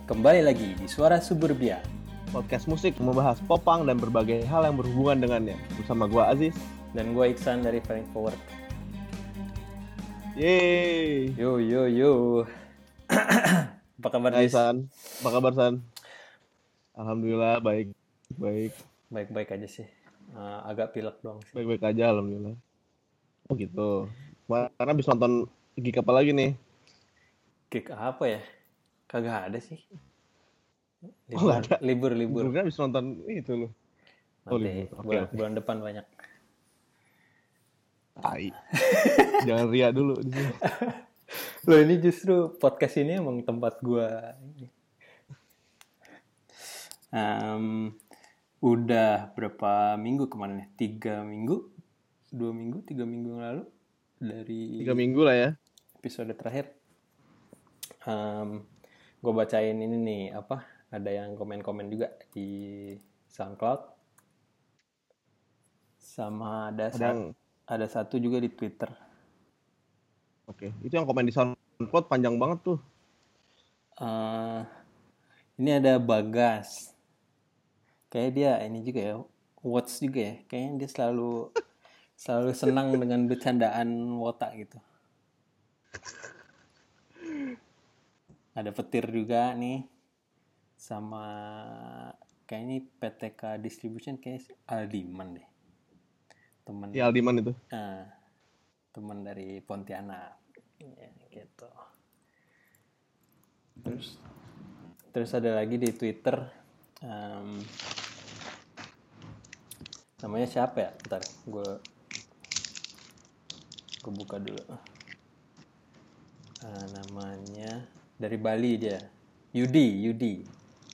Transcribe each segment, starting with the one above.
Kembali lagi di Suara Suburbia. Podcast musik membahas popang dan berbagai hal yang berhubungan dengannya. Bersama gue Aziz. Dan gue Iksan dari Flying Forward. Yeay. Yo. Apa kabar, Hai Jis? San. Apa kabar, San? Alhamdulillah, baik. Baik-baik aja sih. Agak pilek doang sih. Baik-baik aja, Alhamdulillah. Oh gitu. Karena habis nonton gig apa lagi nih? Gig apa ya? Kagak ada sih. Nggak ada. Libur. Gue kan habis nonton itu loh. Nanti libur. bulan depan banyak. Tai. Jangan ria dulu di sini. Loh, ini justru podcast ini emang tempat gue. Udah berapa minggu kemarin ya? 3 minggu? 3 minggu yang lalu? Dari 3 minggu lah ya. episode terakhir. Gue bacain ini nih, ada yang komen-komen juga di SoundCloud. Sama ada satu juga di Twitter. Oke, itu yang komen di SoundCloud panjang banget tuh. Ini ada Bagas. Kayak dia ini juga ya, Watts juga ya. Kayaknya dia selalu senang dengan bercandaan Wota gitu. Ada Petir juga nih. Sama kayaknya PTK Distribution, kayaknya Aldiman deh. Temen. Iya, Aldiman itu. Teman dari Pontianak. Ya, gitu. Terus ada lagi di Twitter. Namanya siapa ya? Bentar, gue buka dulu. Namanya dari Bali dia, Yudi.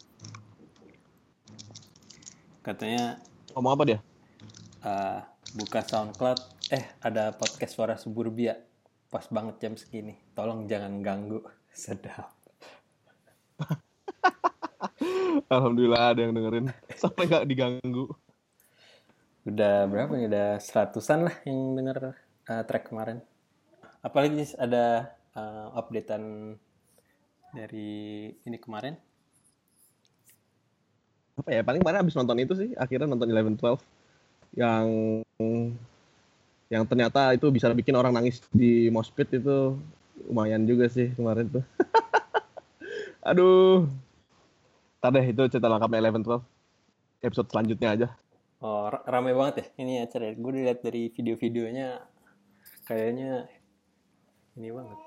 Katanya Ngomong apa dia? buka SoundCloud, ada podcast Suara Suburbia. Pas banget jam segini. Tolong jangan ganggu. Sedap. Alhamdulillah ada yang dengerin. Sampai nggak diganggu. Udah berapa nih? Udah 100-an lah yang denger track kemarin. Apalagi ada updatean dari ini kemarin. Apa ya, paling kemarin abis nonton itu sih, akhirnya nonton 11-12 yang ternyata itu bisa bikin orang nangis di mosh pit. Itu lumayan juga sih kemarin tuh. Aduh. Ntar deh, itu cerita lengkapnya 11-12 episode selanjutnya aja. Oh, ramai banget ya ini acara. Gue dilihat dari video-videonya kayaknya ini banget.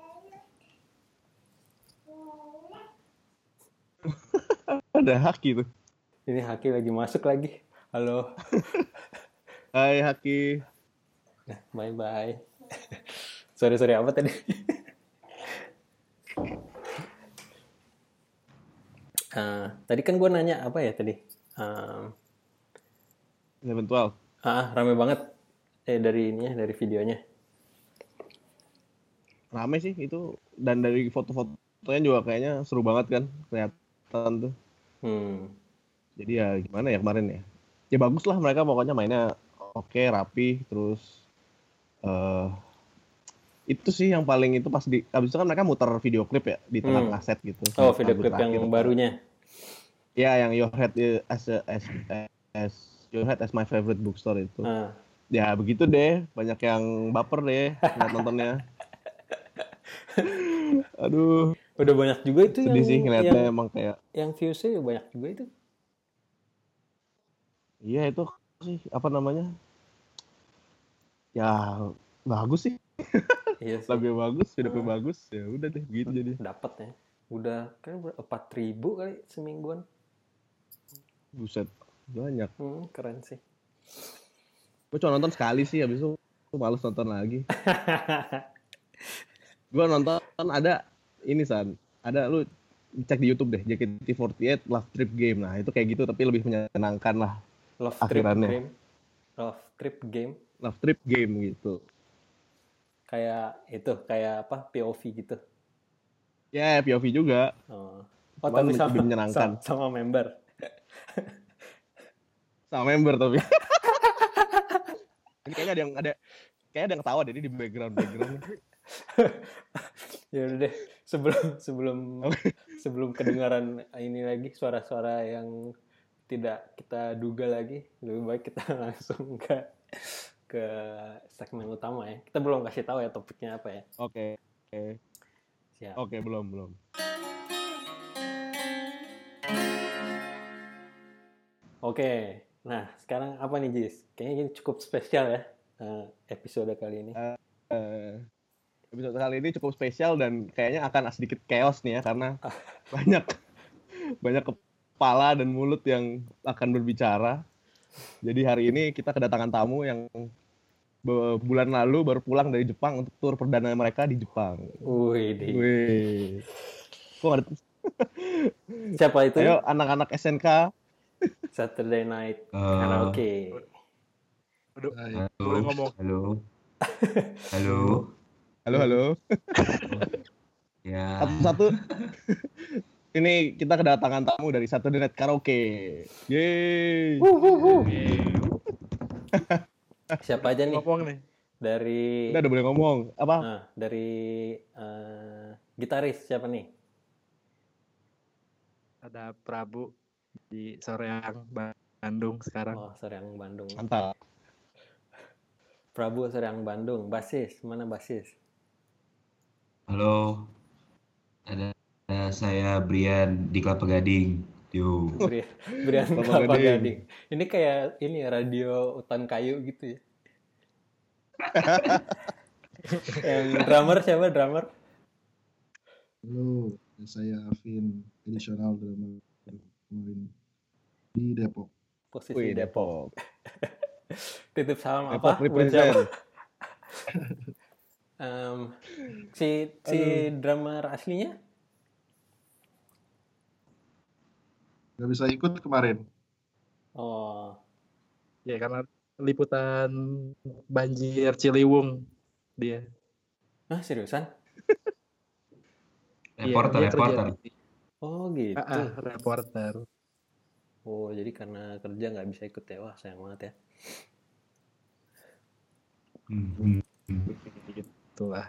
Ada Haki tuh. Ini Haki lagi masuk lagi. Halo. Hai Haki. Nah, bye. Sorry apa tadi? Tadi kan gue nanya apa ya tadi? 11-12. Rame banget. Dari videonya. Rame sih itu, dan dari foto-fotonya juga kayaknya seru banget kan, kelihatan tuh. Jadi ya gimana ya kemarin ya. Ya bagus lah, mereka pokoknya mainnya oke, rapi, terus itu sih yang paling itu pas abis itu kan mereka muter video klip ya di tengah set gitu. Oh, video klip yang barunya. Ya, yang Your Head as My Favorite Bookstore itu. Ya begitu deh, banyak yang baper deh ngeliat nontonnya. Aduh. Udah banyak juga itu sedih sih ngeliatnya, emang kayak yang viewsnya banyak juga itu. Iya, itu sih apa namanya? Ya bagus sih. Iya sih. Lagunya bagus, videonya bagus, ya udah deh gitu jadi. Dapat ya. Udah kan 4.000 kali semingguan. Buset, banyak. Keren sih. Gue cuma nonton sekali sih, habis itu males nonton lagi. Gue nonton ada ini, San. Ada, lu cek di YouTube deh, JKT48 Love Trip Game. Nah, itu kayak gitu tapi lebih menyenangkan lah. Love Trip Game gitu. Kayak apa? POV gitu. Ya, POV juga. Tapi lebih menyenangkan. Sama member. Sama member tapi. Ini kayaknya ada yang ketawa deh di background. Ya udah deh, sebelum sebelum kedengaran ini lagi suara-suara yang tidak kita duga lagi, lebih baik kita langsung ke segmen utama ya. Kita belum kasih tahu ya topiknya apa ya. Oke. Siap. Oke, belum. Oke, nah sekarang apa nih Jis? Kayaknya ini cukup spesial ya episode kali ini. Episode kali ini cukup spesial dan kayaknya akan sedikit chaos nih ya karena banyak kepala dan mulut yang akan berbicara. Jadi hari ini kita kedatangan tamu yang bulan lalu baru pulang dari Jepang untuk tur perdana mereka di Jepang. Wih. Siapa itu? Ayo anak-anak SNK. Saturday Night Karaoke. Boleh ngomong. Halo. Ya. Satu-satu. Ini kita kedatangan tamu dari Saturday Night Karaoke. Yeay. Siapa aja nih? Ngomong nih. Dari Udah boleh ngomong. Apa? Nah, dari gitaris siapa nih? Ada Prabu di Soreang, Bandung sekarang. Oh, Soreang Bandung. Mantap. Prabu Soreang Bandung. Basis, mana basis? Halo, ada saya Brian di Kelapa Gading. Yo. Brian Kelapa Gading. Ini kayak ini radio hutan kayu gitu ya. Yang drummer siapa drummer? Halo, saya Afin, additional drummer kemarin di Depok. Posisi Depok. Titip salam Depok apa buat siapa? Si drummer aslinya? Gak bisa ikut kemarin. Oh. Ya karena liputan banjir Ciliwung dia. Hah, seriusan? Reporter. Oh gitu. Reporter. Oh, jadi karena kerja nggak bisa ikut ya. Wah, sayang banget ya. Gitulah.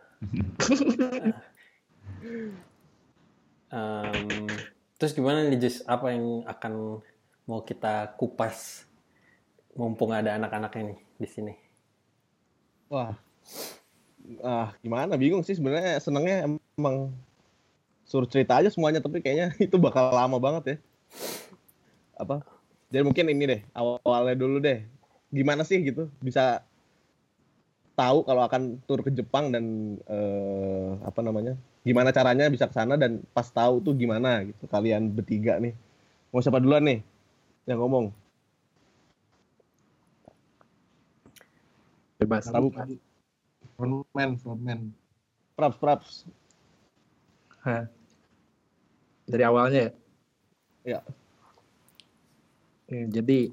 Terus gimana nih Jis? Apa yang akan mau kita kupas mumpung ada anak-anaknya nih di sini? Wah, gimana? Bingung sih sebenarnya. Senengnya emang suruh cerita aja semuanya, tapi kayaknya itu bakal lama banget ya. Apa? Jadi mungkin ini deh, awalnya dulu deh. Gimana sih gitu bisa tahu kalau akan tur ke Jepang dan gimana caranya bisa ke sana dan pas tahu tuh gimana gitu kalian bertiga nih. Mau siapa duluan nih yang ngomong? Bebas. Frontman. Praps. Dari awalnya ya? Jadi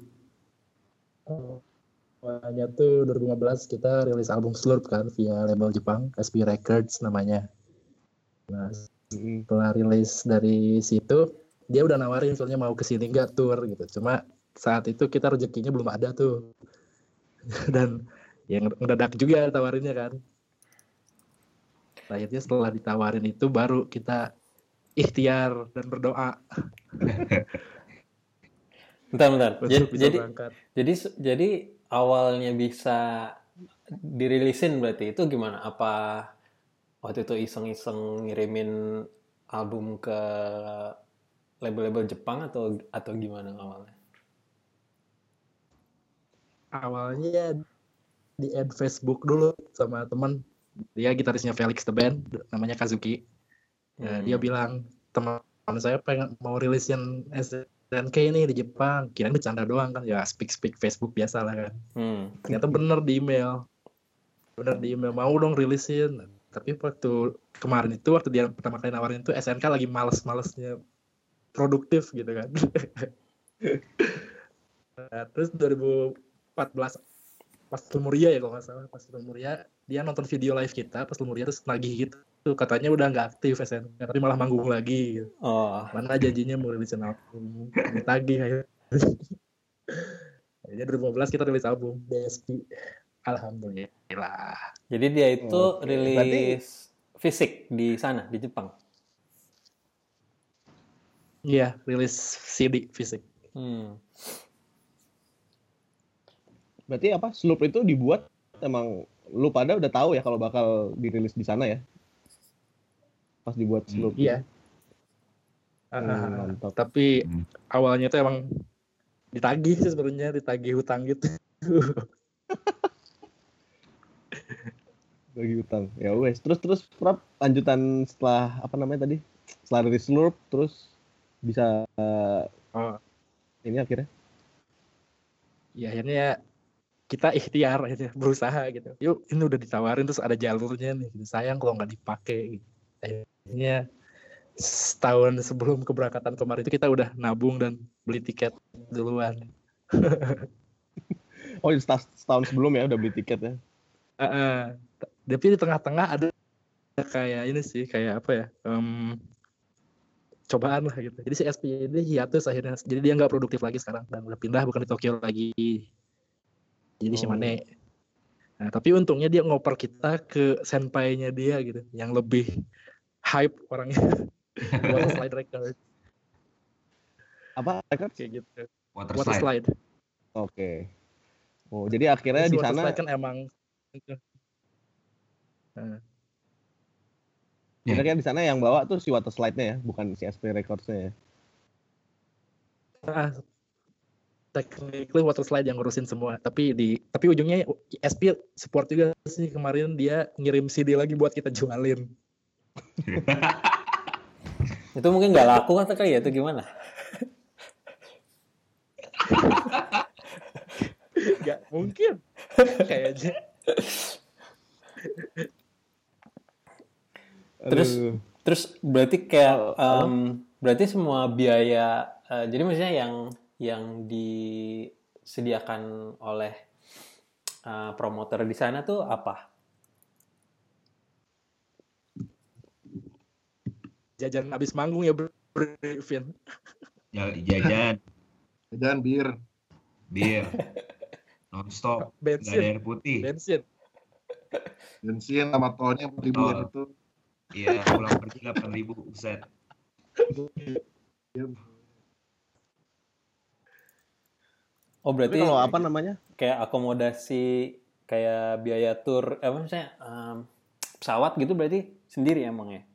awalnya tuh 2015 kita rilis album Slurp kan via label Jepang, SB Records namanya. Nah, setelah rilis dari situ, dia udah nawarin soalnya mau kesini nggak tour gitu. Cuma saat itu kita rezekinya belum ada tuh. Dan yang ngedadak juga tawarinnya kan. Akhirnya setelah ditawarin itu baru kita ikhtiar dan berdoa. Bentar. Jadi awalnya bisa dirilisin berarti itu gimana? Apa waktu itu iseng-iseng ngirimin album ke label-label Jepang atau gimana awalnya? Awalnya di add Facebook dulu sama teman. Dia gitarisnya Felix the Band, namanya Kazuki. Dia bilang, teman saya pengen mau rilisin SNK ini di Jepang. Kirain bercanda doang kan, ya speak Facebook biasa lah kan. Ternyata bener di email, mau dong rilisin. Tapi waktu kemarin itu, waktu dia pertama kali nawarin itu, SNK lagi males-malesnya produktif gitu kan. Nah, terus 2014 pas Lemuria ya kalau nggak salah, pas Lemuria dia nonton video live kita pas Lemuria terus nagih gitu, katanya udah nggak aktif SNK tapi malah manggung lagi gitu. Mana janjinya mau rilisin album, ditagih akhirnya 2015 kita rilis album DSP, alhamdulillah. Jadi dia itu rilis fisik di sana di Jepang. Iya, rilis CD fisik. Berarti apa? Sloop itu dibuat emang lu pada udah tahu ya kalau bakal dirilis di sana ya? Pas dibuat Sloop. Iya. Mantap. Tapi awalnya itu emang ditagih sih sebenarnya, ditagih hutang gitu. Bagi utang. Ya wes. Terus Prap, lanjutan setelah apa namanya tadi? Setelah rilis Sloop terus bisa ini akhirnya? Ya akhirnya kita ikhtiar gitu, berusaha gitu. Yuk, ini udah ditawarin terus ada jalurnya nih. Sayang kalau nggak dipakai. Gitu. Akhirnya setahun sebelum keberangkatan kemarin itu kita udah nabung dan beli tiket duluan. Oh, setahun sebelum ya udah beli tiket ya? Tapi di tengah-tengah ada kayak ini sih, kayak apa ya? Cobaan lah gitu. Jadi si SP ini hiatus akhirnya. Jadi dia nggak produktif lagi sekarang dan udah pindah, bukan di Tokyo lagi. Jadi Shimane. Nah, tapi untungnya dia ngoper kita ke senpai-nya dia gitu, yang lebih hype orangnya. Water slide record. Apa record? Kayak gitu. Water slide. Oke. Oh, jadi akhirnya di sana kan emang kira-kira di sana yang bawa tuh si water slide-nya ya, bukan si SP Records-nya ya. Technically water slide yang ngurusin semua, tapi ujungnya SP support juga sih. Kemarin dia ngirim CD lagi buat kita jualin. Itu mungkin nggak laku atau kali ya, itu gimana? Nggak mungkin kayaknya. Terus berarti kayak berarti semua biaya, jadi maksudnya yang disediakan oleh promotor di sana tuh apa? Jajan abis manggung ya, Vin. Jajan bir nonstop, bensin, nggak ada air putih, bensin sama tolnya 4.000 itu. Iya, pulang pergi 8.000, buset. Oh, berarti kalau apa namanya? Kayak akomodasi, kayak biaya tur, misalnya pesawat gitu berarti sendiri emang ya?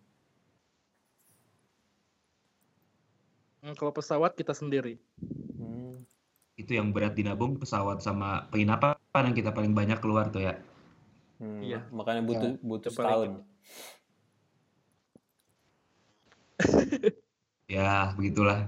Kalau pesawat kita sendiri. Itu yang berat dinabung, pesawat sama penginapan yang kita paling banyak keluar tuh ya. Iya. Makanya butuh setahun. Ya, begitulah.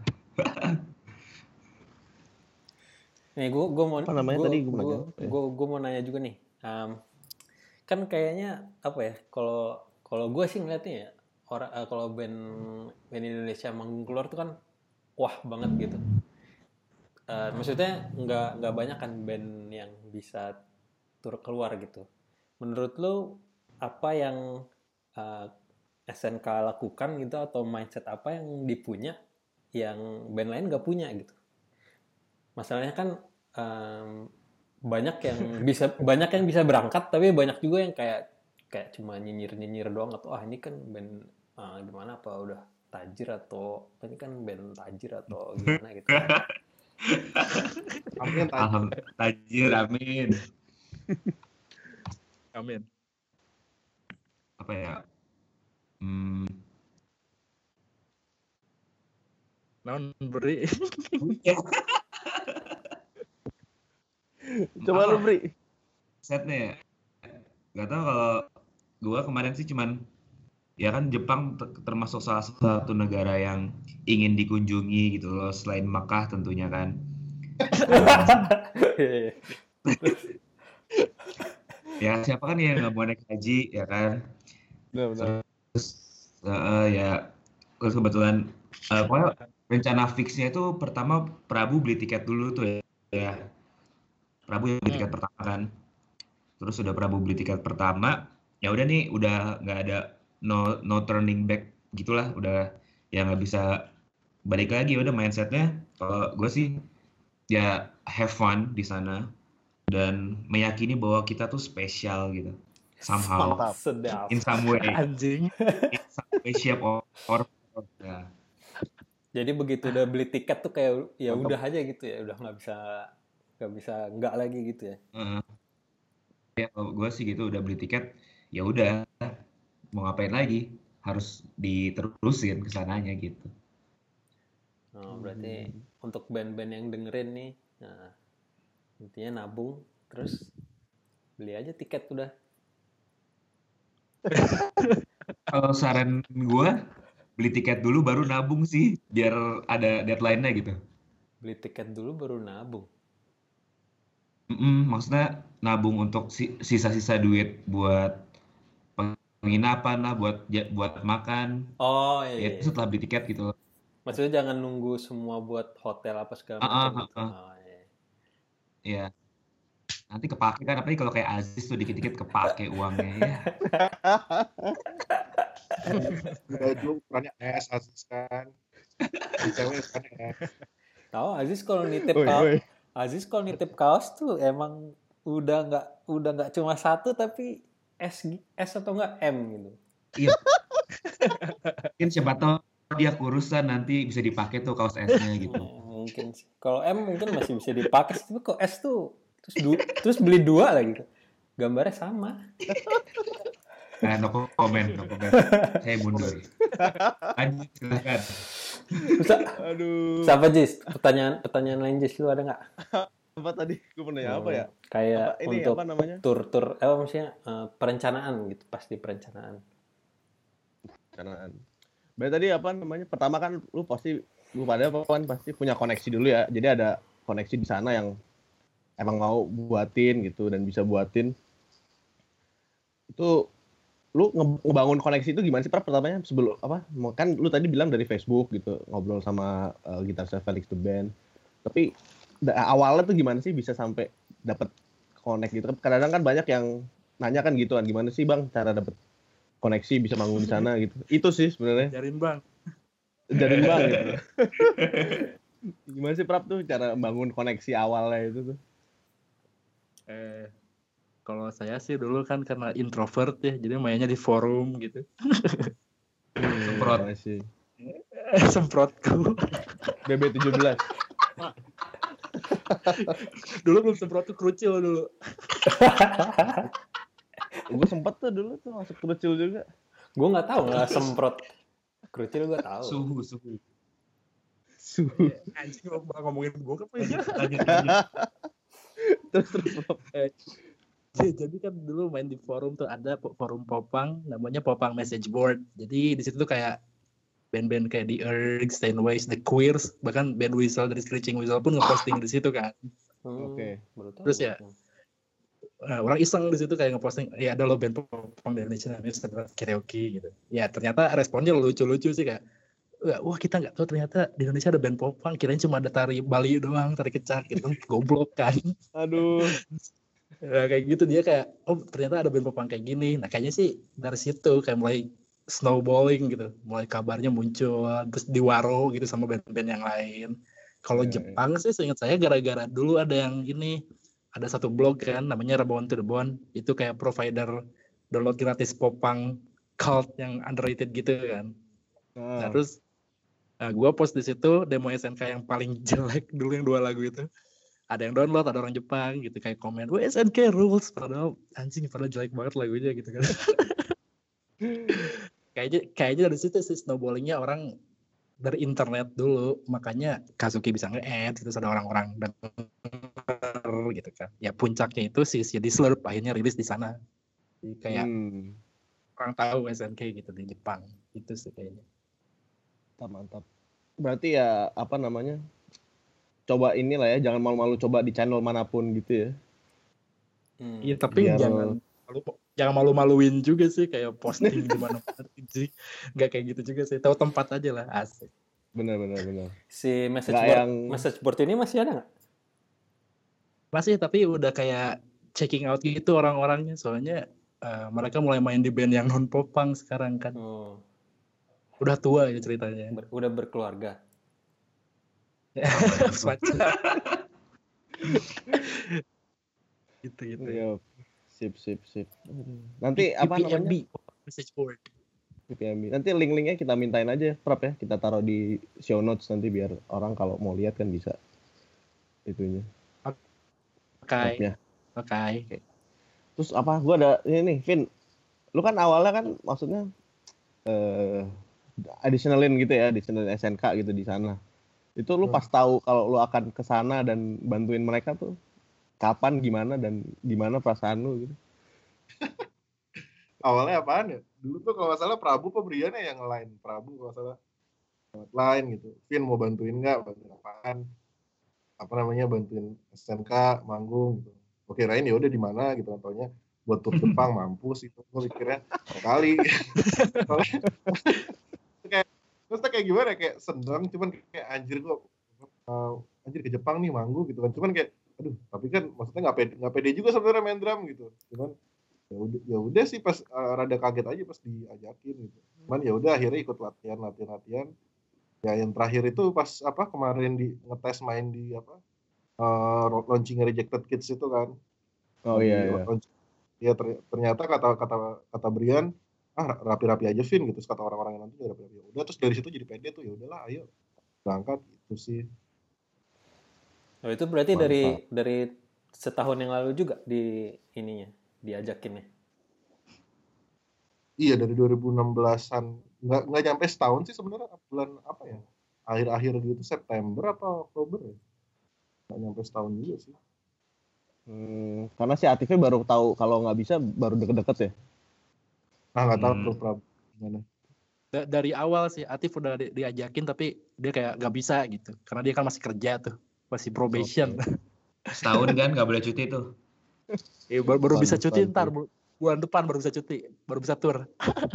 Nih, gue mau apa namanya tadi gue mau nanya juga nih. Kan kayaknya apa ya? Kalau gue sih ngeliatnya ya, kalau band Indonesia manggung keluar tuh kan wah banget gitu. Maksudnya nggak banyak kan band yang bisa tur keluar gitu. Menurut lo apa yang SNK lakukan gitu, atau mindset apa yang dipunya yang band lain nggak punya gitu? Masalahnya kan banyak yang bisa berangkat, tapi banyak juga yang kayak cuma nyinyir doang, atau ini kan band gimana, apa udah tajir, atau ini kan band tajir atau gimana gitu. Amin, tajir, amin. Amin. Apa ya? Non beri. Coba lu beri. Setnya ya. Gak tau, kalau gue kemarin sih cuman ya kan Jepang termasuk salah satu negara yang ingin dikunjungi gitu loh, selain Makkah tentunya kan. Ya siapa kan yang nggak mau naik haji ya kan. Benar. Terus kebetulan rencana fixnya itu pertama Prabu beli tiket dulu tuh ya. Prabu beli tiket pertama kan. Terus udah Prabu beli tiket pertama, ya udah nih, udah nggak ada no turning back gitulah, udah ya nggak bisa balik lagi. Udah mindsetnya kalau gue sih ya have fun di sana dan meyakini bahwa kita tuh spesial gitu. somehow, Mantap. Sedap. in some way, Anjing. shape or form. Ya. Jadi begitu udah beli tiket tuh kayak ya Mantap. udah aja gitu ya, udah nggak bisa enggak lagi gitu ya. Ya kalau gue sih gitu udah beli tiket, ya udah mau ngapain lagi, harus diterusin kesananya gitu. Nah, berarti untuk band-band yang dengerin nih, nah, intinya nabung terus beli aja tiket udah. Kalau saran gue, beli tiket dulu baru nabung sih, biar ada deadline-nya gitu. Beli tiket dulu baru nabung. Maksudnya nabung untuk sisa-sisa duit buat penginapan lah, buat makan. Oh Ya iya. itu setelah beli tiket gitu loh. Maksudnya jangan nunggu semua buat hotel apa segala macam gitu. Oh, iya. Iya. Nanti kepake kan, apalagi kalau kayak Aziz tuh dikit-dikit kepake uangnya ya. Udah dulu ukurannya S Aziz kan. Cewek kan S. Tahu Aziz kalau nitip Woi. Aziz kalau nitip kaos tuh emang udah nggak cuma satu tapi S atau enggak M gitu. Iya. Mungkin siapa tahu dia kurusan nanti bisa dipakai tuh kaos S-nya gitu. Mungkin sih. Kalau M mungkin masih bisa dipakai, tapi kok S tuh terus beli 2 lagi. Gambarnya sama. No comment. Saya mundur. Lanjut silakan. Aduh. Siapa Jis? Pertanyaan lain Jis lu ada nggak? Apa tadi? Gue pernah apa ya? Kayak Apa, ini untuk apa namanya? tur maksudnya perencanaan gitu, pasti perencanaan. Berarti tadi apa namanya? Pertama kan lu pasti punya koneksi dulu ya. Jadi ada koneksi di sana yang emang mau buatin gitu dan bisa buatin. Itu lu ngebangun koneksi itu gimana sih pertamanya sebelum apa? Kan lu tadi bilang dari Facebook gitu, ngobrol sama gitaris Felix the Band. Tapi awalnya tuh gimana sih bisa sampai dapat connect gitu? Kadang-kadang kan banyak yang nanya kan gitu kan, gimana sih Bang cara dapat koneksi bisa manggung di sana gitu. Itu sih sebenarnya. Jarin Bang gitu. Gimana sih Prap tuh cara bangun koneksi awalnya itu tuh? Kalau saya sih dulu kan karena introvert ya, jadi mainnya di forum gitu. Semprot. Semprotku. BB17. Dulu belum semprot tuh kerucil dulu. Gue sempet tuh dulu tuh masuk kerucil juga. Gue nggak tahu nggak semprot kerucil gue tahu. Suhu. Anjing ngomongin gue apa ya? Terus. Jadi kan dulu main di forum tuh ada forum Popang, namanya Popang Message Board. Jadi di situ tuh kayak band-band kayak The Ergs, Steinways, The Queers, bahkan band Whistle dari Screeching Whistle pun ngeposting di situ kan. Oke. Terus ya orang iseng di situ kayak ngeposting, ya ada lo band Popang di Indonesia namanya karaoke gitu. Ya ternyata responnya lucu-lucu sih kayak, wah kita nggak tahu ternyata di Indonesia ada band Popang, kirain cuma ada tari Bali doang, tari kecak gitu, goblok kan. Aduh. Ya, kayak gitu dia kayak, oh ternyata ada band Popang kayak gini. Nah kayaknya sih dari situ kayak mulai snowballing gitu, mulai kabarnya muncul, terus diwaro gitu sama band-band yang lain. Kalau Jepang sih seingat saya gara-gara dulu ada yang ini, ada satu blog kan namanya Rebound to the Bone, itu kayak provider download gratis Popang cult yang underrated gitu kan. Nah terus gue post di situ demo SNK yang paling jelek dulu yang 2 lagu itu. Ada yang download, ada orang Jepang gitu kayak komen, "Wah, SNK rules." Padahal jelek banget lagunya gitu kan. kayaknya dari situ sih snowballingnya orang dari internet dulu, makanya Kazuki bisa nge-add, terus ada orang-orang denger gitu kan. Ya puncaknya itu si Slurp akhirnya rilis di sana. Jadi kayak orang tahu SNK gitu di Jepang. Itu sih kayaknya. Mantap. Berarti ya apa namanya? Coba inilah ya, jangan malu-malu coba di channel manapun gitu ya. Iya, tapi jangan malu-maluin juga sih kayak posting di mana-mana sih. Enggak kayak gitu juga sih. Tahu tempat aja lah, asik. Benar. Si message board ini masih ada nggak? Masih, tapi udah kayak checking out gitu orang-orangnya. Soalnya mereka mulai main di band yang non Popang sekarang kan. Udah tua ya ceritanya. Udah berkeluarga. gitu. Yep. Sip. Nanti apa namanya? Message board. PPMB. Nanti link-linknya kita mintain aja, Prap ya. Kita taruh di show notes nanti biar orang kalau mau lihat kan bisa itunya. Oke. Terus apa? Gua ada ini nih, Vin. Lu kan awalnya kan maksudnya additionalin gitu ya, additionalin SNK gitu di sana. Itu lu pas tahu kalau lu akan ke sana dan bantuin mereka tuh kapan, gimana, dan gimana perasaan lu gitu? Awalnya apaan ya? Dulu tuh kalau nggak salah Prabu pemberiannya yang lain. Prabu kalau nggak salah lain gitu. Vin mau bantuin nggak? Bantuin apaan? Apa namanya, bantuin SNK manggung gitu. Oke, Rain ya udah di mana gitu, contohnya buat tur Jepang. Mampus itu, gue pikirnya kali. Kayak gimana, kayak seneng, cuman kayak anjir ke Jepang nih manggung gitu kan, cuman kayak aduh, tapi kan maksudnya nggak pede juga sebenarnya main drum gitu, cuman ya udah sih pas rada kaget aja pas diajakin gitu, cuman ya udah akhirnya ikut latihan. Ya yang terakhir itu pas kemarin di ngetes main di launching Rejected Kids itu kan. Oh iya. Ya ternyata kata Brian, rapi-rapi aja Vin gitu, kata orang-orang yang nanti rapi-rapi. Udah, terus dari situ jadi pede tuh, ya udahlah ayo berangkat gitu sih. Oh, itu berarti dari setahun yang lalu juga diajakinnya. Iya, dari 2016-an. Nggak nyampe setahun sih sebenarnya, bulan apa ya? Akhir-akhir gitu, September atau Oktober ya? Nggak nyampe setahun juga sih. Karena si Atifnya baru tahu kalau nggak bisa baru deket-deket ya? Nggak tahu tuh Prabu gimana. Dari awal sih Atif udah diajakin tapi dia kayak nggak bisa gitu. Karena dia kan masih kerja tuh. Masih probation. Okay. Setahun kan nggak boleh cuti tuh. Baru bisa cuti ntar. Bulan depan baru bisa cuti. Baru bisa tur.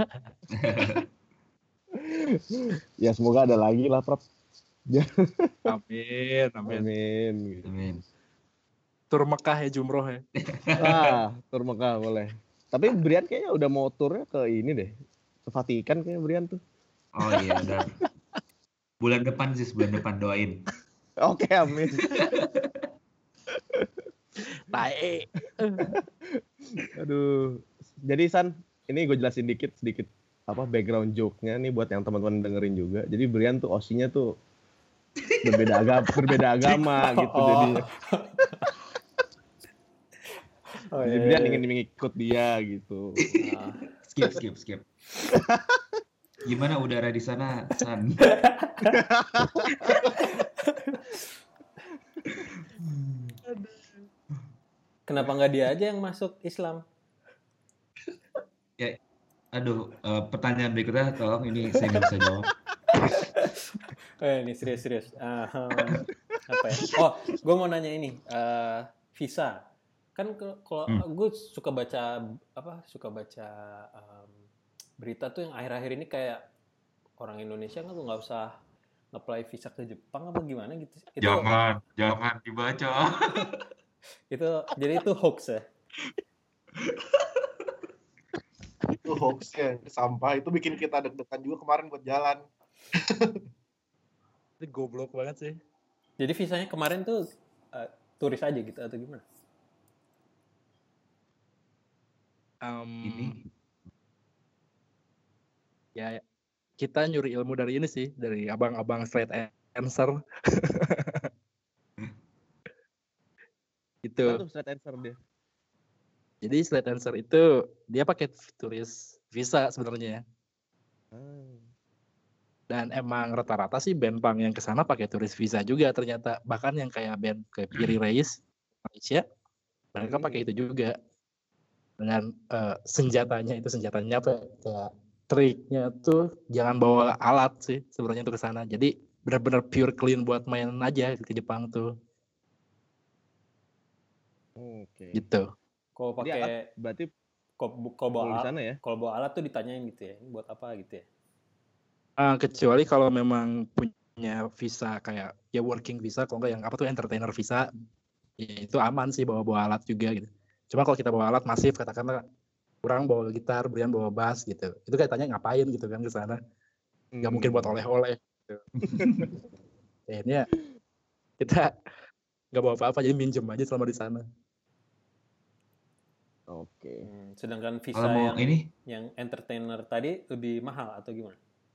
Ya semoga ada lagi lah, Prap. Amin. Tur Mekah ya, jumroh ya. Tur Mekah boleh. Tapi Brian kayaknya udah mau turnya ke ini deh. Ke Vatikan kayaknya Brian tuh. Oh iya, udah. Bulan depan doain. Oke, amin. Tae. Aduh. Jadi San, ini gue jelasin sedikit background joke-nya nih buat yang teman-teman dengerin juga. Jadi Brian tuh OSI-nya tuh berbeda agama gitu jadinya. Jadi Brian ingin mengikut dia gitu. Skip. Gimana udara di sana, San? Kenapa nggak dia aja yang masuk Islam? Ya, pertanyaan berikutnya tolong, ini saya nggak bisa jawab. Ini serius. Apa ya? Oh, gue mau nanya ini. Visa. Kan kalau gue suka baca berita tuh yang akhir-akhir ini kayak orang Indonesia nggak usah nge-apply visa ke Jepang apa gimana gitu. Jangan dibaca. Jadi itu hoax ya? Itu hoax ya, sampah. Itu bikin kita deg-degan juga kemarin buat jalan. Itu goblok banget sih. Jadi visanya kemarin tuh turis aja gitu atau gimana? Ini ya kita nyuri ilmu dari ini sih, dari abang-abang straight answer. Gitu. Apa tuh straight answer dia? Jadi straight answer itu dia pakai turis visa sebenarnya. Dan emang rata-rata sih band punk yang kesana pakai turis visa juga ternyata. Bahkan yang kayak band kayak Piri Reis Malaysia, mereka pakai itu juga. Dengan senjatanya apa ya? Kayak triknya tuh jangan bawa alat sih sebenarnya tuh ke sana. Jadi benar-benar pure clean buat main aja ke Jepang tuh. Oke. Gitu. Kalau pakai berarti kalau bawa alat tuh ditanyain gitu ya, buat apa gitu ya? Kecuali kalau memang punya visa kayak ya working visa, kalau enggak yang apa tuh entertainer visa, ya itu aman sih bawa alat juga gitu. Cuma kalau kita bawa alat masif, katakanlah kurang bawa gitar, Brian bawa bass gitu, itu kayak tanya ngapain gitu kan ke sana, nggak mungkin buat oleh-oleh. Gitu. Akhirnya kita nggak bawa apa-apa, jadi minjem aja selama di sana. Oke. Sedangkan visa Kalau mau yang entertainer tadi lebih mahal atau gimana?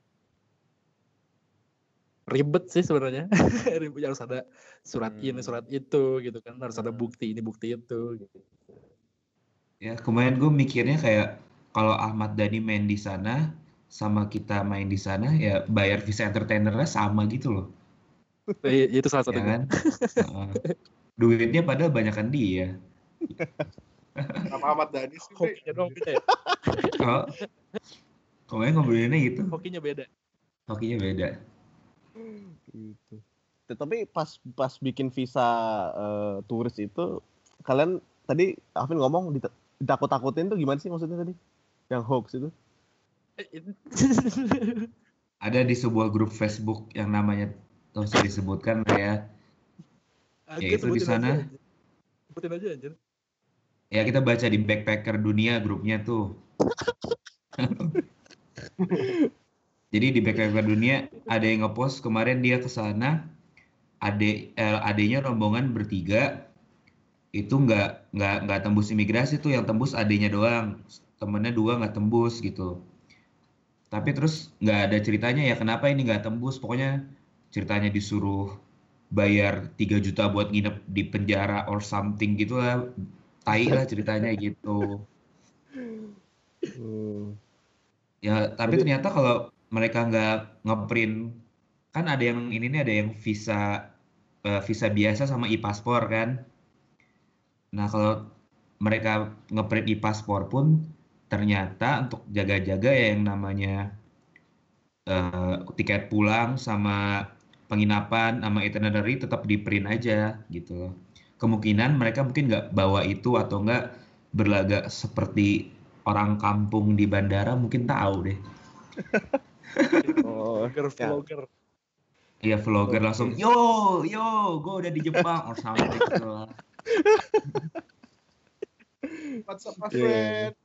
Ribet sih sebenarnya. Ribet, harus ada surat ini, surat itu gitu kan. Harus ada bukti ini, bukti itu gitu. Ya, kemarin gue mikirnya kayak kalau Ahmad Dhani main di sana sama kita main di sana ya bayar visa entertainernya sama gitu loh. Itu salah Ya satunya. kan? Duitnya padahal banyakan dia. Sama Ahmad Dhani sih. Hokinya doang beda ya? Oh, kemarin ngobrolinnya gitu. Hokinya beda. Hokinya beda. Gitu. Tapi pas bikin visa turis itu, kalian tadi Alvin ngomong ditakut-takutin tuh gimana sih maksudnya tadi? Yang hoax itu? Ada di sebuah grup Facebook yang namanya nggak usah disebutkan ya. Ya itu di sana. Sebutin aja anjir. Ya kita baca di Backpacker Dunia grupnya tuh. Jadi di Backpacker Dunia ada yang ngepost kemarin dia ke sana, adenya rombongan bertiga itu nggak tembus imigrasi tuh, yang tembus adenya doang, temennya 2 nggak tembus gitu. Tapi terus nggak ada ceritanya ya kenapa ini nggak tembus, pokoknya ceritanya disuruh bayar 3 juta buat nginep di penjara or something gitu lah, tai lah ceritanya gitu. Ya tapi ternyata kalau mereka nggak ngeprint, kan ada yang ini nih, ada yang visa biasa sama e-paspor kan. Nah kalau mereka ngeprint e-paspor pun ternyata untuk jaga-jaga ya yang namanya tiket pulang sama penginapan sama itinerary tetap di print aja gitu. Kemungkinan mereka mungkin nggak bawa itu atau nggak berlagak seperti orang kampung di bandara, mungkin tahu deh. Vlogger. Iya vlogger langsung yo gue udah di Jepang or something gitu lah. What's up my friend?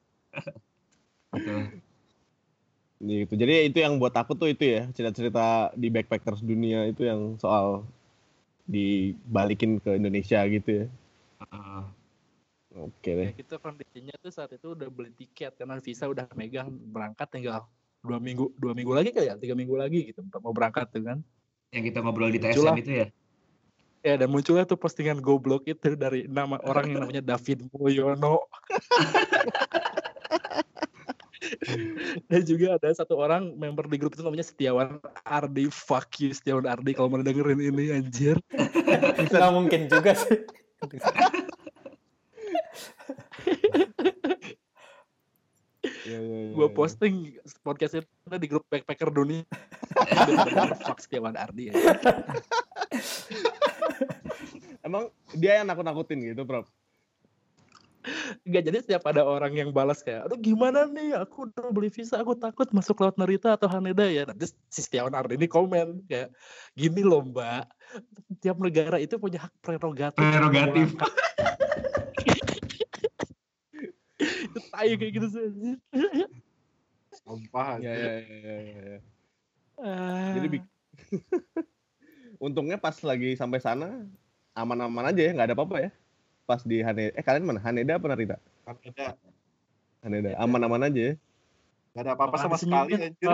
Gitu. Jadi itu yang buat aku tuh itu ya, cerita-cerita di Backpackers Dunia itu yang soal dibalikin ke Indonesia gitu ya. Oke deh. Ya, kita kondisinya tuh saat itu udah beli tiket karena visa udah megang, berangkat tinggal 2 minggu lagi kayak 3 minggu lagi gitu mau berangkat tuh kan. Yang kita ngobrol di TSM itu ya. Ya, dan munculnya tuh postingan goblok itu dari nama orang yang namanya David Mulyono. Dan juga ada satu orang member di grup itu namanya Setiawan Ardi. Fuck you Setiawan Ardi kalau mau dengerin ini anjir. Nggak mungkin juga sih. Gue posting podcast itu di grup Backpacker Dunia. Fuck Setiawan Ardi. Emang dia yang nakut-nakutin gitu, Prof? Enggak, jadi setiap ada orang yang balas kayak, aduh gimana nih, aku udah beli visa, aku takut masuk laut Narita atau Haneda ya. Nanti si Setiawan Ardi ini komen kayak, gini loh mbak, tiap negara itu punya hak prerogatif. Itu tai kayak gitu sih. Sampah aja. Ya. Jadi untungnya pas lagi sampai sana aman-aman aja ya, nggak ada apa-apa ya. Pas di Haneda, kalian mana? Haneda apa Narita? Haneda. Aman-aman aja ya. Nggak ada apa-apa sama sekali anjir.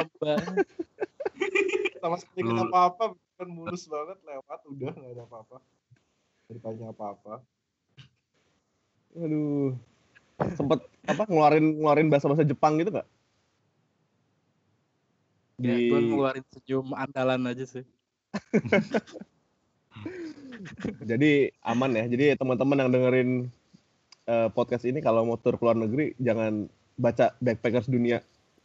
Sama sekali nggak ada apa-apa, kan mulus banget lewat, udah nggak ada apa-apa. Bertanya apa-apa. Aduh. Sempet ngeluarin bahasa-bahasa Jepang gitu nggak? Ya, gue ngeluarin senyum andalan aja sih. Jadi aman ya. Jadi teman-teman yang dengerin podcast ini kalau mau tur ke luar negeri jangan baca Backpackers Dunia.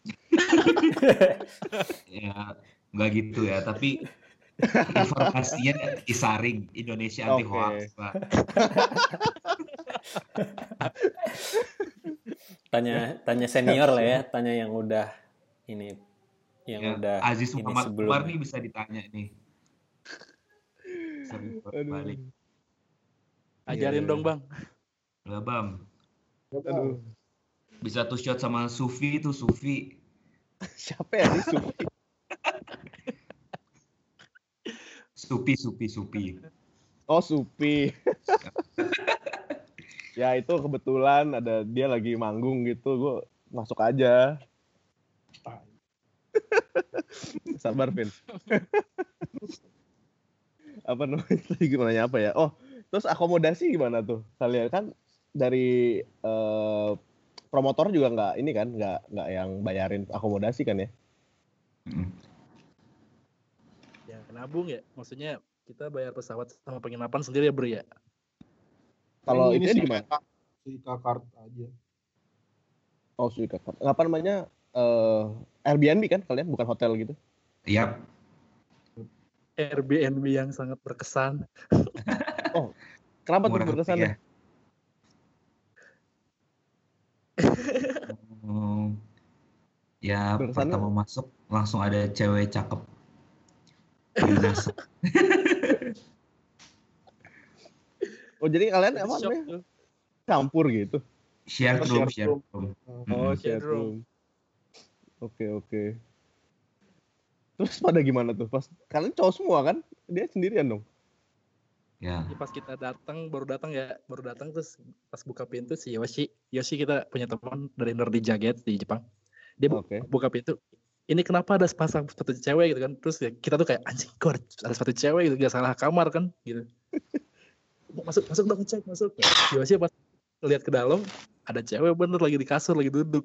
Ya nggak gitu ya, tapi informasinya disaring Indonesia anti hoax, Pak. Tanya senior lah ya, tanya yang udah ini, yang ya, udah Aziz ini Muhammad sebelum Umar nih bisa ditanya nih. Balik. Ajarin dong bang. Udah bang. Aduh. Bisa tuh shot sama Sufi itu Sufi. Siapa ya ini Sufi? Supi. Oh Supi. Ya itu kebetulan ada dia lagi manggung gitu, gue masuk aja. Sabar, Vin. Apa namanya? Tadi gimana apa ya? Oh, terus akomodasi gimana tuh? Kalian kan dari promotor juga nggak ini kan, nggak yang bayarin akomodasi kan ya? Ya nabung ya, maksudnya kita bayar pesawat sama penginapan sendiri ya bro ya. Kalau ini itu di mana? Suica Card aja. Oh, Suica Card. Apa namanya? Airbnb kan kalian, bukan hotel gitu? Iya. Airbnb yang sangat berkesan. Oh, kenapa tuh berkesan ya? Ya pertama masuk langsung ada cewek cakep. Oh jadi kalian apa namanya? Campur gitu? Share room. Oh, share room. Oke. Terus pada gimana tuh? Pas kalian cowok semua kan? Dia sendirian dong? Ya. Pas kita baru datang terus pas buka pintu si Yoshi kita punya teman dari Nerdy Jaget di Jepang. Dia buka pintu. Ini kenapa ada sepasang sepatu cewek gitu kan? Terus ya, kita tuh kayak anjing kok ada sepatu cewek gitu, gak salah kamar kan gitu. Masuk dong, cek masuk. Yoshi pas lihat ke dalam ada cewek bener lagi di kasur lagi duduk.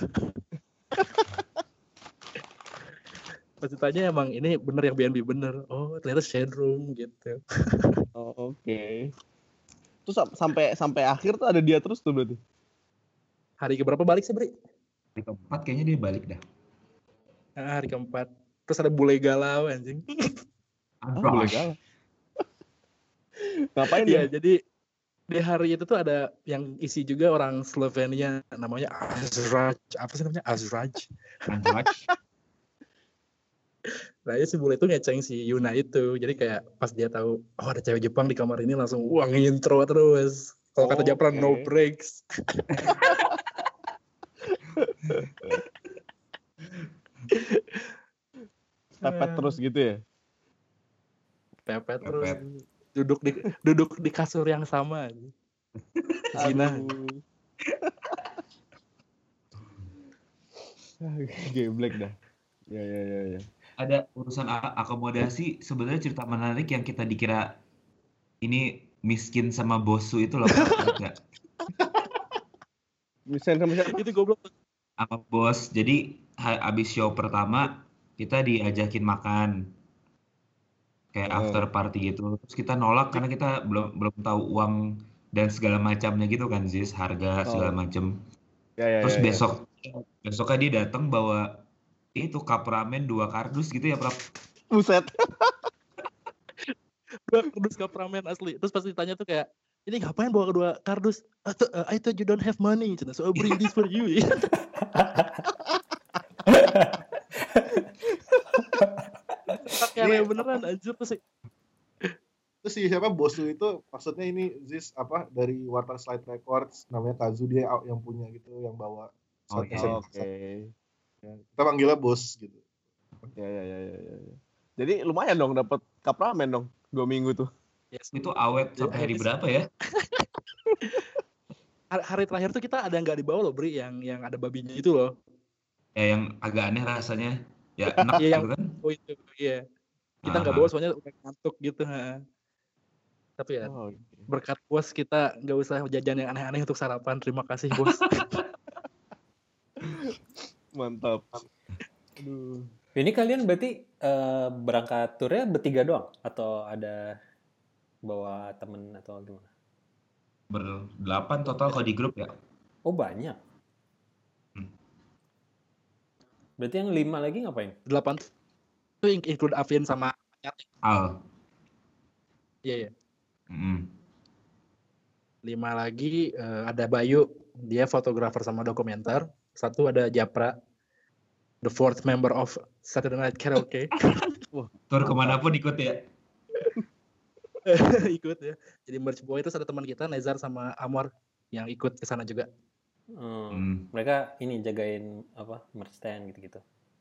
Pas ditanya emang ini bener yang BNB bener. Oh ternyata shade room gitu. Oh, oke. Terus sampai akhir tuh ada dia terus tuh berarti? Hari keberapa balik sih Bri? Hari keempat kayaknya dia balik dah. Hari keempat. Terus ada bule galau anjing. Bule galau. Ngapain ya? Jadi di hari itu tuh ada yang isi juga orang Slovenia namanya Azraj. Apa sih namanya? Azraj. Nah si bule itu ngeceng si Yuna itu. Jadi kayak pas dia tahu oh ada cewek Jepang di kamar ini langsung ngintro terus. Kalau kata Japran no breaks. Pepet terus gitu ya? Pepet terus. Duduk di kasur yang sama. Zina. Geblek dah. Ya. Ada urusan akomodasi, sebenarnya cerita menarik yang kita dikira ini miskin sama bosu itu loh. Miskin sama siapa? Itu goblok. Sama bos. Jadi abis show pertama kita diajakin makan. Kayak after party gitu. Terus kita nolak karena kita belum tahu uang dan segala macamnya gitu kan, Ziz, harga segala macam. Terus besoknya dia datang bawa itu cup ramen 2 kardus gitu ya, Prap. Buset. 2 kardus cup ramen asli. Terus pas ditanya tuh kayak, ini ngapain bawa 2 kardus? I thought you don't have money, so I bring this for you. Kayak beneran anjir tuh sih. Terus si siapa Bosu itu maksudnya ini Ziz apa dari Water Slide Records namanya Kazu, dia yang punya gitu yang bawa. Oke. Ya, kita panggilnya bos gitu. Ya. Jadi lumayan dong dapat cup ramen dong 2 minggu tuh. Yes. Itu awet sampai hari berapa ya? Hari terakhir tuh kita ada nggak dibawa loh Bri yang ada babinya itu loh. Ya yang agak aneh rasanya. Ya enak gitu kan. Oh itu iya. Kita nggak bawa soalnya udah ngantuk gitu. Tapi ya berkat bos kita nggak usah jajan yang aneh-aneh untuk sarapan. Terima kasih bos. Mantap. Aduh. Ini kalian berarti berangkat turnya bertiga doang atau ada bawa temen atau gimana? 8 total kalau di grup ya. Oh banyak. Berarti yang 5 lagi ngapain? 8 itu include Avin sama Al. Iya. 5 lagi ada Bayu, dia fotografer sama dokumenter. 1 ada Japra, the 4th member of Saturday Night Karaoke. Tur kemanapun ikut ya. Ikut ya. Jadi merch boy itu ada teman kita Nezar sama Amor yang ikut ke sana juga. Mereka ini jagain apa merch stand gitu-gitu.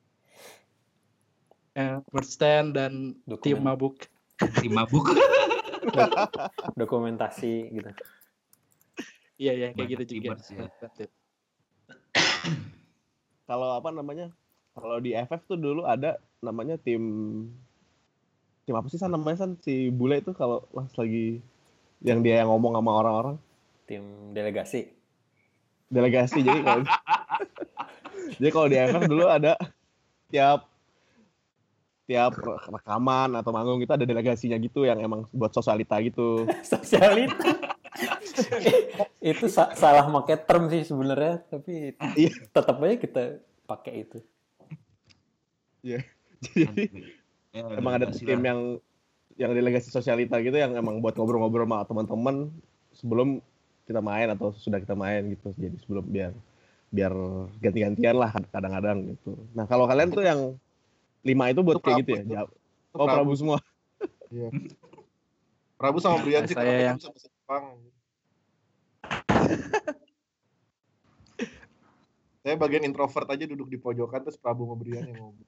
Merch stand dan tim mabuk. Dokumentasi gitu. Iya kayak Banyak gitu juga. teamers ya. Kalau apa namanya? Kalau di FF tuh dulu ada namanya tim apa sih namanya si bule itu kalau pas lagi yang dia yang ngomong sama orang-orang Tim delegasi. Jadi kalau di FF dulu ada tiap rekaman atau manggung itu ada delegasinya gitu yang emang buat sosialita gitu. Sosialita. Itu salah pakai term sih sebenarnya, tapi tetap aja kita pakai itu. Iya. Jadi emang ada tim yang delegasi sosialita gitu yang emang buat ngobrol-ngobrol sama teman-teman sebelum kita main atau sudah kita main gitu. Jadi sebelum biar ganti-gantian lah kadang-kadang gitu. Nah, kalau kalian tuh yang 5 itu buat kayak gitu ya? Prabu semua. Iya. Prabu sama Brian sih karena bisa bahasa Jepang. Saya bagian introvert aja duduk di pojokan terus Prabu sama Brian yang ngobrol.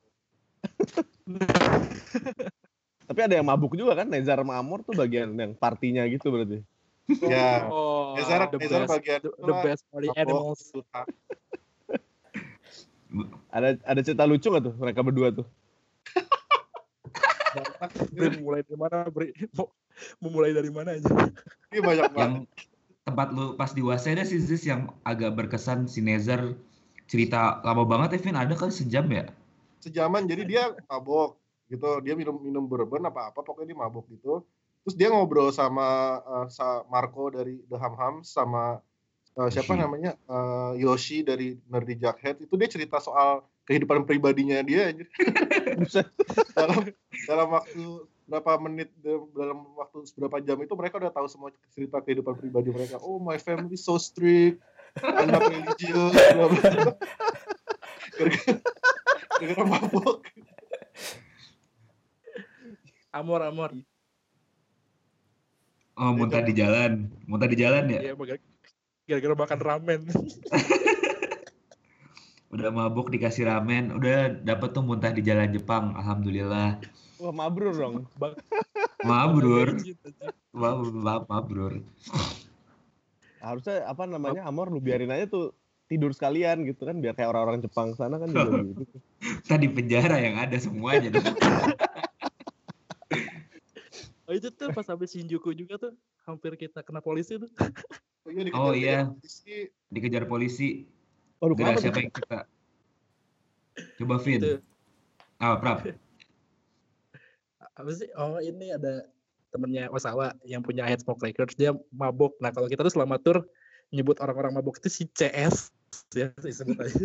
Tapi ada yang mabuk juga kan? Nezar sama Amor tuh bagian yang partinya gitu berarti. Ya. Nezar bagian the best party animals. Ada cerita lucu nggak tuh mereka berdua tuh? Bri, mulai dari mana, Bri? Mau mulai dari mana aja? Ini banyak banget. Yang tempat lu pas di Waseda sih Ziz yang agak berkesan si Nezar cerita lama banget Vin, ada kan sejam ya? Sejaman, jadi dia mabok gitu, dia minum bourbon apa pokoknya dia mabok gitu. Terus dia ngobrol sama Marco dari The Ham-Hams sama siapa namanya Yoshi dari Nerdy Jughead. Itu dia cerita soal kehidupan pribadinya dia dalam waktu berapa menit, dalam waktu seberapa jam itu mereka udah tahu semua cerita kehidupan pribadi mereka. Oh, my family so strict, I'm not religious, gara-gara mabok. Amor. Oh, muntah di jalan ya? Iya, gara-gara makan ramen. Udah mabuk dikasih ramen, udah dapet tuh muntah di jalan Jepang, alhamdulillah. Wah, mabrur dong. Mabrur. Harusnya apa namanya, Amor lu biarin aja tuh tidur sekalian gitu kan, biar kayak orang-orang Jepang sana kan juga gitu. Tadi penjara yang ada semuanya dong. Oh itu tuh pas habis Shinjuku juga tuh hampir kita kena polisi tuh. Oh iya, dikejar polisi. Waduh, gara siapa yang kita? Coba Vin. Prab. Apa sih? Oh ini ada temennya Osawa yang punya Head Smoke Records, dia mabok. Nah kalau kita tuh selama tur nyebut orang-orang mabok itu si CS ya disebut aja.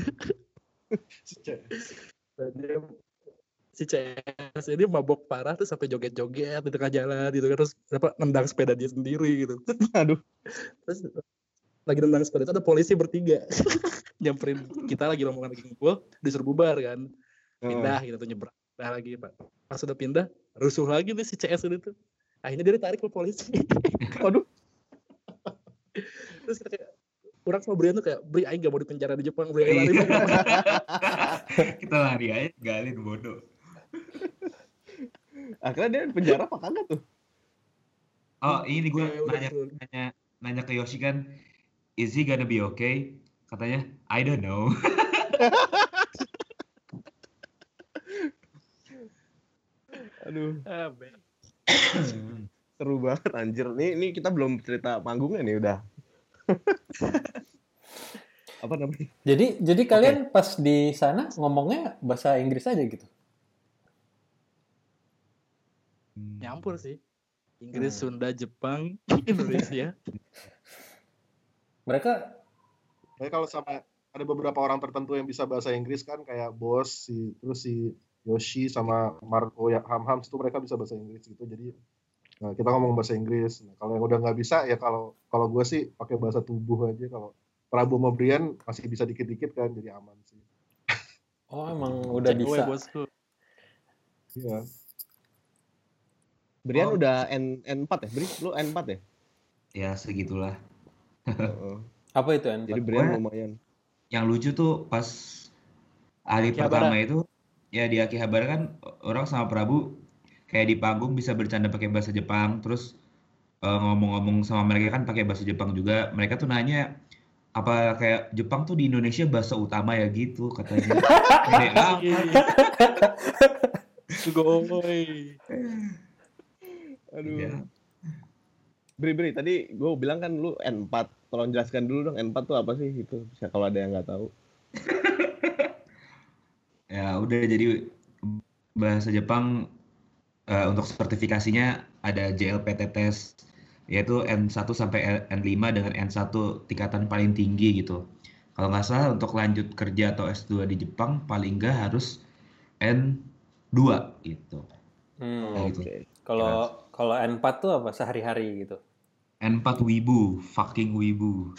Si CS ini mabok parah tuh sampai joget-joget di tengah jalan gitu kan, terus nendang sepeda dia sendiri gitu. Aduh. Terus lagi nendang sepeda itu ada polisi bertiga nyamperin kita lagi rombongan lagi ngumpul, disuruh bubar kan, pindah gitu tuh, nyebrang lagi Pak. Pas udah pindah rusuh lagi nih si CS itu tuh, akhirnya dia ditarik ke polisi. Waduh. Terus kita kayak kurang sama Brian tuh kayak, Bri aing gak mau dipenjara di Jepang, Bri lari. Kita lari aja galin bodoh. Akhirnya dia di penjara apa kagak tuh? Oh ini gue nanya ke Yoshi kan, is he gonna be okay? Katanya, I don't know. Aduh. Seru banget anjir. Nih kita belum cerita panggungnya nih udah. Apa namanya? Jadi kalian pas di sana ngomongnya bahasa Inggris aja gitu? Nyampur sih. Inggris, Sunda, Jepang, Indonesia. Mereka kalau sama ada beberapa orang tertentu yang bisa bahasa Inggris kan, kayak Bos, terus si Yoshi sama Marco ya Ham-Hams itu mereka bisa bahasa Inggris gitu. Jadi kita ngomong bahasa Inggris. Nah, kalau yang udah nggak bisa ya kalau gue sih pakai bahasa tubuh aja. Kalau Prabu sama Brian masih bisa dikit-dikit kan, jadi aman sih. Oh emang udah bisa. Iya. Brian udah N4 ya? Bri, lu N4 ya? Ya segitulah. Apa itu N4? Jadi Brian lumayan. Yang lucu tuh pas hari pertama itu ya di Akihabara kan orang sama Prabu kayak di panggung bisa bercanda pakai bahasa Jepang, terus ngomong-ngomong sama mereka kan pakai bahasa Jepang juga. Mereka tuh nanya apa kayak Jepang tuh di Indonesia bahasa utama ya gitu katanya. Pede amat. Sugoi. Aduh. Iya. Bri, tadi gue bilang kan lu N4. Tolong jelaskan dulu dong N4 tuh apa sih itu? Kalau ada yang nggak tahu. Ya udah jadi bahasa Jepang untuk sertifikasinya ada JLPT test yaitu N1 sampai N5 dengan N1 tingkatan paling tinggi gitu. Kalau nggak salah untuk lanjut kerja atau S2 di Jepang paling nggak harus N2 gitu. Kayak gitu. Oke. Kalau N4 tuh apa sehari-hari gitu? N4 wibu, fucking wibu.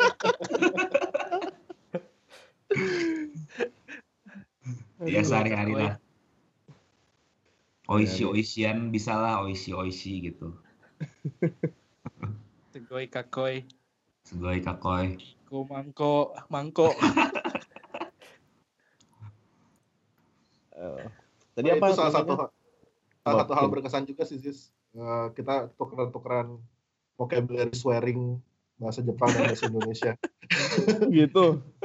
Ya sehari-hari lah. Oishi-oishian bisa lah, oishi-oishi gitu. Sugoi kakoi. Sugoi kakoi. Mangko. Tadi Oh, apa? itu salah satu hal Oke. berkesan juga sih, Zis. Kita tukeran vocabulary swearing bahasa Jepang dan bahasa Indonesia. Gitu.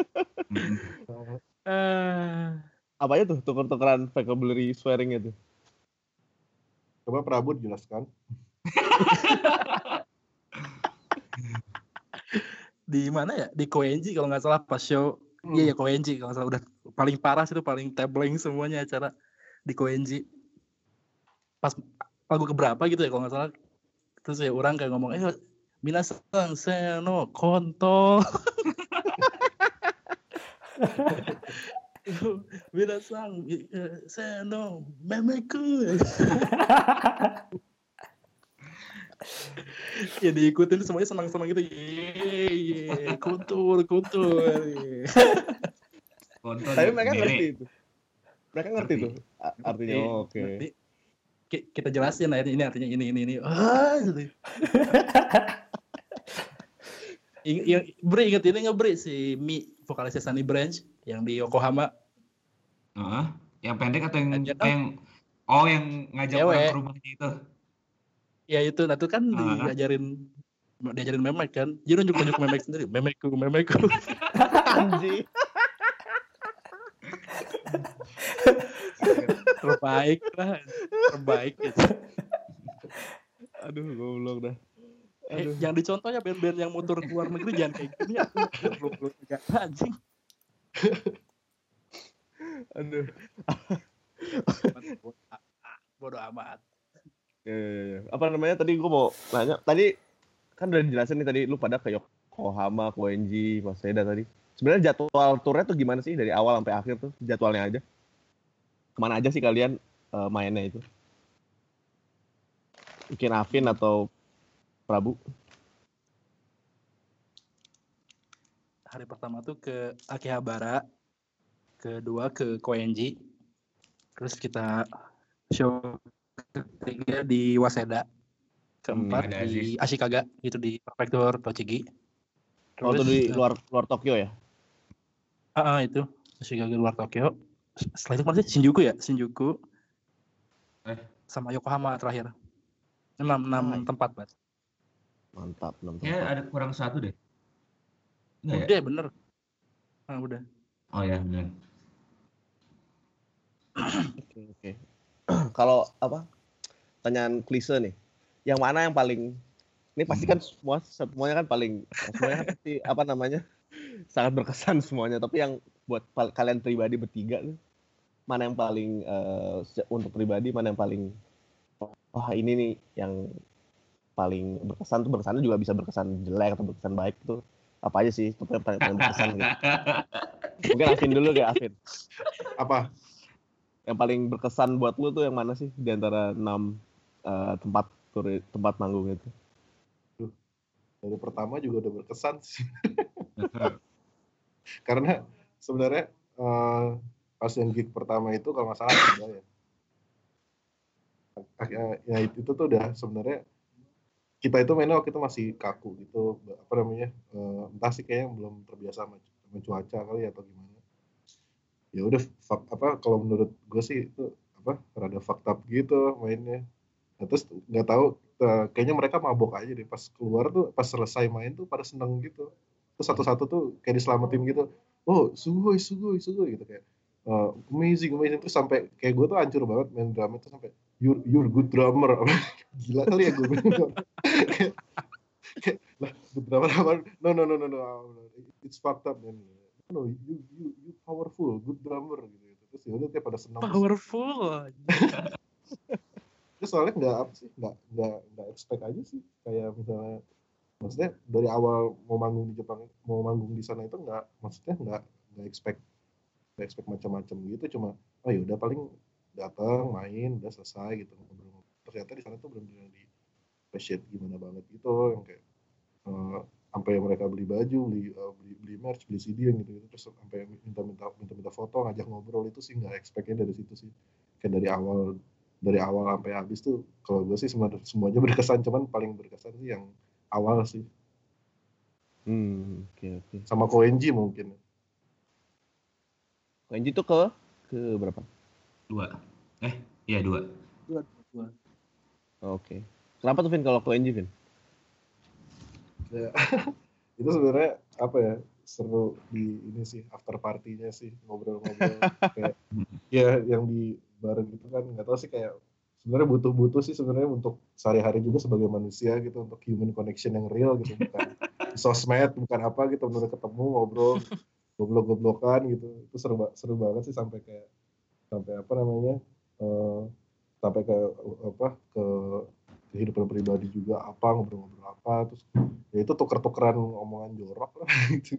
Eh, Apa aja tuh tuker-tukeran vocabulary swearing itu? Coba Prabu jelaskan. di mana ya? Di Koenji kalau nggak salah pas show. Iya ya Koenji kalau nggak salah udah paling parah sih itu, paling tabling semuanya acara di Koenji. Pas lagu keberapa gitu ya kalau nggak salah. Terus ya orang kayak ngomong, minasan seno konto. Minasan seno memeku. Ya diikutin semuanya senang-senang gitu. Ye, kuntur. Tapi mereka ngerti itu. Mereka ngerti tuh artinya. Oke. Nanti kita jelasin lah ini artinya ini. Gitu. Bri inget ini nggak Bri si Mi vokalisnya Sunny Branch yang di Yokohama. Yang pendek atau yang Aja, yang ngajak cewek. orang ke rumahnya itu? Ya itu, nah itu kan diajarin memek kan. Dia nunjuk memek sendiri. Memekku. Anjing. Terbaik gitu. Aduh, goblok dah. Yang dicontohnya band-band yang motor ke luar negeri jangan kayak gini ya. Goblok juga anjing. Aduh. Bodoh amat. Ya. Apa namanya tadi gue mau nanya. Tadi kan udah dijelasin nih tadi lu pada ke Yokohama, Koenji, Waseda tadi. Sebenarnya jadwal turnya tuh gimana sih dari awal sampai akhir tuh jadwalnya aja? Kemana aja sih kalian mainnya itu? Mungkin Afin atau Prabu? Hari pertama tuh ke Akihabara, kedua ke Koenji, terus kita show ketiga di Waseda, keempat di Ashikaga gitu di prefektur Tochigi. Terus, itu di luar Tokyo ya? Itu Ashikaga luar Tokyo. Setelah itu mana sih Shinjuku sama Yokohama terakhir. 6 tempat, Mas. Mantap, 6 tempat. Ya ada kurang satu deh. Udah ya? Bener. Udah. Oh ya bener. Oke. Kalau apa? Pertanyaan klise nih. Yang mana yang paling ini pasti kan semuanya kan semuanya kan pasti apa namanya? Sangat berkesan semuanya, tapi yang buat kalian pribadi bertiga tuh mana yang paling untuk pribadi mana yang paling wah ini nih yang paling berkesan juga bisa berkesan jelek atau berkesan baik tuh apa aja sih itu paling berkesan gitu. Mungkin Afin dulu deh Afin. Apa? Yang paling berkesan buat lu tuh yang mana sih di antara 6 tempat manggung itu? Dari pertama juga udah berkesan sih. Karena sebenarnya pas yang gig pertama itu kalau nggak salah ya itu tuh udah sebenarnya kita itu mainnya waktu itu masih kaku gitu apa namanya entah sih kayaknya belum terbiasa sama cuaca kali atau gimana ya udah kalau menurut gue sih itu rada fucked up gitu mainnya. Nah, terus nggak tahu kayaknya mereka mabok aja deh pas keluar tuh, pas selesai main tuh pada seneng gitu. Terus satu-satu tuh kayak diselamatin gitu. Oh, sugoi gitu kayak amazing. Terus sampai kayak gue tuh hancur banget main drama tuh sampai you're good drummer. Gila kali ya gue bilang. Kayak lah, good drummer apa? No. It's fucked up man. No, you powerful, good drummer gitu. Terus ya udah kayak pada senang. Powerful. Terus soalnya nggak expect aja sih, kayak misalnya, maksudnya dari awal mau manggung di Jepang, mau manggung di sana itu nggak expect macam-macam gitu, cuma oh ya udah paling datang main udah selesai gitu ngobrol. Ternyata di sana tuh benar-benar di appreciate gimana banget gitu, yang kayak sampai mereka beli baju, beli merch, beli CD yang gitu, terus sampai minta foto, ngajak ngobrol. Itu sih nggak expect-nya dari situ sih, kayak dari awal sampai habis tuh kalau gue sih semuanya berkesan, cuman paling berkesan sih yang awal sih. Okay. Sama Koenji mungkin. Koenji tuh ke berapa? 2. Iya 2. Oke. Kenapa tuh Vin kalau Koenji Vin? Ya, itu sebenarnya apa ya, seru di ini sih, after party-nya sih, ngobrol-ngobrol kayak ya yang di bareng gitu kan, nggak tahu sih, kayak sebenarnya butuh sih sebenarnya untuk sehari-hari juga sebagai manusia gitu, untuk human connection yang real gitu, bukan sosmed, bukan apa gitu, benar ketemu ngobrol goblok-goblokan gitu. Itu seru banget sih, sampai apa namanya, sampai ke kehidupan pribadi juga, apa ngobrol-ngobrol apa, terus ya itu tuker-tukeran omongan jorok lah gitu.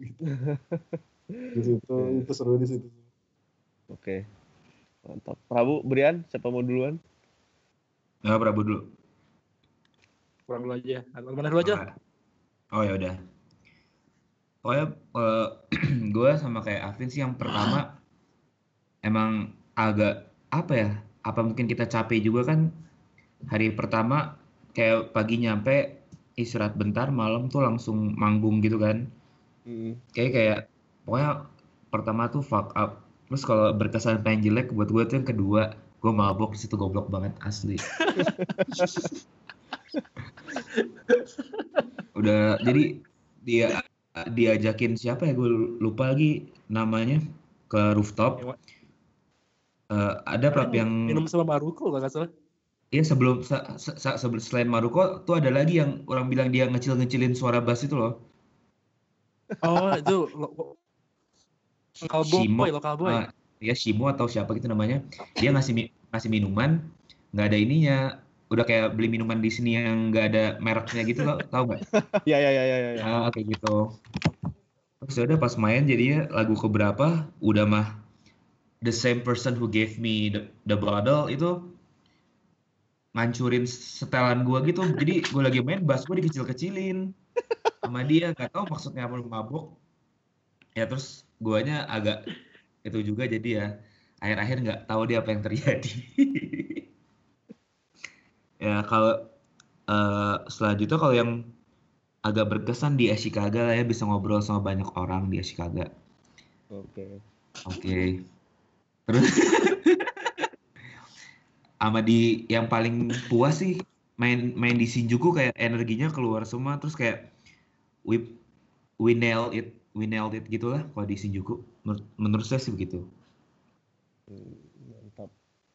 Itu seru di situ. Oke. Mantap. Prabu, Brian, siapa mau duluan? Nggak, Prabu dulu. Kurang dulu aja. Atau mana dulu aja? Oh ya udah. Pokoknya gue sama kayak Alvin sih, yang pertama emang agak apa ya? Apa mungkin kita capek juga kan, hari pertama kayak pagi nyampe, istirahat bentar, malam tuh langsung manggung gitu kan. Kayak pokoknya pertama tuh fuck up. Terus kalau berkesan paling jelek buat gue tuh yang kedua, gue mabok di situ, goblok banget asli. Udah jadi dia diajakin siapa ya, gue lupa lagi namanya, ke rooftop. Ada klub yang minum sama Maruko kalau nggak salah. Iya, sebelum selain Maruko tuh ada lagi yang orang bilang dia ngecilin suara bass itu loh. Oh, itu lokal boy. Ya Shimo atau siapa gitu namanya. Dia ngasih minuman, nggak ada ininya. Udah kayak beli minuman di sini yang nggak ada mereknya gitu, tahu nggak? Ya. Kayak gitu. Terus udah pas main jadinya lagu keberapa udah mah the same person who gave me the bottle itu ngancurin setelan gue gitu. Jadi gue lagi main, bass gue dikecil-kecilin sama dia, nggak tahu maksudnya apa, mabuk ya. Terus guanya agak itu juga, jadi ya akhir-akhir nggak tahu dia apa yang terjadi. Ya kalau selanjutnya, kalau yang agak berkesan di Ashikaga lah ya, bisa ngobrol sama banyak orang di Ashikaga. Oke. Terus sama di yang paling puas sih main di Shinjuku, kayak energinya keluar semua, terus kayak we nailed it gitulah kalau di Shinjuku. Menurut saya sih begitu. Mantap.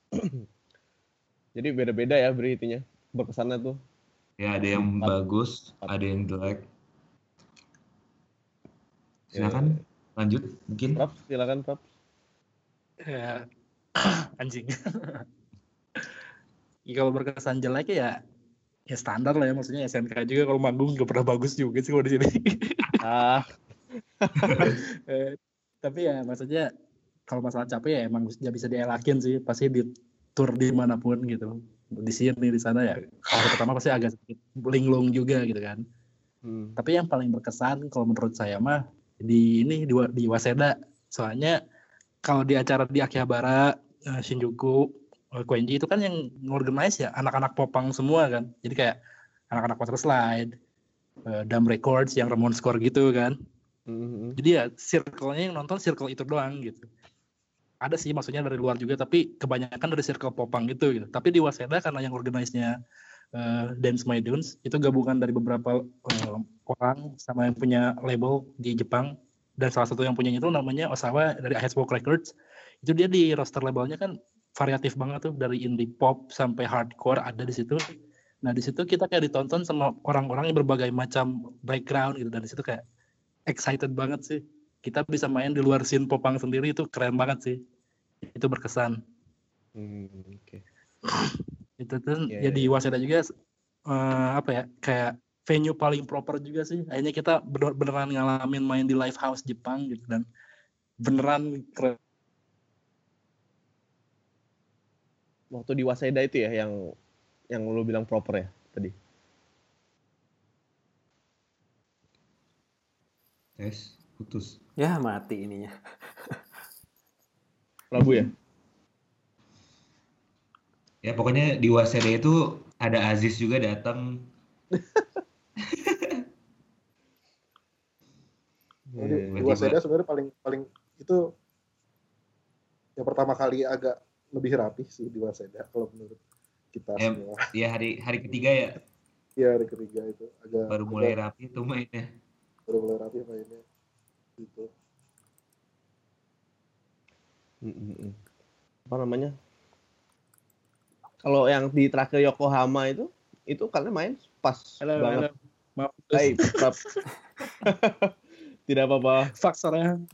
Jadi beda-beda ya beritinya berkesannya tuh. Ya ada yang bagus, ada yang jelek. Silakan lanjut mungkin. Silakan Prap. Ya, anjing. Ya, kalau berkesan jelek ya standar lah ya, maksudnya SMK juga kalau manggung gak pernah bagus juga sih kalau di sini. Tapi ya maksudnya kalau masalah capek ya emang gak bisa dielakin sih, pasti di tour dimanapun gitu, di sini di sana ya hari pertama pasti agak sedikit linglung juga gitu kan. Tapi yang paling berkesan kalau menurut saya mah di Waseda, soalnya kalau di acara di Akihabara, Shinjuku, Koenji itu kan yang organize ya anak-anak popang semua kan. Jadi kayak anak-anak Water Slide, Dam Records yang Ramon Score gitu kan. Jadi ya circle-nya yang nonton circle itu doang gitu. Ada sih maksudnya dari luar juga, tapi kebanyakan dari circle popang gitu. Tapi di Waseda karena yang organize-nya Dance My Dunes. Itu gabungan dari beberapa orang sama yang punya label di Jepang. Dan salah satu yang punyanya itu namanya Osawa dari Hexbox Records. Itu dia di roster labelnya kan variatif banget tuh, dari indie pop sampai hardcore ada di situ. Nah di situ kita kayak ditonton sama orang-orang yang berbagai macam background gitu, dan di situ kayak excited banget sih. Kita bisa main di luar scene popang sendiri, itu keren banget sih. Itu berkesan. Oke. Itu tuh ya di Waseda juga kayak venue paling proper juga sih. Akhirnya kita beneran ngalamin main di live house Jepang gitu, dan beneran keren. Waktu di Waseda itu ya yang lu bilang proper ya tadi. Tes, putus. Ya mati ininya. Prabu ya? Ya pokoknya di Waseda itu ada Aziz juga datang. Di Waseda sebenarnya paling itu yang pertama kali agak lebih rapi sih di Waseda kalau menurut kita semua. Ya hari ketiga ya. Iya hari ketiga itu baru mulai rapi tuh mainnya. Baru mulai rapi mainnya gitu. Apa namanya? Kalau yang di terakhir Yokohama itu kalian main pas banget. Halo. Maaf. Hai, tidak apa-apa. Faktornya.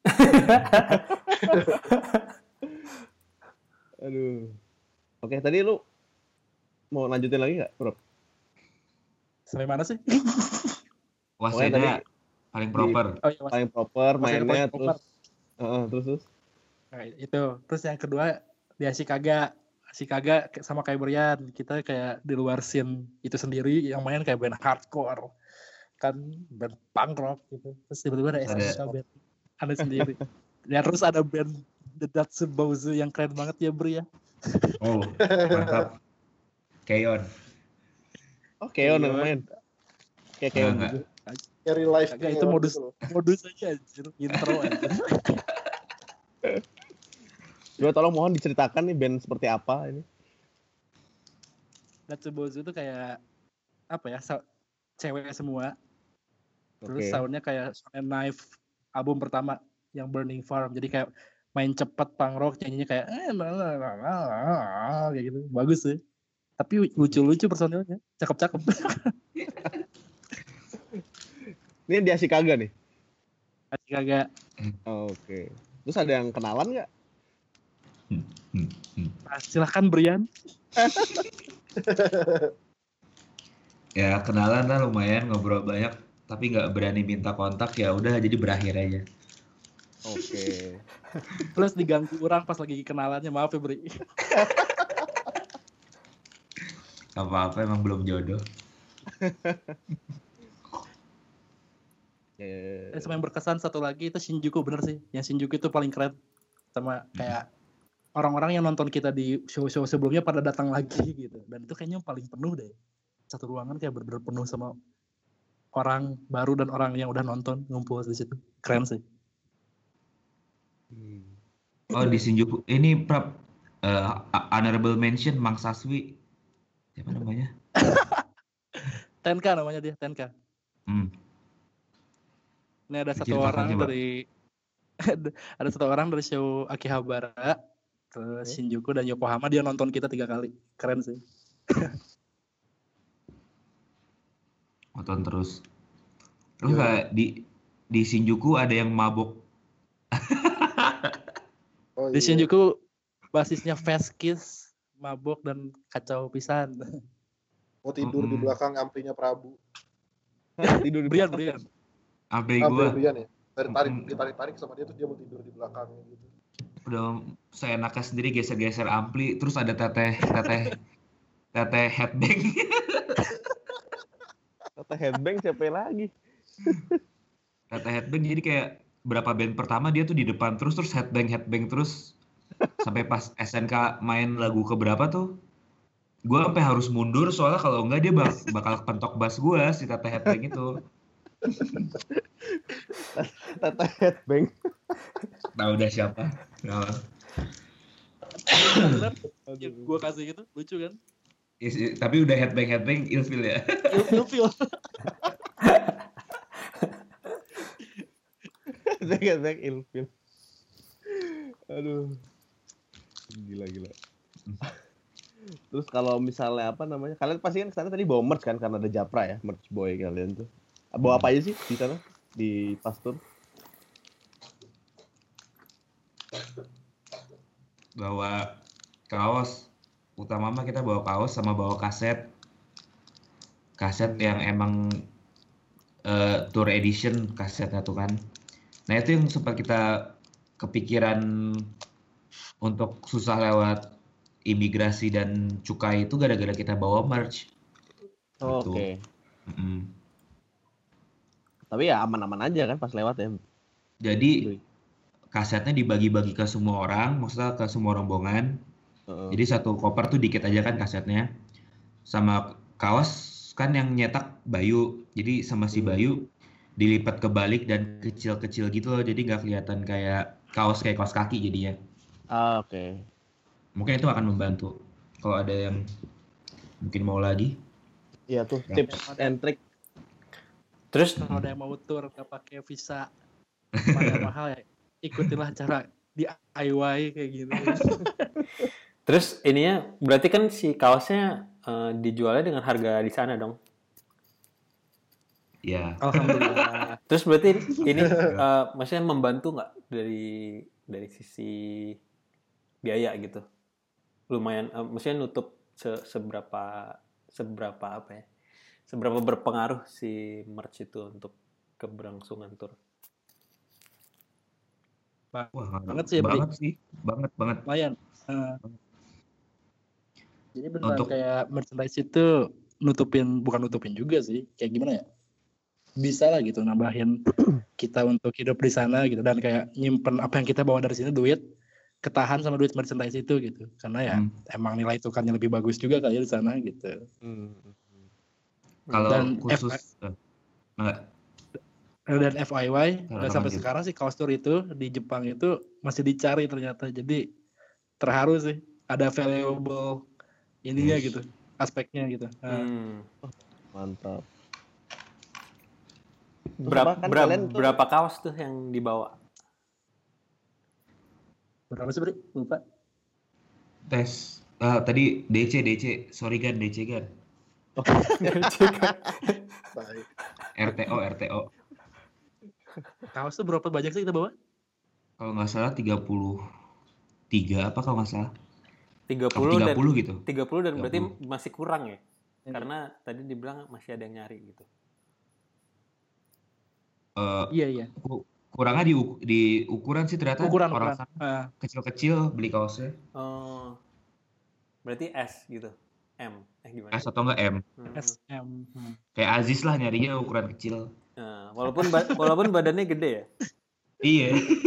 Aduh. Oke, tadi lu mau lanjutin lagi nggak, Bro? Sampai mana sih? Waseda paling proper. Paling proper mainnya terus. Nah, itu. Terus yang kedua di Ashikaga sama kayak Brian, kita kayak di luar scene itu sendiri, yang main kayak band hardcore kan, band punk rock gitu. Terus tiba-tiba ada SNK band ada sendiri. Ya terus ada band The Datsubozu yang keren banget ya Bri ya. Oh mantap. Keon. Oh Keon yang main. Kayak Keon gitu. Carry live itu modus aja anjir, intro aja. Coba tolong mohon diceritakan nih band seperti apa ini. Datsubozu itu kayak apa ya, cewek semua. Terus soundnya kayak Sonic Knife album pertama yang Burning Farm. Jadi kayak main cepet punk rock, nyanyinya kayak kayak gitu. Bagus sih. Tapi lucu-lucu personilnya, cakep-cakep. Ini di Ashikaga nih. Ashikaga. Oke. Terus ada yang kenalan nggak? Nah, silahkan Brian. Ya kenalan lah lumayan, ngobrol banyak, tapi nggak berani minta kontak, ya udah jadi berakhir aja. Oke. Plus diganggu orang pas lagi kenalannya, maaf ya Bri. Apa-apa emang belum jodoh. Sama yang berkesan satu lagi itu Shinjuku, bener sih. Yang Shinjuku itu paling keren. Sama kayak orang-orang yang nonton kita di show-show sebelumnya pada datang lagi gitu. Dan itu kayaknya paling penuh deh. Satu ruangan kayak bener-bener penuh sama orang baru dan orang yang udah nonton ngumpul di situ. Keren sih. Oh di Shinjuku ini honorable mention Mang Saswi. Siapa namanya? Tenka namanya dia, Tenka. Ini ada satu orang dari ada satu orang dari show Akihabara ke Shinjuku dan Yokohama, dia nonton kita 3 kali. Keren sih. Nonton terus. Terus kayak di Shinjuku ada yang mabok. Di Shinjuku basisnya Fast Kiss, mabok dan kacau pisan. Mau tidur di belakang amplinya Prabu. Tidur di Brian. Ampli gua. Brian ya. Ditarik sama dia, terus dia mau tidur di belakangnya gitu. Udah seenaknya sendiri geser-geser ampli, terus ada teteh headbang. Teteh headbang siapa lagi? Teteh headbang, jadi kayak berapa band pertama dia tuh di depan terus headbang terus sampai pas SNK main lagu keberapa tuh gue sampai harus mundur, soalnya kalau enggak dia bakal pentok bass gue si teteh headbang itu. Teteh headbang. Tahu udah siapa? Gue kasih gitu, lucu kan? Tapi udah headbang ilfil ya. Ilfil. Back ilfil. Aduh. Gila. Terus kalau misalnya apa namanya? Kalian pasti kan kesana tadi bawa merch kan karena ada Japra ya, merch boy kalian tuh. Bawa apa aja sih di sana di Pastur? Bawa kaos. Utama mah kita bawa kaos sama bawa kaset yang emang tour edition kasetnya tuh kan. Nah itu yang sempat kita kepikiran untuk susah lewat imigrasi dan cukai itu gara-gara kita bawa merch. Oh, gitu. Oke. Tapi ya aman-aman aja kan pas lewat ya. Jadi kasetnya dibagi-bagi ke semua orang, maksudnya ke semua rombongan. Jadi satu koper tuh dikit aja kan kasetnya. Sama kaos kan yang nyetak Bayu. Jadi sama si Bayu dilipat kebalik dan kecil-kecil gitu loh. Jadi nggak kelihatan kayak kaos kaki jadinya. Oke. Mungkin itu akan membantu. Kalau ada yang mungkin mau lagi. Iya tuh tips and trick. Terus kalau ada yang mau tour nggak pakai visa mahal ya, ikutilah cara DIY kayak gitu. Terus ininya berarti kan si kaosnya dijualnya dengan harga di sana dong. Ya. Alhamdulillah. Terus berarti ini maksudnya membantu nggak dari sisi biaya gitu? Lumayan, maksudnya nutup seberapa apa ya? Seberapa berpengaruh si merch itu untuk keberlangsungan tour? Banget sih ya, banget. Lumayan. Jadi benar kayak merchandise itu bukan nutupin juga sih, kayak gimana ya? Bisa lah gitu nambahin kita untuk hidup di sana gitu, dan kayak nyimpen apa yang kita bawa dari sini, duit ketahan sama duit merchandise itu gitu, karena ya emang nilai tukarnya lebih bagus juga kayak di sana gitu. Kalau dan khusus dan FYI sampai sekarang sih kaos tour itu di Jepang itu masih dicari ternyata, jadi terharu sih ada valuable ininya gitu, aspeknya gitu. Mantap. Berapa kaos tuh yang dibawa? Berapa sih, Bri? Lupa. Tes. Tadi DC. Sorry kan, DC kan. RTO. Kaos tuh berapa banyak sih kita bawa? Kalau nggak salah 33 apa kalau nggak salah. 30 gitu. 30 dan berarti masih kurang ya? Karena tadi dibilang masih ada yang nyari gitu. Iya. Kurangnya di ukuran sih ternyata ukuran. Sana kecil-kecil beli kaosnya. Oh. Berarti S gitu. M. Gimana? S atau enggak M? SM. Kayak Aziz lah nyarinya ukuran kecil. Walaupun badannya gede ya. Iya.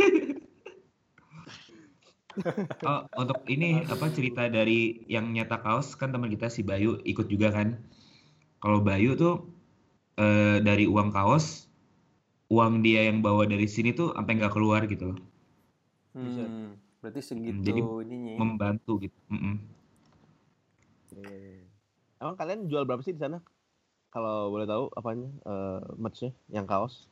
Untuk ini cerita dari yang nyetak kaos kan teman kita si Bayu ikut juga kan. Kalau Bayu tuh dari uang kaos, uang dia yang bawa dari sini tuh sampai nggak keluar gitu loh. Berarti segitu jadi ininya. Membantu gitu. Emang kalian jual berapa sih di sana? Kalau boleh tahu apanya merch-nya yang kaos?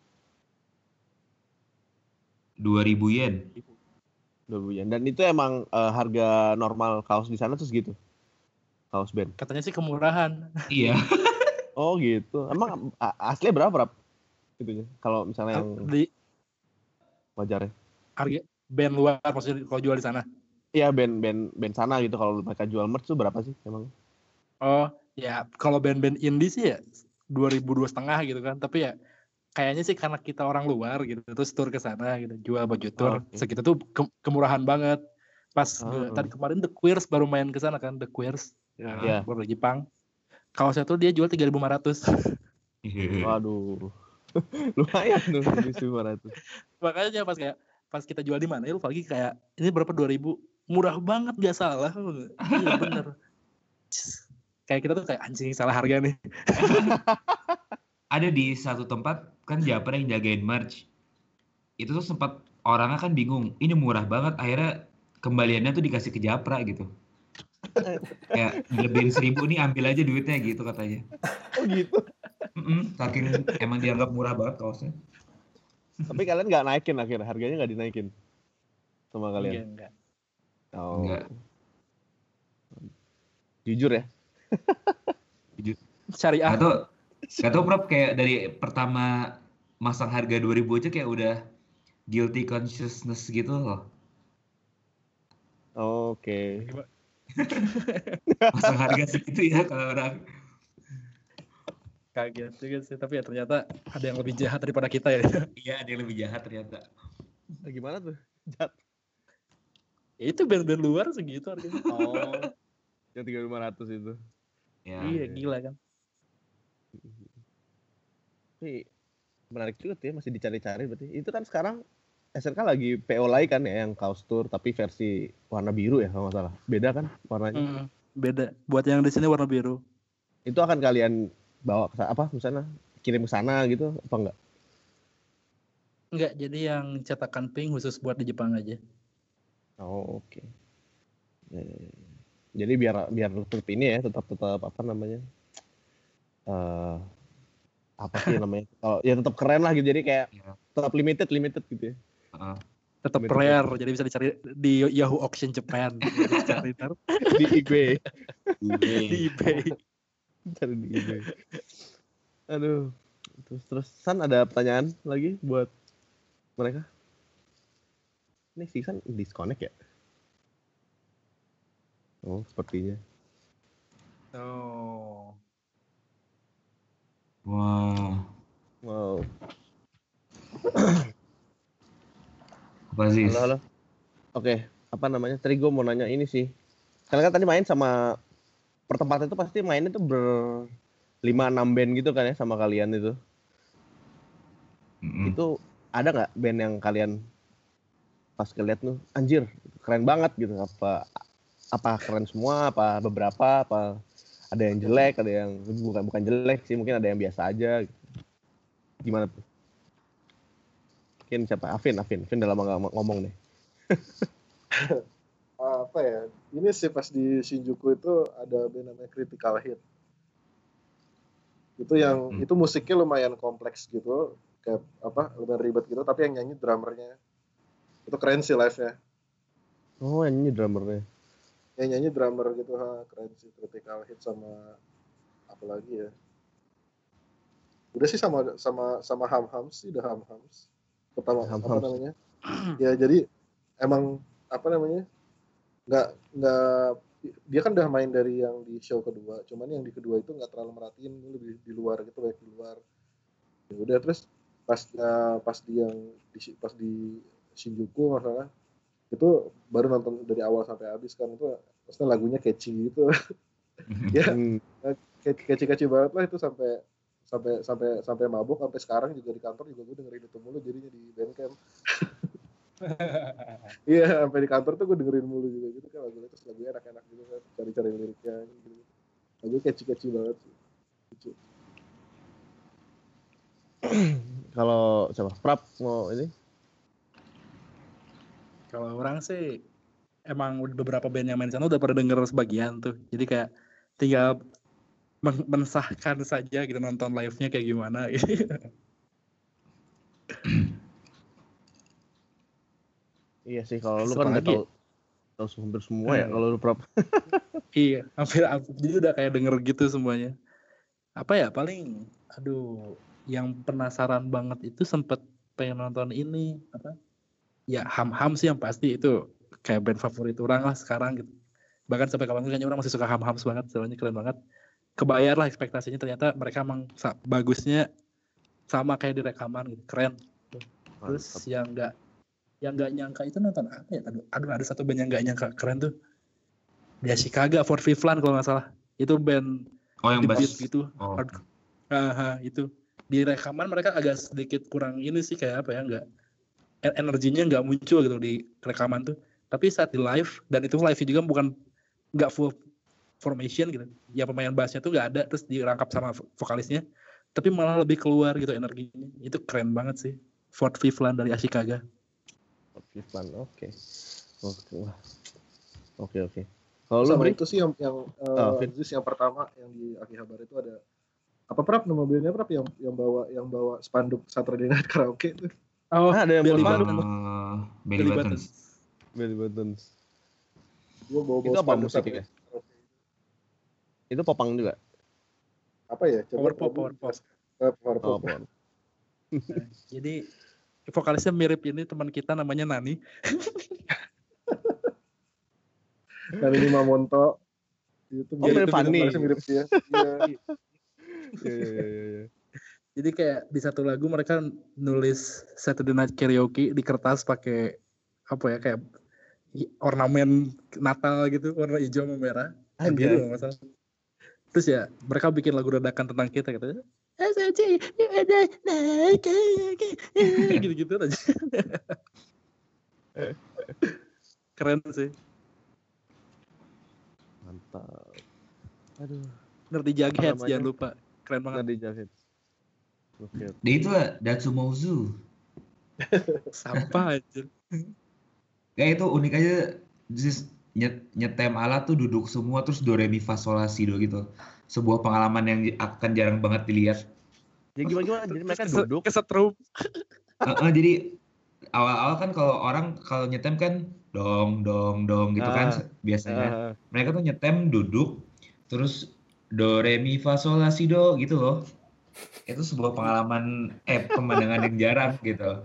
2.000 yen. 2.000 yen. Dan itu emang harga normal kaos di sana tuh segitu? Kaos band? Katanya sih kemurahan. Iya. Oh gitu. Emang aslinya berapa? Itunya. Kalau misalnya yang wajarnya. Harga band luar maksudnya kalau jual di sana? Iya band sana gitu. Kalau mereka jual merch tuh berapa sih emang? Oh ya, kalau band-band indie sih ya 2.500 gitu kan. Tapi ya kayaknya sih karena kita orang luar gitu, terus tour ke sana gitu, jual baju tour segitu tuh kemurahan banget. Pas tadi kemarin The Queers baru main ke sana kan, The Queers baru di Jepang. Kaosnya tuh dia jual 3.500. Waduh. Lumayan tuh 3.500. Makanya pas kita jual di mana ya, lagi kayak ini berapa 2.000, murah banget, nggak salah. Iya bener. Kayak kita tuh kayak anjing salah harga nih. Ada di satu tempat kan Japra yang jagain merch. Itu tuh sempat orangnya kan bingung, ini murah banget, akhirnya kembaliannya tuh dikasih ke Japra gitu. Kayak lebihin 1.000 nih ambil aja duitnya gitu katanya. Oh gitu. Saking emang dianggap murah banget kaosnya. Tapi kalian nggak naikin akhirnya, harganya nggak dinaikin sama kalian? Enggak. Oh. Enggak. Jujur ya? Jujur. Syariah. Gak tau Prof, kayak dari pertama masang harga 2.000 aja kayak udah guilty consciousness gitu loh. Oke. Masang harga segitu ya kalau orang. Kaget juga sih, tapi ya ternyata ada yang lebih jahat daripada kita ya. Iya, ada yang lebih jahat ternyata. Gimana tuh? Jahat. Ya itu band-band luar segitu harganya. Oh. Yang 3.500 itu. Ya. Iya, gila kan. Tapi menarik juga tuh ya, masih dicari-cari berarti. Itu kan sekarang SNK lagi PO lagi kan ya, yang kaos tour tapi versi warna biru ya kalau nggak salah. Beda kan warnanya? Beda. Buat yang di sini warna biru. Itu akan kalian bawa ke apa misalnya kirim ke sana gitu apa enggak? Enggak, jadi yang cetakan pink khusus buat di Jepang aja. Oh, oke. Jadi biar tetap ini ya, tetap apa namanya? Apa sih namanya? Kalau ya tetap keren lah gitu. Jadi kayak tetap limited gitu ya. Tetap rare, jadi bisa dicari di Yahoo Auction Japan. Dicari di eBay. Di eBay. Cari di eBay. Aduh. Terus San ada pertanyaan lagi buat mereka? Ini si San disconnect ya? Oh, sepertinya. Oh. Wow. Apa sih? Halo. Oke, apa namanya? Tadi gue mau nanya ini sih. Kalian kan tadi main sama pertempatan itu pasti mainnya tuh 5-6 band gitu kan ya sama kalian itu. Itu ada nggak band yang kalian pas ngeliat tuh anjir keren banget gitu? Apa keren semua? Apa beberapa? Apa ada yang jelek? Ada yang bukan jelek sih, mungkin ada yang biasa aja. Gitu. Gimana tuh? Mungkin siapa? Afin udah lama nggak ngomong nih. Apa ya? Ini sih pas di Shinjuku itu ada band namanya Critical Hit. Itu yang itu musiknya lumayan kompleks gitu, kayak apa? Lumayan ribet gitu, tapi yang nyanyi drummernya. Itu keren sih live-nya. Oh, yang nyanyi drummernya. Yang nyanyi drummer gitu, keren sih. Critical Hit sama apa lagi ya? Udah sih sama Ham-Hams sih, udah Ham-Hams. Pertama apa namanya? Ya jadi emang apa namanya? Nggak dia kan udah main dari yang di show kedua, cuman yang di kedua itu nggak terlalu merhatiin, lebih di luar gitu, banyak di luar. Ya udah terus pas di Shinjuku masalah itu baru nonton dari awal sampai habis kan, itu maksudnya lagunya catchy gitu. Ya catchy banget lah itu sampai mabuk, sampai sekarang juga di kantor juga gue dengerin itu mulu jadinya di Bandcamp. Iya, sampai di kantor tuh gue dengerin mulu juga gitu kan lagunya, terus lagunya enak-enak gitu kan, cari-cari liriknya gitu. Lagu catchy banget sih. Lucu. Kalau siapa? Prap mau ini? Kalau orang sih emang beberapa band yang main sana udah pada denger sebagian tuh. Jadi kayak tinggal mensahkan saja gitu nonton live-nya kayak gimana gitu. Iya sih, kalau lu kan udah tahu hampir semua ya kalau lu Prap. Iya, hampir jadi udah kayak denger gitu semuanya. Apa ya paling yang penasaran banget itu sempet pengen nonton ini apa? Ya Ham-Ham sih yang pasti itu kayak band favorit orang lah sekarang gitu. Bahkan sampai kapan kayaknya orang masih suka Ham-Ham banget, soalnya keren banget. Kebayar lah ekspektasinya, ternyata mereka emang bagusnya sama kayak di rekaman gitu, keren. Terus yang nggak nyangka itu nonton apa ya? Ada satu band yang nggak nyangka keren tuh. Di Ashikaga, Fort Vivlan kalau nggak salah. Itu band yang beat gitu. Itu di rekaman mereka agak sedikit kurang ini sih, kayak apa ya, nggak energinya nggak muncul gitu di rekaman tuh. Tapi saat di live, dan itu live juga bukan nggak full formation gitu. Ya pemain bassnya tuh nggak ada, terus dirangkap sama vokalisnya. Tapi malah lebih keluar gitu energinya. Itu keren banget sih. Fort Vivlan dari Ashikaga. Fort Vivlan, oke. Kalau lu Sama Bri? itu sih yang Fit. Aziz yang pertama yang di Akihabara itu ada apa Prap nama bandnya Prap yang bawa spanduk Saturday Night Karaoke itu. Oh, Ada yang Belly bawa Button. Belly Buttons. Belly Buttons. Dia bawa Itu apa spanduk musiknya? Saturday Night Karaoke. Itu popang juga. Apa ya? Coba Power pop. Power pop. Nah, Jadi vokalisnya mirip ini teman kita namanya Nani. Dan ini Mamonto itu mirip Fanny. mirip dia. Iya. Iya. Jadi kayak di satu lagu mereka nulis Saturday Night Karaoke di kertas pakai apa ya kayak ornamen Natal gitu warna hijau sama merah. Anjay. Biru masalah. Terus ya mereka bikin lagu dadakan tentang kita gitu. Gitu-gitu aja. Keren sih. Mantap. Aduh. Ngerti Jugheads jangan lupa. Keren banget. Ngerti Jugheads. Oke. Dia itu lah Datsumozu. Sampah aja. Kayak itu unik aja. Just nyetem alat tuh duduk semua terus do re mi fa sol la si do gitu. Sebuah pengalaman yang akan jarang banget dilihat. Jadi gimana? Jadi mereka duduk. Kesetrum. Jadi awal-awal kan kalau orang kalau nyetem kan dong gitu kan biasanya. Mereka tuh nyetem duduk terus do re mi fa sol la si do gitu loh. Itu sebuah pengalaman pemandangan yang jarang gitu.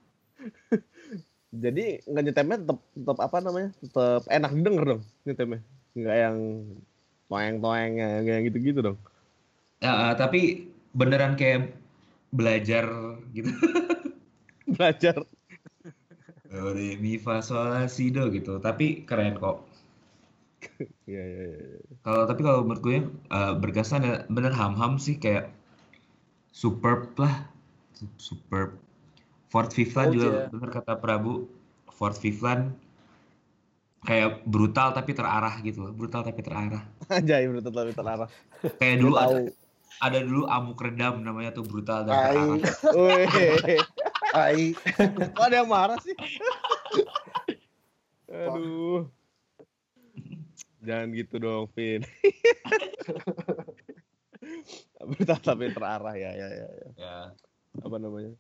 Jadi nyetemnya tetap apa namanya? Tetap enak didengar dong nyetemnya. Enggak yang toeng-toeng yang gitu-gitu dong. Ya, tapi beneran kayak belajar gitu. Belajar. Do re mi fa sol la si do gitu. Tapi keren kok. Iya. Tapi kalau menurut gue berkesan ya bener ham-ham sih kayak superb lah. Superb. Fort Vivlan juga bener kata Prabu. Fort Vivlan kayak brutal tapi terarah gitu loh. Brutal tapi terarah. Anjay, brutal tapi terarah. Kayak dulu ada dulu amuk redam namanya tuh brutal dan terarah. Ai. Kok ada yang marah sih? Aduh. Jangan gitu dong, Vin. Brutal tapi terarah ya. Apa namanya?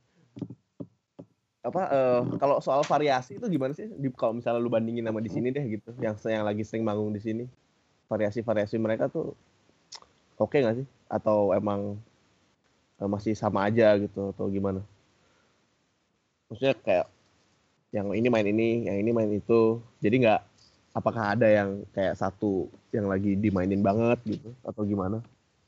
Kalau soal variasi itu gimana sih? Kalau misalnya lu bandingin sama di sini deh gitu, yang lagi sering manggung di sini, variasi mereka tuh oke nggak sih? Atau emang masih sama aja gitu atau gimana? Maksudnya kayak yang ini main ini, yang ini main itu, jadi nggak? Apakah ada yang kayak satu yang lagi dimainin banget gitu atau gimana?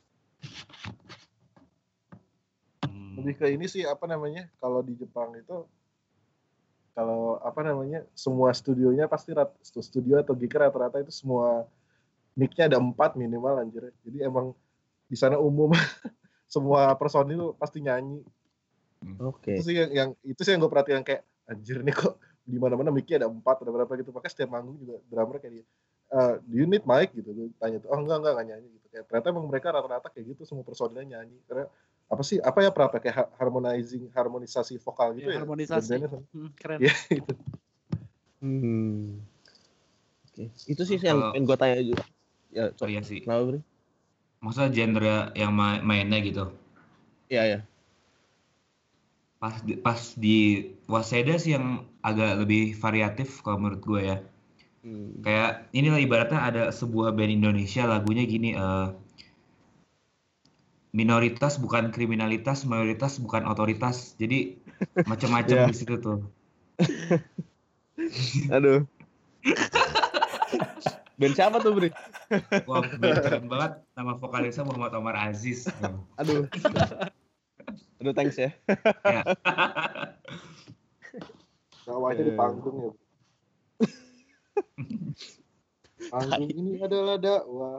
Lebih ke ini sih apa namanya? Kalau di Jepang itu kalau apa namanya? Semua studionya pasti studio atau gig rata-rata itu semua mic-nya ada 4 minimal anjir. Jadi emang di sana umum semua personil pasti nyanyi. Oke. Itu sih yang gue perhatikan kayak anjir nih kok di mana-mana mic-nya ada 4 ada berapa gitu. Makanya setiap manggung juga drummer kayak dia do you need mic gitu. Gue tanya tuh, oh enggak nyanyi gitu. Kayak ternyata emang mereka rata-rata kayak gitu semua personilnya nyanyi. Karena apa kayak harmonisasi vokal gitu ya. Harmonisasi. Keren. Iya gitu. Oke. Itu sih yang gue tanya juga. Ya, variasi. Kenapa, Bri? Masa genre yang mainnya gitu? Iya. Pas di Waseda sih yang agak lebih variatif kalau menurut gue ya. Kayak inilah ibaratnya ada sebuah band Indonesia lagunya gini, minoritas bukan kriminalitas, mayoritas bukan otoritas. Jadi macam-macam di situ tuh. Aduh. Band siapa tuh, Bri? Wah, keren banget. Nama vokalisnya Muhammad Omar Aziz. Aduh, thanks ya. Dakwahnya di panggung ya. Panggung ini adalah dakwah.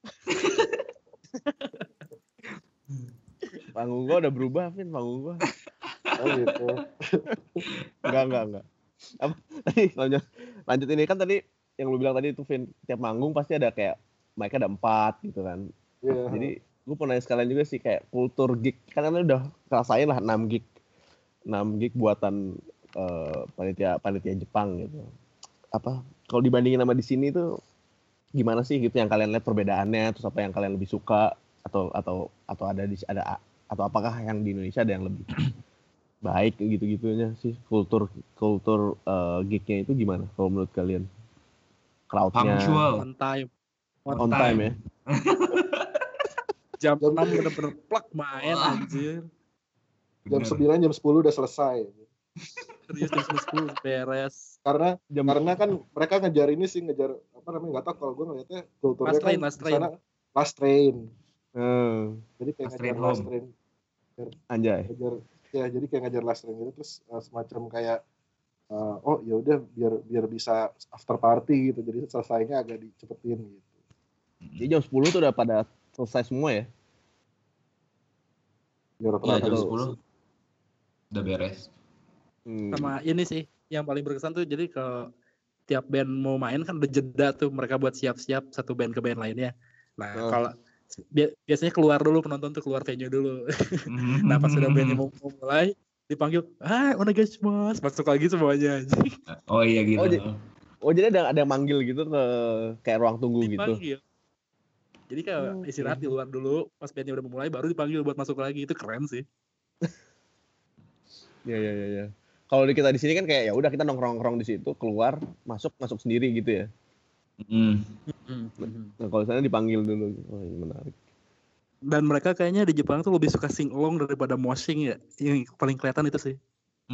Panggung gua udah berubah, Vin, panggung gua. Oh gitu. Enggak. Apa? Tadi lanjut ini kan tadi yang lu bilang tadi itu, Vin, tiap manggung pasti ada kayak mic ada 4 gitu kan. Yeah. Jadi gue pernah sekalian juga sih kayak kultur gig, kan udah ngerasain lah 6 gig buatan panitia Jepang gitu. Apa kalau dibandingin sama di sini tuh gimana sih gitu yang kalian lihat perbedaannya, terus apa yang kalian lebih suka atau ada atau apakah yang di Indonesia ada yang lebih baik gitu-gitunya sih, kultur gig-nya itu gimana kalau menurut kalian? Crowd-nya Punctual. on time ya. Jam 6 bener-bener plak main anjir. Jam 9, jam 10 udah selesai. Serius jam 10 beres. Karena kan mereka ngejar apa namanya, nggak tahu, kalau gue ngeliatnya kulturnya last train. Jadi kayak ngejar last train. Anjay. Jadi kayak ngejar last train gitu, terus semacam kayak oh ya udah biar bisa after party gitu. Jadi selesainya agak dicepetin gitu. Jadi jam 10 tuh udah pada selesai semua ya? Iya, jam 10 udah beres. Sama ini sih yang paling berkesan tuh, jadi kalau tiap band mau main kan udah jeda tuh mereka buat siap-siap satu band ke band lainnya. Nah kalau biasanya keluar dulu, penonton tuh keluar venue dulu. Nah pas sudah bandnya mau mulai dipanggil, onegaishimasu, masuk lagi semuanya. Oh iya gitu. Jadi ada yang manggil gitu ke kayak ruang tunggu dipanggil. Gitu. Jadi kayak istirahat di luar dulu, pas bandnya udah mulai baru dipanggil buat masuk lagi. Itu keren sih. Ya. Kalau kita di sini kan kayak ya udah kita nongkrong di situ, keluar, masuk sendiri gitu ya. Nah, kalau sana dipanggil dulu. Oh, ini menarik. Dan mereka kayaknya di Jepang tuh lebih suka sing along daripada moshing ya. Yang paling kelihatan itu sih.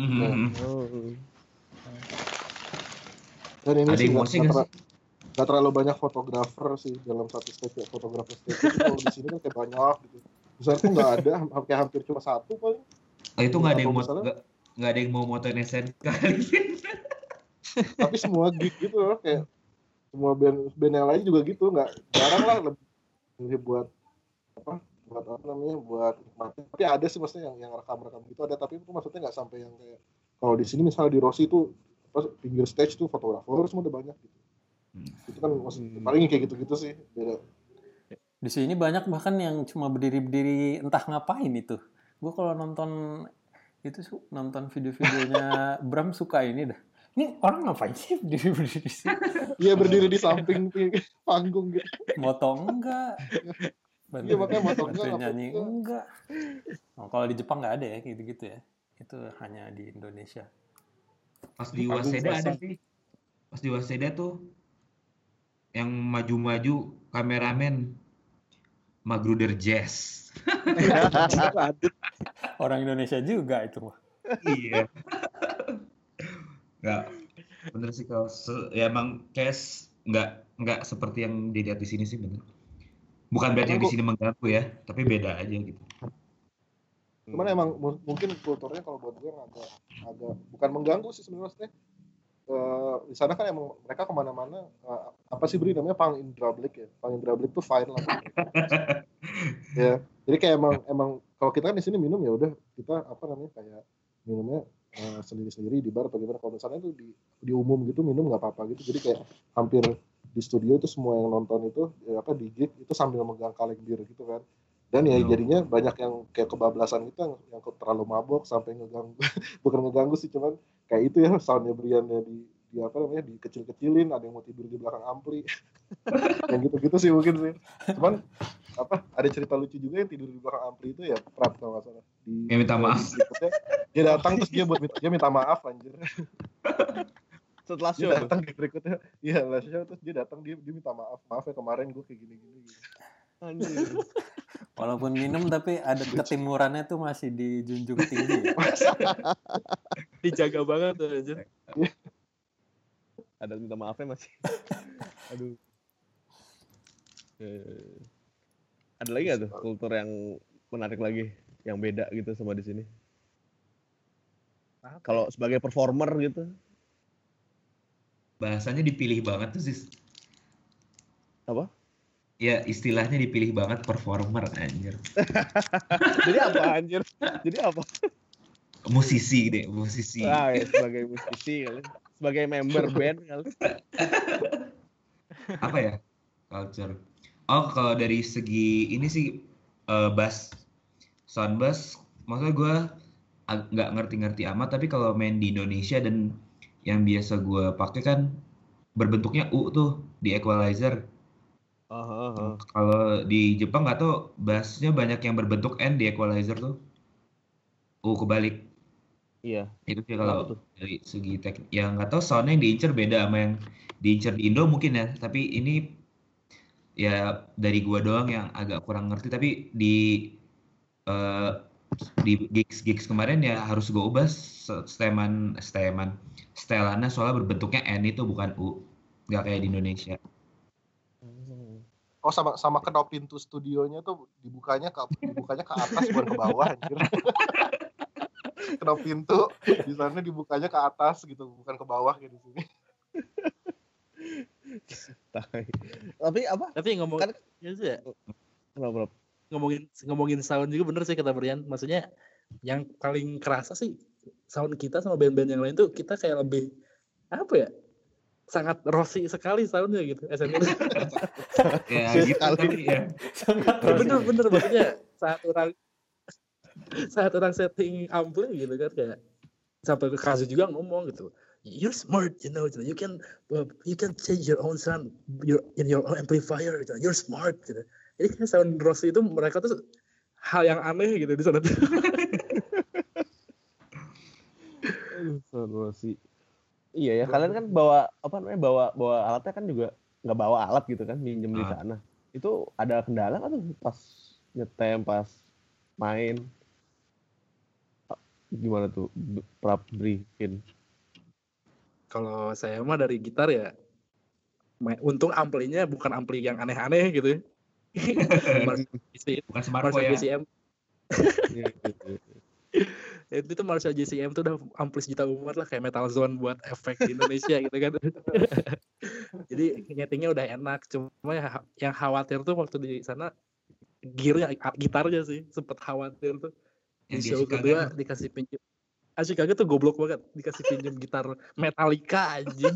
Dan ini sih nggak terlalu banyak fotografer sih dalam satu stage. Fotografer stage kalau di sini kan kayak banyak gitu. Misalnya tuh nggak ada, hampir cuma satu paling. Itu nggak ada yang mau motoin SNK. Tapi semua gig gitu loh, kayak semua band yang lain juga gitu, nggak jarang lah lebih buat nikmatin. Tapi ada sih maksudnya yang rekam gitu ada, tapi itu maksudnya nggak sampai yang kayak kalau di sini misalnya di Rossi itu pinggir stage tuh fotografer semua udah banyak gitu. Itu kan maksudnya paling kayak gitu-gitu sih beda. Di sini banyak bahkan yang cuma berdiri entah ngapain itu. Gue kalau nonton video-videonya Bram suka ini dah. Ini orang ngapain sih berdiri di sini? Iya, berdiri di samping panggung gitu. Motong enggak? Iya, makanya motong nyanyi enggak. Oh, kalau di Jepang nggak ada ya gitu-gitu ya. Itu hanya di Indonesia. Pas di Waseda ada sih. Pas di Waseda tuh yang maju-maju kameramen Magruder Jazz. Orang Indonesia juga itu mah. Iya. Nggak, bener sih kalau ya emang case nggak seperti yang dilihat di sini sih, bener. Bukan berarti yang di sini mengganggu ya, tapi beda aja gitu. Cuman emang mungkin kulturnya kalau buat gue agak bukan mengganggu sih sebenarnya. Di sana kan emang mereka kemana-mana apa sih Bri namanya Pang Indrablik ya. Pang Indrablik tuh fine lah. Ya, jadi kayak emang kalau kita kan di sini minum ya udah kita kayak minumnya sendiri-sendiri di bar atau gimana. Kalau misalnya itu di umum gitu minum nggak apa-apa gitu. Jadi kayak hampir di studio itu semua yang nonton itu di gig itu sambil megang kaleng bir gitu kan. Dan ya jadinya banyak yang kayak kebablasan gitu yang terlalu mabok sampai ngeganggu. Bukan ngeganggu sih, cuman kayak itu ya soundnya Briannya dikecil-kecilin, ada yang mau tidur di belakang ampli. Yang gitu-gitu sih mungkin sih. Cuman ada cerita lucu juga yang tidur di belakang ampli itu ya Prap kalau nggak salah. Dia minta maaf. Dia datang terus dia minta maaf anjir. Setelah show dia datang di berikutnya. Iya, last show terus dia datang dia minta maaf. Maaf ya kemarin gue kayak gini-gini gitu. Anjir. Walaupun minum tapi ada ketimurannya tuh masih dijunjung tinggi. Dijaga banget tuh aja. Ada minta maafnya masih. Aduh. Ada lagi nggak tuh kultur yang menarik lagi, yang beda gitu sama di sini? Kalau sebagai performer gitu? Bahasanya dipilih banget tuh sih. Apa? Ya istilahnya dipilih banget performer anjir. Jadi apa anjir? Jadi apa? Musisi. Ah, ya, sebagai musisi kali. Sebagai member band kali. Apa ya? Culture. Oh, kalau dari segi ini sih bass, sound bass, maksudnya gue nggak ngerti-ngerti amat, tapi kalau main di Indonesia dan yang biasa gue pakai kan berbentuknya U tuh di equalizer. Kalau di Jepang nggak tahu bassnya banyak yang berbentuk N di equalizer tuh. Kebalik. Iya. Itu sih Kenapa kalau tuh? dari segi teknik. Ya nggak tahu soundnya yang diincer beda sama yang diincer di Indo mungkin ya. Tapi ini ya dari gua doang yang agak kurang ngerti. Tapi eh, di gigs kemarin ya harus gue ubah setelannya soalnya berbentuknya N itu bukan U, nggak kayak di Indonesia. Oh, sama kedok pintu studionya tuh dibukanya ke atas bukan ke bawah anjir. Kedok pintu di sana dibukanya ke atas gitu, bukan ke bawah kayak di sini. Tapi apa? Tapi ngomong Kan ya sih ya, kenapa? ngomongin sound juga bener sih kata Brian. Maksudnya yang paling kerasa sih sound kita sama band-band yang lain tuh kita kayak lebih apa ya? Sangat Rossi sekali soundnya gitu. SNK. Ya gitu tapi ya. Bener maksudnya saat orang setting ampli gitu kan kayak sampai ke Kazu juga ngomong gitu. You're smart, you know. You can change your own sound in your own amplifier. Gitu. You're smart, gitu. Jadi kayak sound Rossi itu mereka tuh hal yang aneh gitu di sana. Sound Rossi. Iya ya, kalian kan bawa alatnya kan juga nggak bawa alat gitu kan, minjem di sana. Itu ada kendala nggak tuh pas nyetem, pas main? Gimana tuh briefing? Kalau saya mah dari gitar ya, untung amplinya bukan ampli yang aneh-aneh gitu. Bukan Smartphone ya. JCM. Itu tuh Marshall JCM tuh udah ampli sejuta umat lah, kayak Metal Zone buat efek di Indonesia gitu kan. Jadi nyetingnya udah enak, cuma yang khawatir tuh waktu di sana gitarnya sih sempet khawatir tuh. Di show kedua dikasih pinjam. Chicago tuh goblok banget, dikasih pinjam gitar Metallica anjing.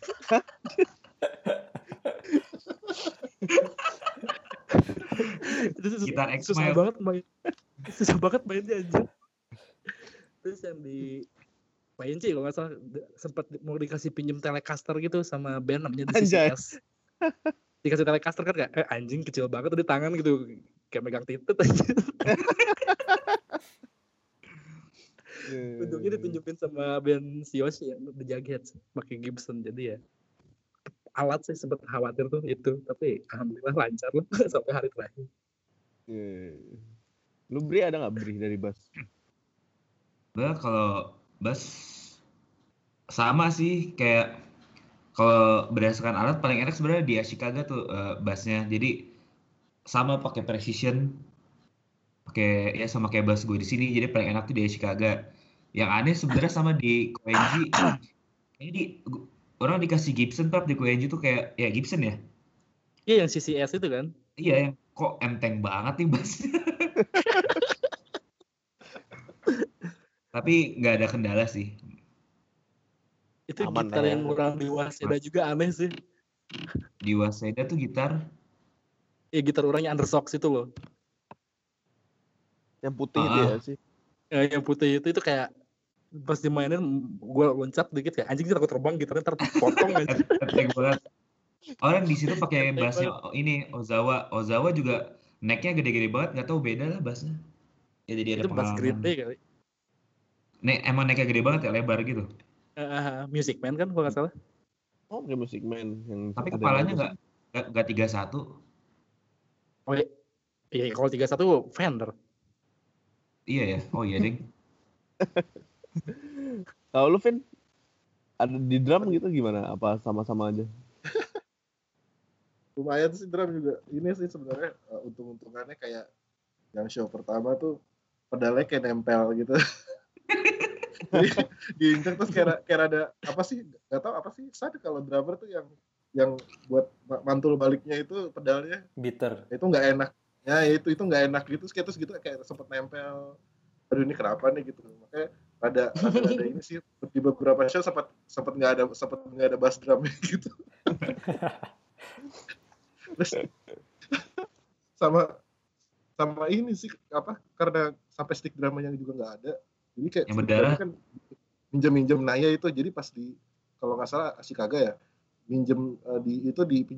Gitar susah banget mainnya anjing. Terus yang di PNC kalau nggak salah sempat mau dikasih pinjam Telecaster gitu sama band namanya The CCS. Dikasih Telecaster kan kayak anjing kecil banget di tangan gitu, kayak megang titik aja. Untungnya dipinjemin sama band Yoshi ya, The Jugheads pakai Gibson, jadi ya alat sih sempat khawatir tuh itu, tapi alhamdulillah lancar loh sampai hari terakhir. Lu Bri ada nggak Bri dari bass? Kalau bass sama sih, kayak kalau berdasarkan alat paling enak sebenarnya di Ashikaga tuh bassnya. Jadi sama pakai precision, pakai ya sama kayak bass gue di sini. Jadi paling enak tuh di Ashikaga. Yang aneh sebenarnya sama di Koenji. Ini orang dikasih Gibson tapi di Koenji tuh kayak ya Gibson ya. Iya yang CCS itu kan. Iya yang kok enteng banget nih bassnya. Tapi nggak ada kendala sih. Itu aman gitar yang kurang di Waseda juga aneh sih. Di Waseda tuh gitar? Ya gitar orangnya Undersocks itu loh. Yang putih itu ya sih. Ya, yang putih itu kayak pas dimainin gue loncat dikit kayak anjing takut terbang gitarnya terpotong aja. Enteng banget. Orang di situ pakai bassnya ini Ozawa juga necknya gede-gede banget, nggak tahu beda lah bassnya. Ya jadi ada pengalaman. Itu bass Green Day kali. Emang necknya gede banget ya, lebar gitu. Music Man kan kalau nggak salah. Oh, kayak Music Man yang. Tapi kepalanya nggak 31. Oh iya, kalau 31 Fender. Iya ya, oh iya ding. Kalau lu Vin ada di drum gitu gimana? Apa sama-sama aja? Lumayan sih drum juga. Ini sih sebenarnya untung-untungannya kayak yang show pertama tuh pedalnya kayak nempel gitu. Diinjak terus kayak ada apa sih? Gak tau apa sih? Sad kalau drummer tuh yang buat mantul baliknya itu pedalnya bitter. Itu nggak enak. Ya itu nggak enak gitu. Terus gitu kayak sempet nempel. Aduh ini kenapa nih gitu. Makanya ada ini sih di beberapa show sempat nggak ada bass drumnya gitu. Terus sama ini sih apa karena sampai stick drumnya juga nggak ada. Jadi kayak yang berdarah kan minjem Naya itu, jadi pas kalau nggak salah Ashikaga ya minjem dipinjemin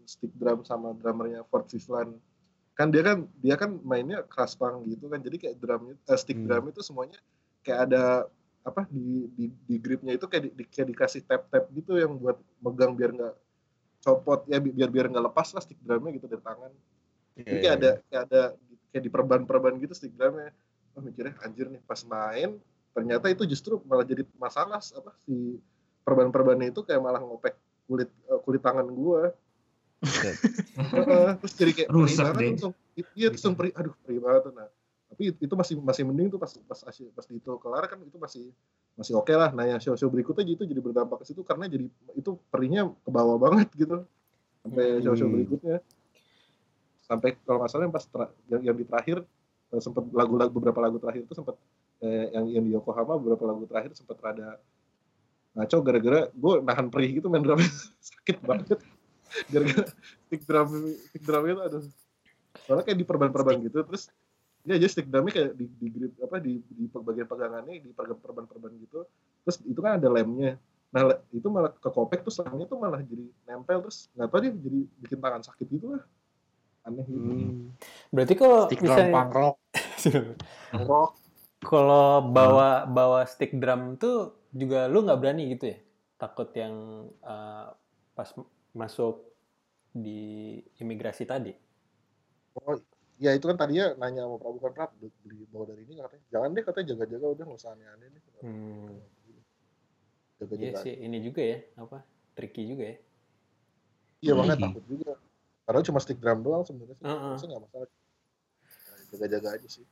stick drum sama drummernya Fort Vivlan. Kan dia kan mainnya keras punk gitu kan, jadi kayak stick drum itu semuanya kayak ada apa di gripnya itu kayak dikasih tap gitu yang buat megang biar nggak copot ya, biar nggak lepas lah stick drumnya gitu dari tangan. Jadi kayak ada kayak di perban gitu stick drumnya. Mikirnya anjir nih pas main ternyata itu justru malah jadi masalah, apa si perban-perbannya itu kayak malah ngopek kulit tangan gua. Terus jadi kayak rusak deh. Langsung perih banget. Nah, tapi itu masih mending tuh pas di itu kelar kan itu masih oke lah. Nah, yang show berikutnya gitu jadi berdampak ke situ karena jadi itu perihnya ke bawah banget gitu. Sampai show berikutnya. Sampai kalau nggak salah yang di terakhir sempat beberapa lagu terakhir itu sempat yang di Yokohama beberapa lagu terakhir sempat rada ngaco gara-gara gue nahan perih gitu main drum sakit banget gara-gara stick drumnya itu aduh, soalnya kayak di perban gitu, terus ya aja stick drumnya kayak di grip apa di bagian pegangannya di perban gitu, terus itu kan ada lemnya, nah itu malah kekopek tuh lemnya tuh malah jadi nempel, terus nggak tahu dia jadi bikin tangan sakit gitu lah, aneh gitu. Berarti kalau stick misalnya drum punk rock kalau bawa stick drum tuh juga lu nggak berani gitu ya? Takut yang pas masuk di imigrasi tadi? Oh, ya itu kan tadinya nanya sama Prabu kan, beli bawa dari ini katanya. Jangan deh katanya, jaga-jaga udah nggak usah aneh-aneh deh. Jaga-jaga. Iya sih, ini juga ya, apa? Tricky juga ya. Iya banget, takut juga. Padahal cuma stick drum doang sebenarnya sih. Maksudnya nggak masalah. Nah, jaga-jaga aja sih.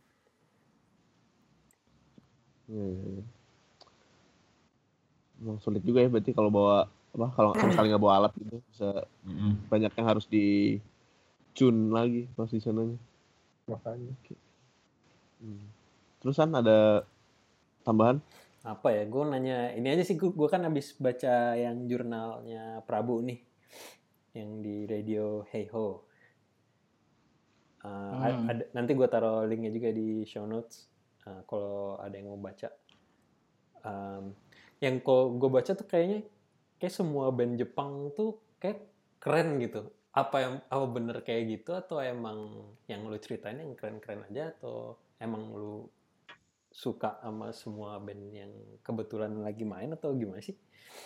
Emang sulit juga ya berarti kalau bawa kalau sama sekali nggak bawa alat gitu, bisa banyak yang harus di tune lagi pas di sananya. Makanya. Terusan ada tambahan? Apa ya? Gue nanya ini aja sih, gue kan habis baca yang jurnalnya Prabu nih, yang di radio Hey Ho. Nanti gue taruh linknya juga di show notes kalau ada yang mau baca. Yang kalau gue baca tuh kayaknya kayak semua band Jepang tuh kayak keren gitu. Apa bener kayak gitu, atau emang yang lu ceritain yang keren-keren aja, atau emang lu suka sama semua band yang kebetulan lagi main, atau gimana sih?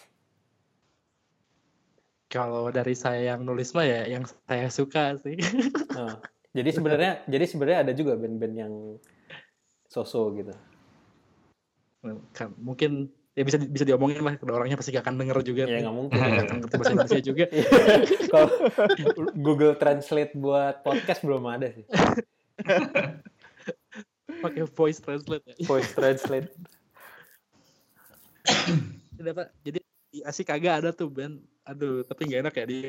Kalau dari saya yang nulis mah ya yang saya suka sih. Jadi sebenarnya ada juga band-band yang so-so gitu. Mungkin ya bisa diomongin lah, orangnya pasti gak akan denger juga. Ya nggak mungkin. Gak akan ngerti bahasa Indonesia juga. Kalau Google Translate buat podcast belum ada sih. Pakai voice translate ya. Voice translate. Jadi di Asia kagak ada tuh band. Aduh, tapi nggak enak ya di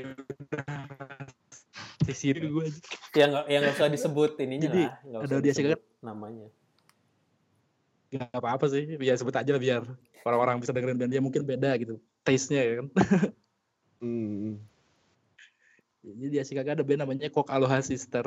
sini gue aja. Ya nggak usah disebut ininya. Jadi, lah. Nggak usah ada di Asia kagak namanya. Gak apa-apa sih, biar sebut aja lah biar orang-orang bisa dengerin band dia, mungkin beda gitu taste-nya ya kan. Jadi di Asia kagak ada band namanya Coke Aloha Sister.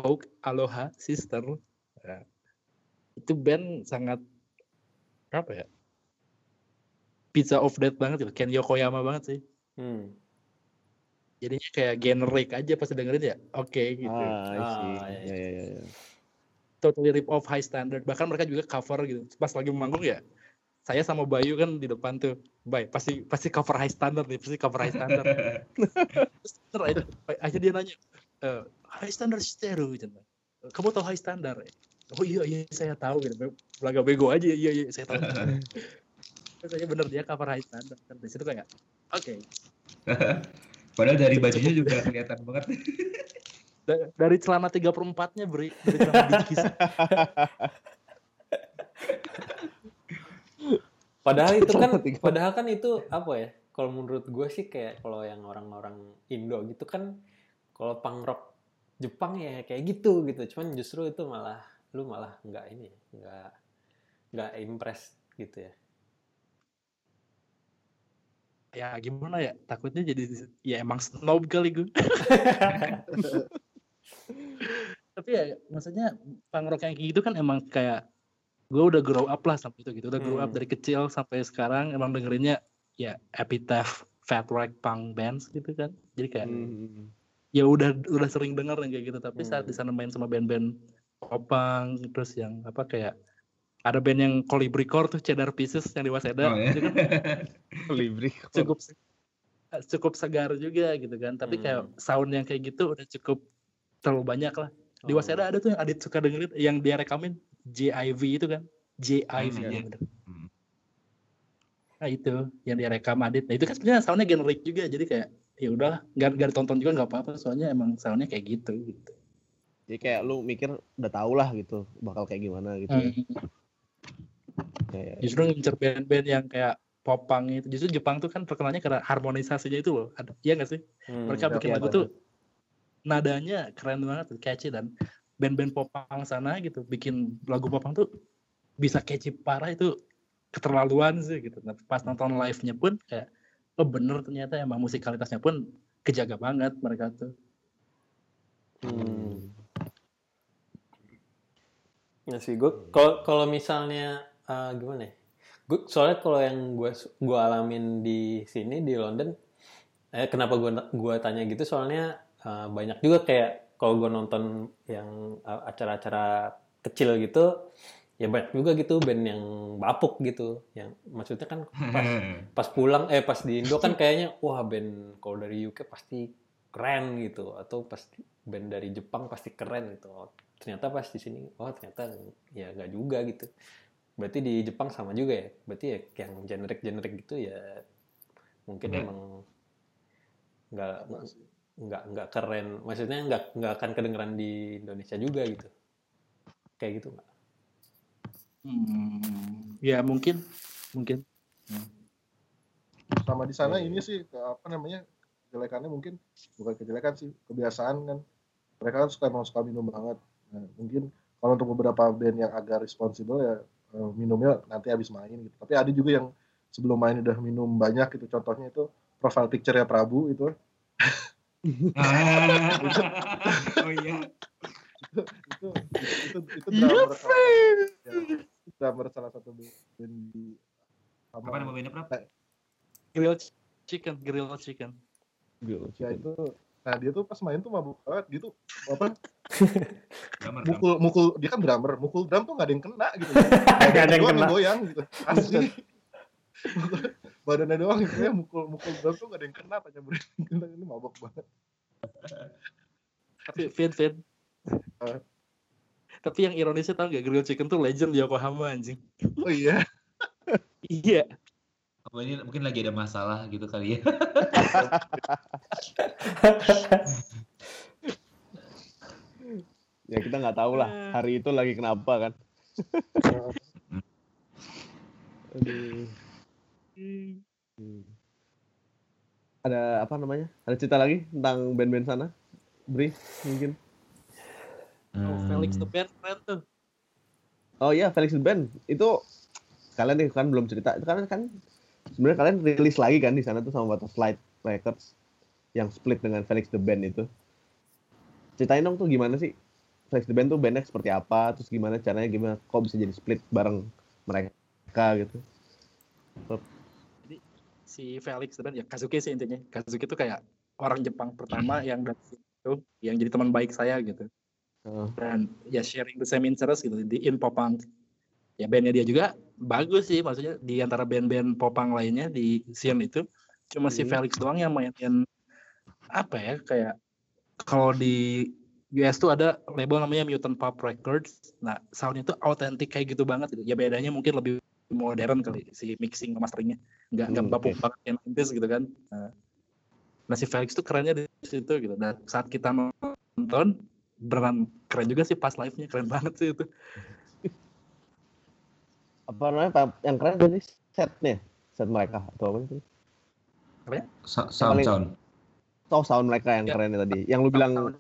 Nah, itu band sangat apa ya, Pizza of Death banget gitu, Ken Yokoyama banget sih. Jadinya kayak generic aja pas dengerin ya, oke gitu. Iya. Totally rip off High Standard. Bahkan mereka juga cover gitu. Pas lagi manggung ya, saya sama Bayu kan di depan tuh, Bay, pasti cover High Standard nih, pasti cover High Standard. Terus akhirnya dia nanya, High Standard stereo gitu. Kamu tahu High Standard? Oh iya saya tahu gitu. Belaga bego aja, iya saya tahu. Terus aja bener dia cover High Standard. Kan di situ kayak, oke. Padahal dari bajunya juga kelihatan banget. Dari celana 3/4-nya beri celana dikis. Padahal kan itu apa ya? Kalau menurut gue sih kayak kalau yang orang-orang Indo gitu kan, kalau punk rock Jepang ya kayak gitu. Cuman justru itu malah nggak impress gitu ya. Ya gimana ya, takutnya jadi ya emang snob kali gue. Tapi ya maksudnya punk rock yang kayak gitu kan emang kayak gue udah grow up lah sampai itu gitu, udah grow up dari kecil sampai sekarang emang dengerinnya ya Epitaph, Fat Wreck punk bands gitu kan, jadi kayak ya udah sering dengar yang kayak gitu. Tapi saat di sana main sama band-band popang, terus yang apa kayak ada band yang Colibri Core tuh, Cheddar Pieces yang di Waseda, itu kan Colibri cukup segar juga gitu kan. Tapi kayak sound yang kayak gitu udah cukup terlalu banyak lah. Di Waseda ada tuh yang Adit suka dengerin, yang dia rekamin JIV itu kan, JIV ya bener. Nah itu yang dia rekam Adit. Nah itu kan sebenarnya soundnya generik juga, jadi kayak ya udahlah, nggak ditonton juga nggak apa-apa, soalnya emang soundnya kayak gitu. Jadi kayak lu mikir udah tau lah gitu bakal kayak gimana gitu. Kayak justru ngincer band-band yang kayak popang itu. Justru Jepang tuh kan terkenalnya karena harmonisasinya itu loh. Iya nggak sih? Mereka bikin lagu tuh nadanya keren banget, catchy, dan band-band popang sana gitu bikin lagu popang tuh bisa catchy parah, itu keterlaluan sih gitu. Nah, pas nonton live-nya pun kayak bener ternyata emang musikalitasnya pun kejaga banget mereka tuh. Ya sih, gue kalau misalnya gimana ya? Soalnya kalau yang gue alamin di sini di London, kenapa gue tanya gitu? Soalnya banyak juga kayak kalau gue nonton yang acara-acara kecil gitu, ya banyak juga gitu band yang bapuk gitu. Yang maksudnya kan pas pulang pas di Indo kan kayaknya wah band kalau dari UK pasti keren gitu, atau pasti band dari Jepang pasti keren gitu. Ternyata pas di sini ternyata ya nggak juga gitu. Berarti di Jepang sama juga ya, berarti ya yang generik gitu ya mungkin emang nggak keren, maksudnya nggak akan kedengeran di Indonesia juga gitu, kayak gitu nggak? Ya mungkin sama di sana ini sih apa namanya, kejelekannya mungkin bukan kejelekan sih, kebiasaan kan mereka kan suka minum banget. Nah, mungkin kalau untuk beberapa band yang agak responsibel ya minumnya nanti habis main gitu. Tapi ada juga yang sebelum main udah minum banyak gitu. Contohnya itu profile picture-nya Prabu itu. Oh iya. Itu drummer salah satu band di apa nama bandnya Prab? Grilled Chicken. Ya itu, nah dia tuh pas main tuh mabuk banget gitu, apa? mukul dia kan drummer, mukul drum tuh nggak ada yang kena gitu. Nggak ada yang kena. Goyang gitu. Asli. Badannya doang gitu ya, mukul drum tuh nggak ada yang kena, tanya bener ini mabuk banget. Tapi Vin. Tapi yang ironisnya tau gak, Grilled Chicken tuh legend di Yokohama anjing. Oh iya. Iya. Oh, ini mungkin lagi ada masalah gitu kali ya. Ya kita nggak tahu lah hari itu lagi kenapa kan. Aduh. Ada apa namanya? Ada cerita lagi tentang band-band sana? Bri mungkin. Felix the Band keren tuh. Oh iya, Felix the Band itu kalian nih kan belum cerita. Itu kan sebenarnya kalian rilis lagi kan di sana tuh sama Butterfly Records yang split dengan Felix the Band itu. Ceritain dong tuh gimana sih Felix the Band tuh bandnya seperti apa, terus gimana caranya, gimana kok bisa jadi split bareng mereka gitu. Jadi si Felix the Band ya Kazuki sih intinya. Kazuki tuh kayak orang Jepang pertama yang dari situ yang jadi teman baik saya gitu. Dan ya sharing the same interest gitu di popang. Ya bandnya dia juga bagus sih, maksudnya di antara band-band popang lainnya di scene itu cuma si Felix doang yang mainin apa ya, kayak kalau di US tuh ada label namanya Mutant Pop Records. Nah soundnya tuh autentik kayak gitu banget gitu. Ya bedanya mungkin lebih modern kali si mixing masteringnya, nggak bapuk banget yang 90s gitu kan. Nah si Felix tuh kerennya di situ gitu. Dan saat kita nonton beneran keren juga sih, pas live-nya keren banget sih itu. Apa namanya yang keren dari set mereka atau apa itu? Apa ya? Sound mereka yang keren tadi. Yang lu bilang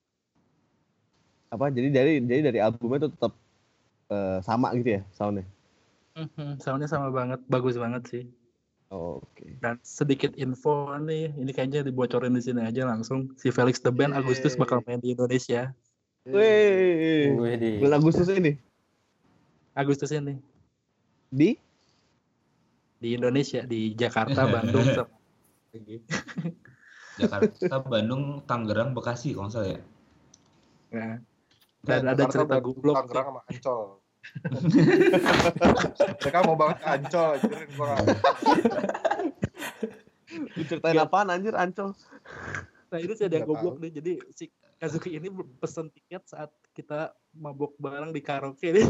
apa? Jadi dari albumnya itu tetap sama gitu ya soundnya? Soundnya sama banget, bagus banget sih. Oke. Dan sedikit info nih, ini kayaknya dibocorin di sini aja langsung. Si Felix the Band Agustus bakal main di Indonesia. Wih, bulan Agustus ini? Agustus ini. Di Indonesia, di Jakarta, Bandung, sama lagi. Jakarta, Bandung, Tangerang, Bekasi kalau nggak salah ya. Nah, dan ada Jakarta cerita udah goblok Tangerang sama Ancol. Mereka mau banget ke Ancol, anjir. Gua Diceritain apaan anjir Ancol? Nah itu sih ada yang Nggak goblok tahu. deh. Jadi si Kazuki ini pesen tiket saat kita mabok bareng di karaoke nih.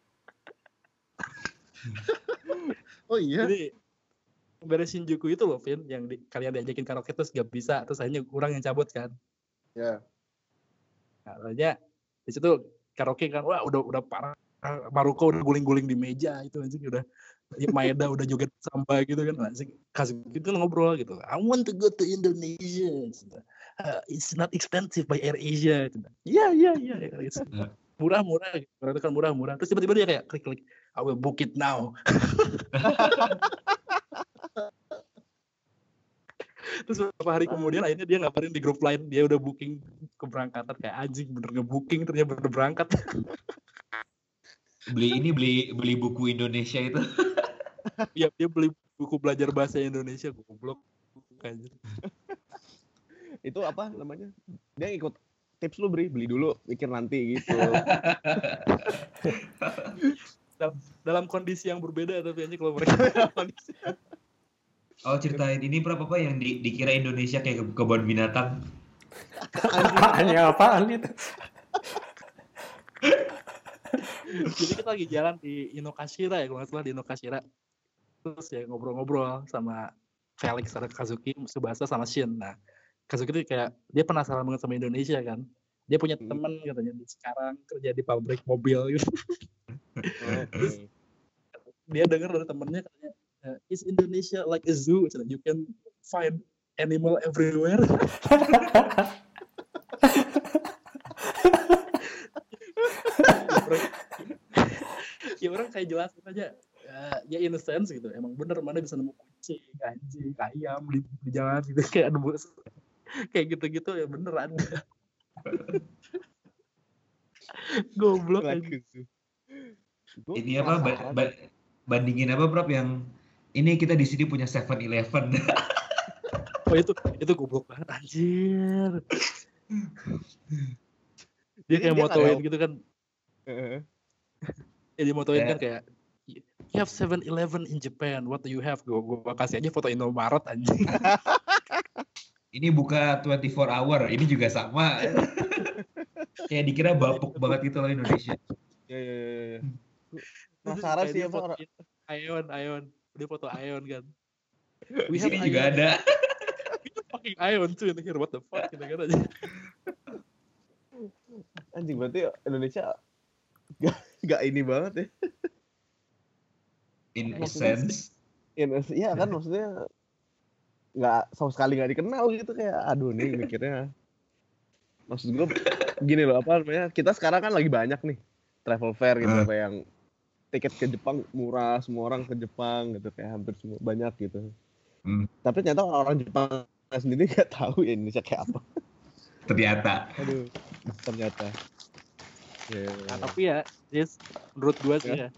Oh iya. Jadi beres Shinjuku itu loh, Vin, yang kalian diajakin karaoke terus gak bisa, terus akhirnya orang yang cabut kan. Ya. Nah, akhirnya di situ karaoke kan, wah udah parah. Maruko udah guling-guling di meja itu anjing, udah Maeda udah joget samba gitu kan. Anjing Kazuki itu ngobrol gitu. I want to go to Indonesia. It's not expensive by Air Asia. Iya. It's murah-murah gitu. Berarti kan murah-murah. Terus tiba-tiba dia kayak klik-klik, I will book it now. Terus beberapa hari kemudian akhirnya dia ngabarin di grup lain dia udah booking keberangkatan, kayak anjing bener nge-booking ternyata bener berangkat. Beli buku Indonesia itu. Iya, dia beli buku belajar bahasa Indonesia, goblok anjir. Itu apa namanya? Dia ikut tips lu beli dulu, mikir nanti gitu. Dalam kondisi yang berbeda tapi anjir kalau mereka kondisi. Oh, ceritain ini berapa yang dikira Indonesia kayak kebun binatang. Apaan itu? Jadi kita lagi jalan di Inokashira ya, kalau nggak salah di Inokashira. Terus ya ngobrol-ngobrol sama Felix ada Kazuki, Tsubasa sama Shin. Nah, Kazuki itu kayak dia penasaran banget sama Indonesia kan. Dia punya teman katanya sekarang kerja di pabrik mobil gitu. Terus dia dengar dari temennya katanya, is Indonesia like a zoo? You can find animal everywhere. Ya orang kayak jelasin aja, ya in a sense gitu. Emang bener mana bisa nemu kucing, anjing, ayam di jalan gitu, kayak nemu kayak gitu-gitu ya bener ada. Goblok aja. Ini apa bandingin apa Prab yang ini kita di sini punya 7-Eleven. Oh itu goblok banget anjir. Dia kayak motoin gitu kan. Dia motoin kan kayak you have 7-Eleven in Japan, what do you have? Gua kasih aja foto Indomaret anjing. Ini buka 24 hour, ini juga sama. Kayak dikira bapuk banget gitu loh Indonesia. Ya. Penasaran sih apa orang. Ion. Dia foto Ion kan. Di sini juga ada. Itu fucking Ion tuh ini, what the fuck gitu kan aja. Anjing berarti Indonesia gak ini banget ya. In essence. Iya kan maksudnya nggak sama sekali nggak dikenal gitu, kayak aduh nih mikirnya. Maksud gue gini loh, apa namanya, kita sekarang kan lagi banyak nih travel fair gitu, kayak yang tiket ke Jepang murah, semua orang ke Jepang gitu, kayak hampir semua banyak gitu. Tapi ternyata orang Jepang sendiri nggak tahu ya Indonesia kayak apa. Ternyata. Nah, tapi ya, menurut gue sih ya,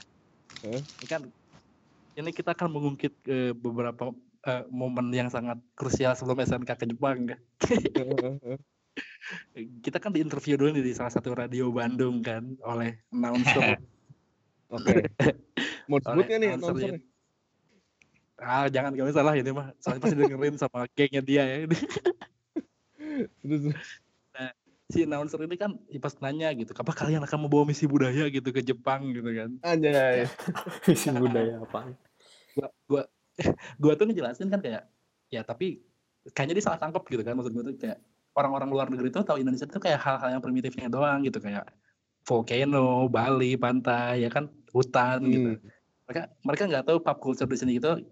ini kita akan mengungkit beberapa momen yang sangat krusial sebelum SNK ke Jepang kan. Kita kan diinterview dulu nih di salah satu radio Bandung kan oleh announcer. Oke. Mau sebutnya nih announcer. Jangan gak salah ini mah, soalnya pasti dengerin sama gengnya dia ya. Nah, si announcer ini kan pas nanya gitu, kapan kalian akan membawa misi budaya gitu ke Jepang gitu kan? Anjay. Misi budaya apaan? Gua tuh ngejelasin kan kayak, ya tapi kayaknya dia salah tangkap gitu kan, maksud gue tuh kayak orang-orang luar negeri tuh tahu Indonesia tuh kayak hal-hal yang primitifnya doang gitu, kayak volcano, Bali, pantai, ya kan, hutan gitu. Mereka nggak tahu pop culture di sini gitu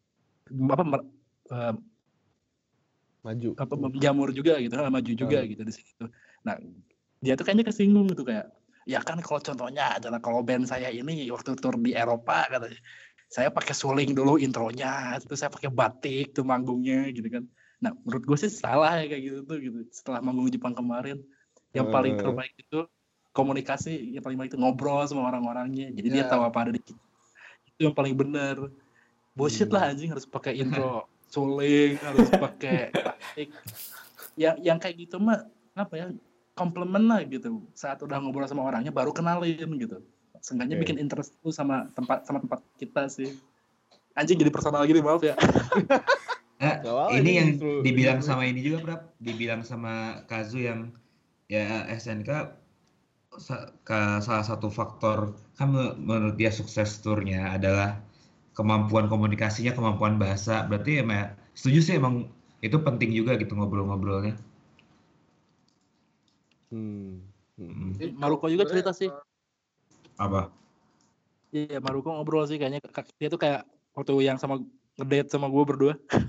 menjamur juga gitu, maju juga gitu di situ. Nah, dia tuh kayaknya kesinggung gitu, kayak ya kan kalau contohnya adalah kalau band saya ini waktu tur di Eropa katanya, saya pakai suling dulu intronya, terus saya pakai batik tuh manggungnya gitu kan. Nah, menurut gue sih salah ya kayak gitu tuh gitu. Setelah manggung Jepang kemarin, yang paling terbaik itu komunikasi, yang paling baik itu ngobrol sama orang-orangnya. Jadi dia tahu apa ada di kita. Itu yang paling benar. Bullshit lah anjing, harus pakai intro suling, harus pakai plastik. Yang kayak gitu mah apa ya, komplimen lah gitu. Saat udah ngobrol sama orangnya baru kenalin gitu. Seenggaknya bikin interest tuh sama tempat kita sih. Anjing jadi personal gini, maaf ya. Ini yang dibilang sama ini juga, Prab. Dibilang sama Kazu yang ya SNK salah satu faktor kan menurut dia sukses turnya adalah kemampuan komunikasinya, kemampuan bahasa. Berarti emang setuju sih, emang itu penting juga gitu ngobrol-ngobrolnya. Maruko juga cerita sih. Apa? Iya, Maruko ngobrol sih kayaknya dia tuh kayak waktu yang sama ngedate sama gue berdua.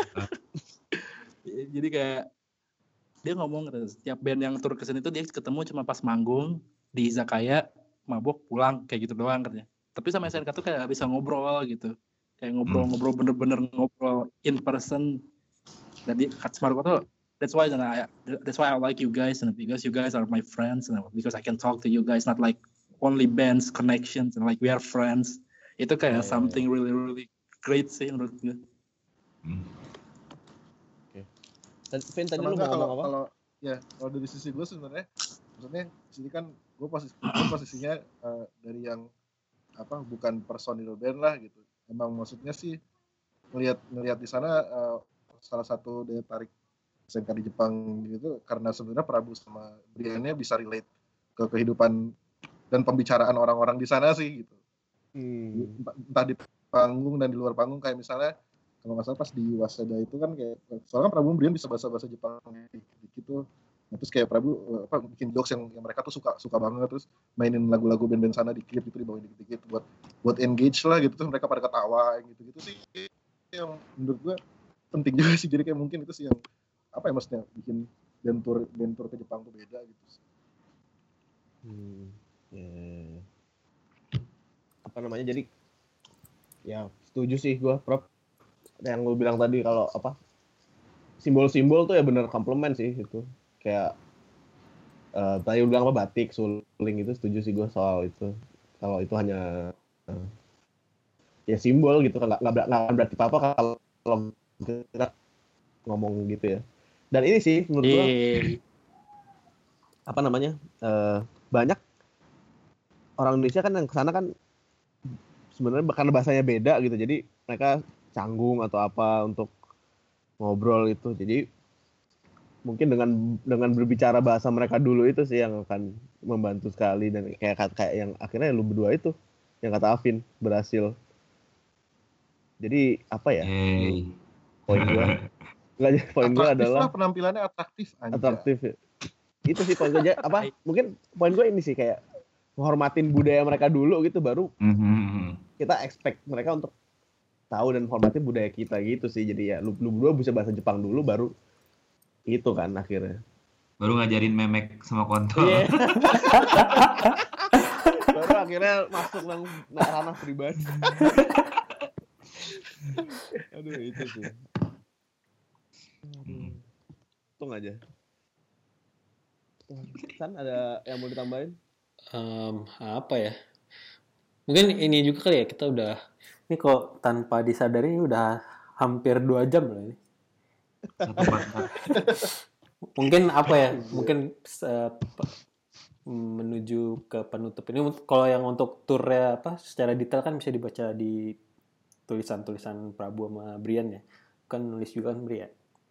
Jadi kayak dia ngomong setiap band yang tur kesini tuh dia ketemu cuma pas manggung di izakaya, mabok, pulang kayak gitu doang katanya. Tapi sama SNK tuh kayak bisa ngobrol gitu. Kayak ngobrol-ngobrol bener-bener ngobrol in person. Jadi kata Maruko tuh that's why I like you guys, and because you guys are my friends, and because I can talk to you guys, not like only bands connections, and like we are friends. Itu kayak something really really great sih menurut gue. Vin tadi lu mau ngomong apa? Kalau dari sisi gue sebenarnya, maksudnya sini kan gue posisinya dari yang bukan personil band lah gitu. Emang maksudnya sih ngelihat di sana salah satu daya tarik SNK di Jepang gitu karena sebenarnya Prabu sama Briannya bisa relate ke kehidupan dan pembicaraan orang-orang di sana sih gitu. Entah di panggung dan di luar panggung, kayak misalnya kalau nggak salah pas di Waseda itu kan kayak soalnya Prabu Brian bisa bahasa Jepang gitu. Nah, terus kayak Prabu bikin jokes yang mereka tuh suka banget, terus mainin lagu-lagu band-band sana dikit gitu, dibawain dikit-dikit buat engage lah gitu, terus mereka pada ketawa gitu sih yang menurut gue penting juga sih. Jadi kayak mungkin itu sih yang maksudnya bikin band tour ke Jepang tuh beda gitu sih. Apa namanya, jadi ya setuju sih gue, Prof, yang lu bilang tadi kalau simbol-simbol tuh ya bener komplement sih itu. Kayak tadi lu bilang batik, suling, itu setuju sih gue soal itu. Kalau itu hanya ya simbol gitu, nggak berarti apa kalau kita ngomong gitu ya. Dan ini sih menurut gue banyak orang Indonesia kan yang kesana kan sebenarnya karena bahasanya beda gitu, jadi mereka canggung atau apa untuk ngobrol itu. Jadi mungkin dengan berbicara bahasa mereka dulu itu sih yang akan membantu sekali. Dan kayak yang akhirnya lu berdua itu yang kata Afin berhasil. Jadi poin gue adalah penampilannya atraktif ya. Itu sih poin gue. Mungkin poin gue ini sih kayak menghormatin budaya mereka dulu gitu, baru kita expect mereka untuk tahu dan hormatin budaya kita gitu sih. Jadi ya lu berdua bisa bahasa Jepang dulu, baru itu kan akhirnya baru ngajarin memek sama kontol. Baru akhirnya masuk ranah pribadi. Aduh, itu sih. Untung aja. San, ada yang mau ditambahin? Apa ya? Mungkin ini juga kali ya, kita udah ini kok tanpa disadari udah hampir 2 jam loh ini. Mungkin mungkin menuju ke penutup ini. Kalau yang untuk turnya secara detail kan bisa dibaca di tulisan-tulisan Prabu sama Brian ya. Kan nulis juga kan Brian.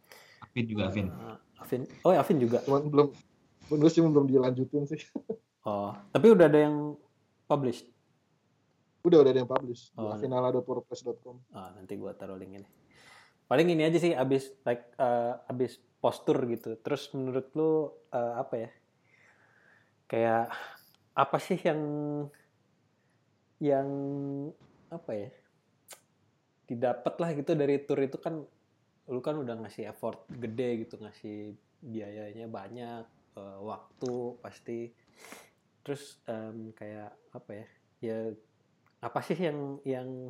Afin juga. Belum dilanjutin sih. Tapi udah ada yang published. Udah ada yang publish di afinala.wordpress.com. Nanti gua taruh link ini. Paling ini aja sih, abis postur gitu. Terus menurut lu kayak apa sih yang didapat lah gitu dari tour itu? Kan lu kan udah ngasih effort gede gitu, ngasih biayanya banyak, waktu pasti. Terus kayak ya apa sih yang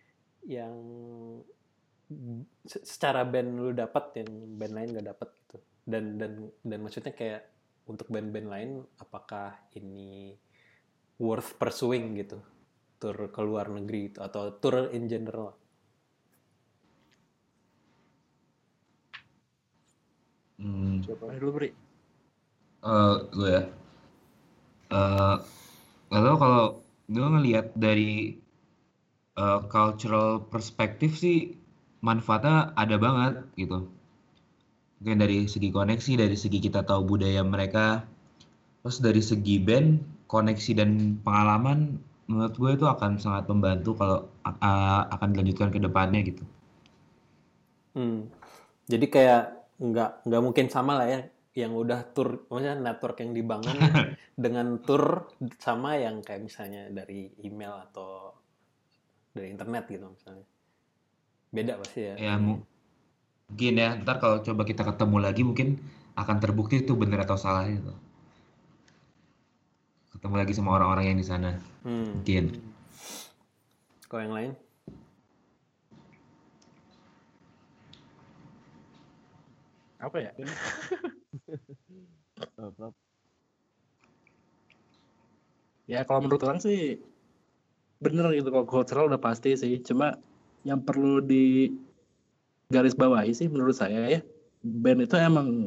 secara band lu dapat yang band lain gak dapat gitu? Dan maksudnya kayak untuk band-band lain, apakah ini worth pursuing gitu, tour ke luar negeri itu, atau tour in general? Kalau gue sih, kalau gue pribadi ya, gue nggak terlalu ngikutin tour luar negeri. Karena menurut gue tour luar negeri itu kan, ya lu tahu sendiri kan, kayak mereka tuh kayak Siapa? Ayo dulu Bri. Gue ya. Lalu kalau gue ngelihat dari cultural perspektif sih manfaatnya ada banget gitu. Mungkin dari segi koneksi, dari segi kita tahu budaya mereka, terus dari segi band, koneksi dan pengalaman, menurut gue itu akan sangat membantu kalau akan dilanjutkan ke depannya gitu. Jadi kayak nggak mungkin sama lah ya yang udah tour, maksudnya network yang dibangun dengan tour sama yang kayak misalnya dari email atau dari internet gitu misalnya. Beda pasti ya. Ya mungkin ya, ntar kalau coba kita ketemu lagi mungkin akan terbukti itu benar atau salah gitu. Ketemu lagi sama orang-orang yang di sana. Mungkin. Kalau yang lain? Apa ya? Ya kalau menurut orang sih bener gitu, kalau cultural udah pasti sih. Cuma yang perlu di garis bawahi sih menurut saya ya, band itu emang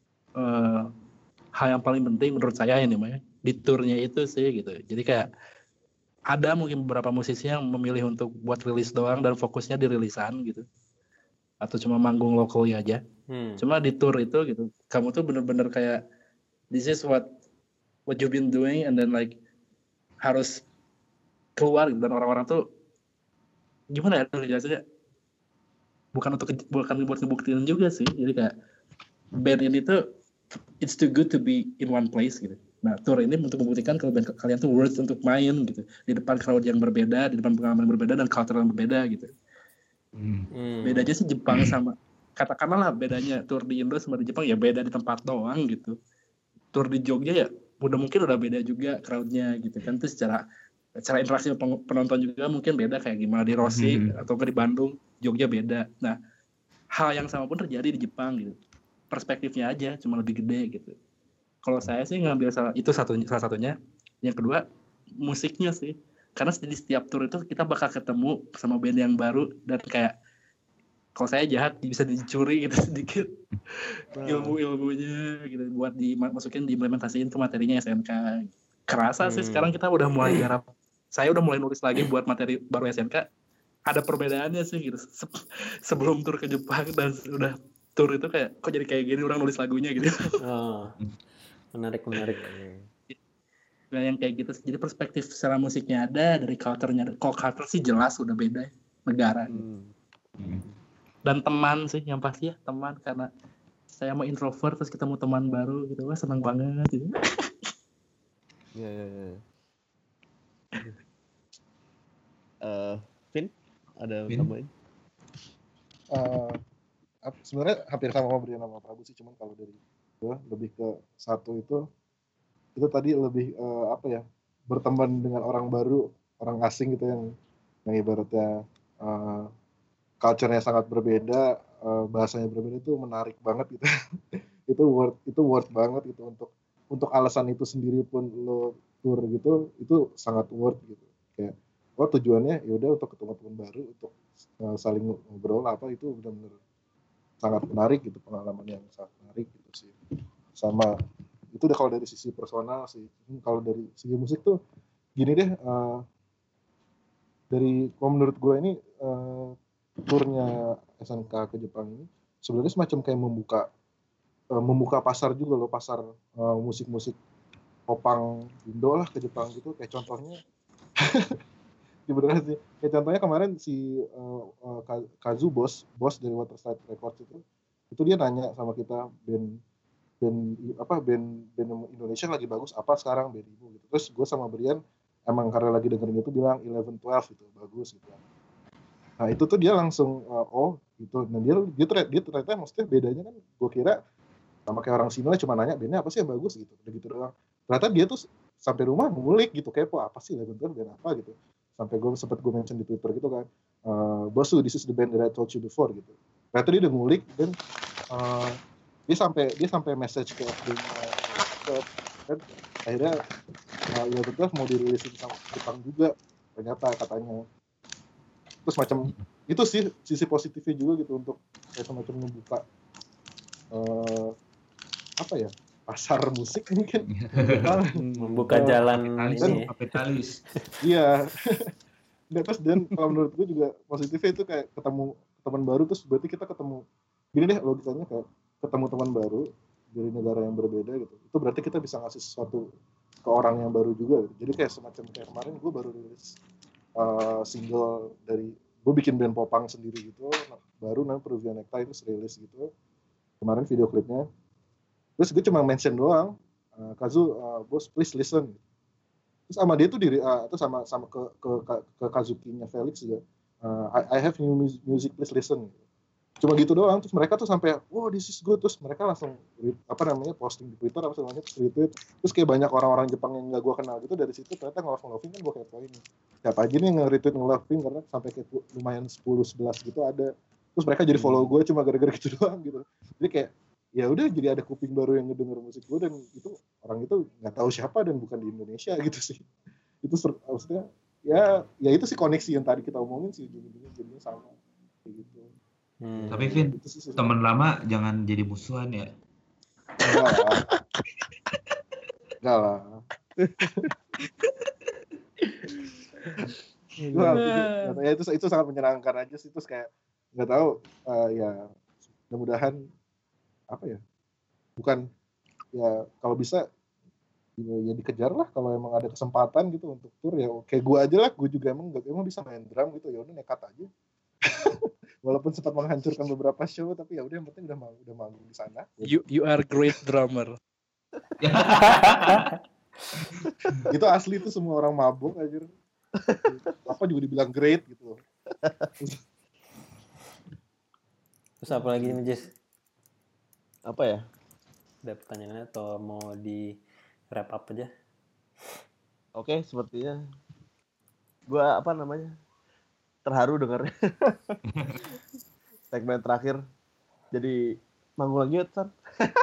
hal yang paling penting menurut saya ini mah ya, di tournya itu sih gitu. Jadi kayak ada mungkin beberapa musisi yang memilih untuk buat rilis doang dan fokusnya di rilisan gitu, atau cuma manggung lokalnya aja. Cuma di tour itu gitu, kamu tuh bener-bener kayak this is what you've been doing, and then like harus keluar gitu. Dan orang-orang tuh gimana ya jelasinnya, bukan buat ngebuktiin juga sih. Jadi kayak band ini tuh it's too good to be in one place gitu. Nah, tour ini untuk membuktikan kalau band kalian tuh worth untuk main gitu, di depan crowd yang berbeda, di depan pengalaman yang berbeda dan culture yang berbeda gitu. Bedanya sih Jepang sama, katakanlah lah bedanya tour di Indo sama di Jepang ya beda di tempat doang gitu. Tour di Jogja ya mungkin udah beda juga crowdnya gitu kan. Terus secara interaksi penonton juga mungkin beda, kayak gimana di Rossi atau di Bandung, Jogja beda. Nah, hal yang sama pun terjadi di Jepang gitu. Perspektifnya aja cuma lebih gede gitu. Kalau saya sih ngambil salah satunya. Yang kedua, musiknya sih. Karena di setiap tour itu kita bakal ketemu sama band yang baru, dan kayak kalau saya jahat bisa dicuri gitu sedikit ilmu-ilmunya gitu buat dimasukin, diimplementasiin ke materinya SNK. Kerasa sih sekarang kita udah mulai garap. Saya udah mulai nulis lagi buat materi baru SNK. Ada perbedaannya sih gitu. Sebelum tour ke Jepang dan udah tour itu kayak kok jadi kayak gini orang nulis lagunya gitu. Menarik. Nah, yang kayak gitu. Jadi perspektif secara musiknya ada, dari culture-nya. Kalau culture sih jelas udah beda negara. Dan teman sih yang pasti ya, teman, karena saya mau introvert terus ketemu teman baru gitu. Wah, senang banget gitu. Iya. Vin, ada tambahin? Sebenarnya hampir sama Brian sama Prabu sih, cuman kalau dari gue lebih ke satu itu tadi lebih berteman dengan orang baru, orang asing gitu yang ibaratnya culture-nya sangat berbeda, bahasanya berbeda, itu menarik banget gitu. itu worth banget gitu. Untuk alasan itu sendiri pun lo tour gitu, itu sangat worth gitu. Kayak tujuannya ya udah untuk ketemu teman baru, untuk saling ngobrol itu benar-benar sangat menarik gitu, pengalaman yang sangat menarik gitu sih. Sama itu udah kalau dari sisi personal sih. Kalau dari segi musik tuh gini deh, kalau menurut gue ini turnya SNK ke Jepang ini sebenarnya semacam kayak membuka pasar juga loh, pasar musik-musik popang Indo lah ke Jepang gitu. Kayak contohnya beneran sih, kayak contohnya kemarin si Kazu bos dari Waterside Records itu dia nanya sama kita, band Indonesia lagi bagus apa sekarang band ibu gitu. Terus gue sama Brian emang karena lagi dengerin itu bilang 11-12 gitu bagus gitu. Nah itu tuh dia langsung gitu. Nah dia ternyata maksudnya bedanya kan, gue kira sama kayak orang sini cuma nanya bandnya apa sih yang bagus gitu, udah gitu doang. Ternyata dia tuh sampai rumah ngulik gitu, kepo apa sih 11-12 band apa gitu. Sampai sempat gue mention di Twitter gitu kan, bos this is the band that I told you before gitu. Ternyata dia udah ngulik, dan dia sampai message ke dan akhirnya 11-12 mau dirilisin sama Jepang juga ternyata katanya. Terus macam itu sih sisi positifnya juga gitu, untuk kayak semacam apa ya, pasar musik mungkin. Membuka jalan ini. Kapitalis. Iya. Nggak, terus dan kalau menurut gue juga positifnya itu kayak ketemu teman baru, terus berarti kita ketemu, gini deh logikanya, kayak ketemu teman baru dari negara yang berbeda gitu, itu berarti kita bisa ngasih sesuatu ke orang yang baru juga gitu. Jadi kayak semacam kayak kemarin gue baru rilis single dari, gue bikin band popang sendiri gitu, baru namanya Peruvian Necktie, itu rilis gitu kemarin video klipnya. Terus gue cuma mention doang, Kazu, bos please listen. Terus sama dia tuh terus sama ke Kazuki-nya Felix juga, I have new music, please listen. Cuma gitu doang. Terus mereka tuh sampai, wow this is good. Terus mereka langsung posting di Twitter apa semuanya, terus retweet. Terus kayak banyak orang-orang Jepang yang nggak gue kenal gitu, dari situ ternyata nge-loving kan gue kayak poin. Siapa aja nih nge-retweet nge-loving, karena sampai kayak lumayan 10-11 gitu ada. Terus mereka jadi follow gue cuma gara-gara gitu doang gitu. Jadi kayak ya udah, jadi ada kuping baru yang ngedenger musik gue, dan itu orang itu nggak tahu siapa dan bukan di Indonesia gitu sih. Itu maksudnya ya itu sih koneksi yang tadi kita omongin sih, jadinya sama kayak gitu. Tapi Vin, teman lama jangan jadi musuhan ya. Enggak lah. Ya itu sangat menyenangkan aja sih. Terus kayak nggak tahu, ya mudah-mudahan apa ya, bukan ya, kalau bisa ya dikejar lah kalau emang ada kesempatan gitu untuk tur, ya kayak gue aja lah, gue juga emang bisa main drum gitu, ya udah nekat aja. Walaupun sempat menghancurkan beberapa show, tapi ya udah, yang penting udah manggung di sana. You are great drummer. Itu asli tuh, semua orang mabuk aja. Apa juga dibilang great gitu. Terus apa lagi nih, Jess? Apa ya? Ada pertanyaannya atau mau di wrap up aja? Oke, sepertinya gua terharu dengar segmen terakhir. Jadi manggung lagi yuk, San.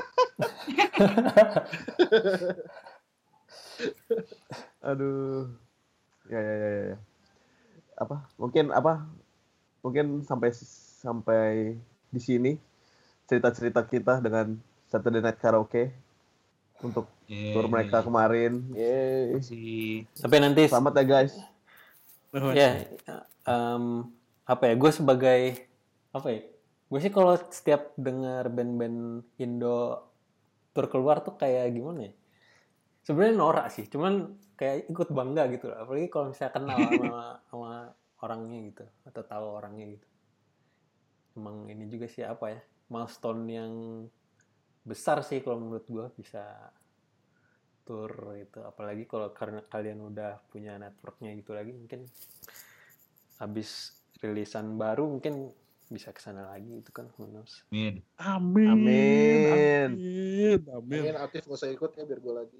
Aduh. Ya. Mungkin sampai di sini cerita-cerita kita dengan Saturday Night Karaoke untuk tour mereka kemarin. Sampai nanti. Selamat ya guys. Ya, gue sebagai gue sih kalau setiap dengar band-band Indo tour keluar tuh kayak gimana ya? Sebenarnya norak sih, cuman kayak ikut bangga gitu loh. Apalagi kalau misalnya kenal sama orangnya gitu, atau tahu orangnya gitu. Emang ini juga sih milestone yang besar sih kalau menurut gue, bisa tour itu. Apalagi kalau karena kalian udah punya networknya gitu lagi, mungkin habis rilisan baru mungkin bisa kesana lagi itu kan, bonus. Amin. Atif gak usah ikut ya, biar gue lagi.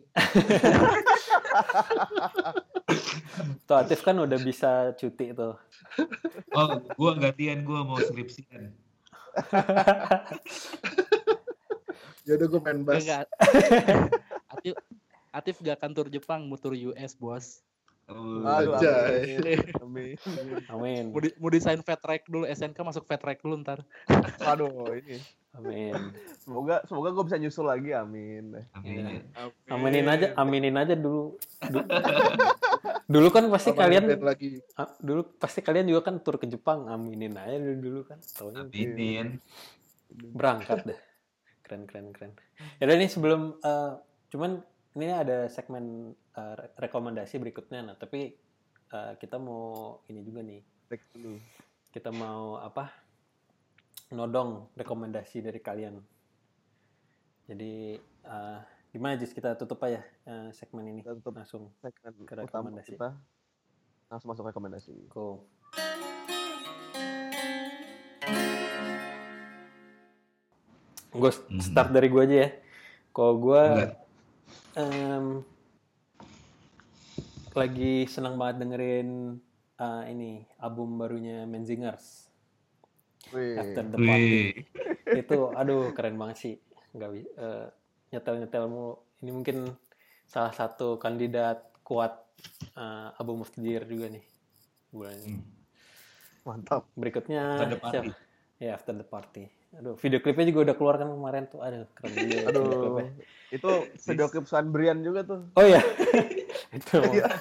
Tuh Atif kan udah bisa cuti tuh. Oh, gue gantian, gue mau skripsian. Yaudah gue main bass. Atif gak akan tur Jepang, mau tur US, bos. Amin. Mau desain fat track dulu, SNK masuk fat track dulu ntar. Waduh, ini. Amin. Semoga gue bisa nyusul lagi, amin. Aminin aja dulu. Dulu kan pasti kalian juga kan tur ke Jepang, aminin aja dulu kan. Aminin. Berangkat deh. Keren. Ya udah nih, sebelum cuman ini ada segmen rekomendasi berikutnya. Nah, tapi kita mau ini juga nih. Kita mau nodong rekomendasi dari kalian. Jadi gimana Jis, kita tutup aja segmen ini. Kita tutup langsung segmen ke rekomendasi. Kita langsung masuk rekomendasi. Cool. Gue start dari gue aja ya. Kalau gue lagi senang banget dengerin ini album barunya Menzingers. After the Party. Itu keren banget sih. Nyetel mulu. Ini mungkin salah satu kandidat kuat album of the year juga nih bulan ini. Mantap. Berikutnya After the Party. After the Party. Aduh, video klipnya juga udah keluar kan kemarin tuh. Aduh, keren juga. Aduh, itu video klip San Brian juga tuh. Oh iya. Itu.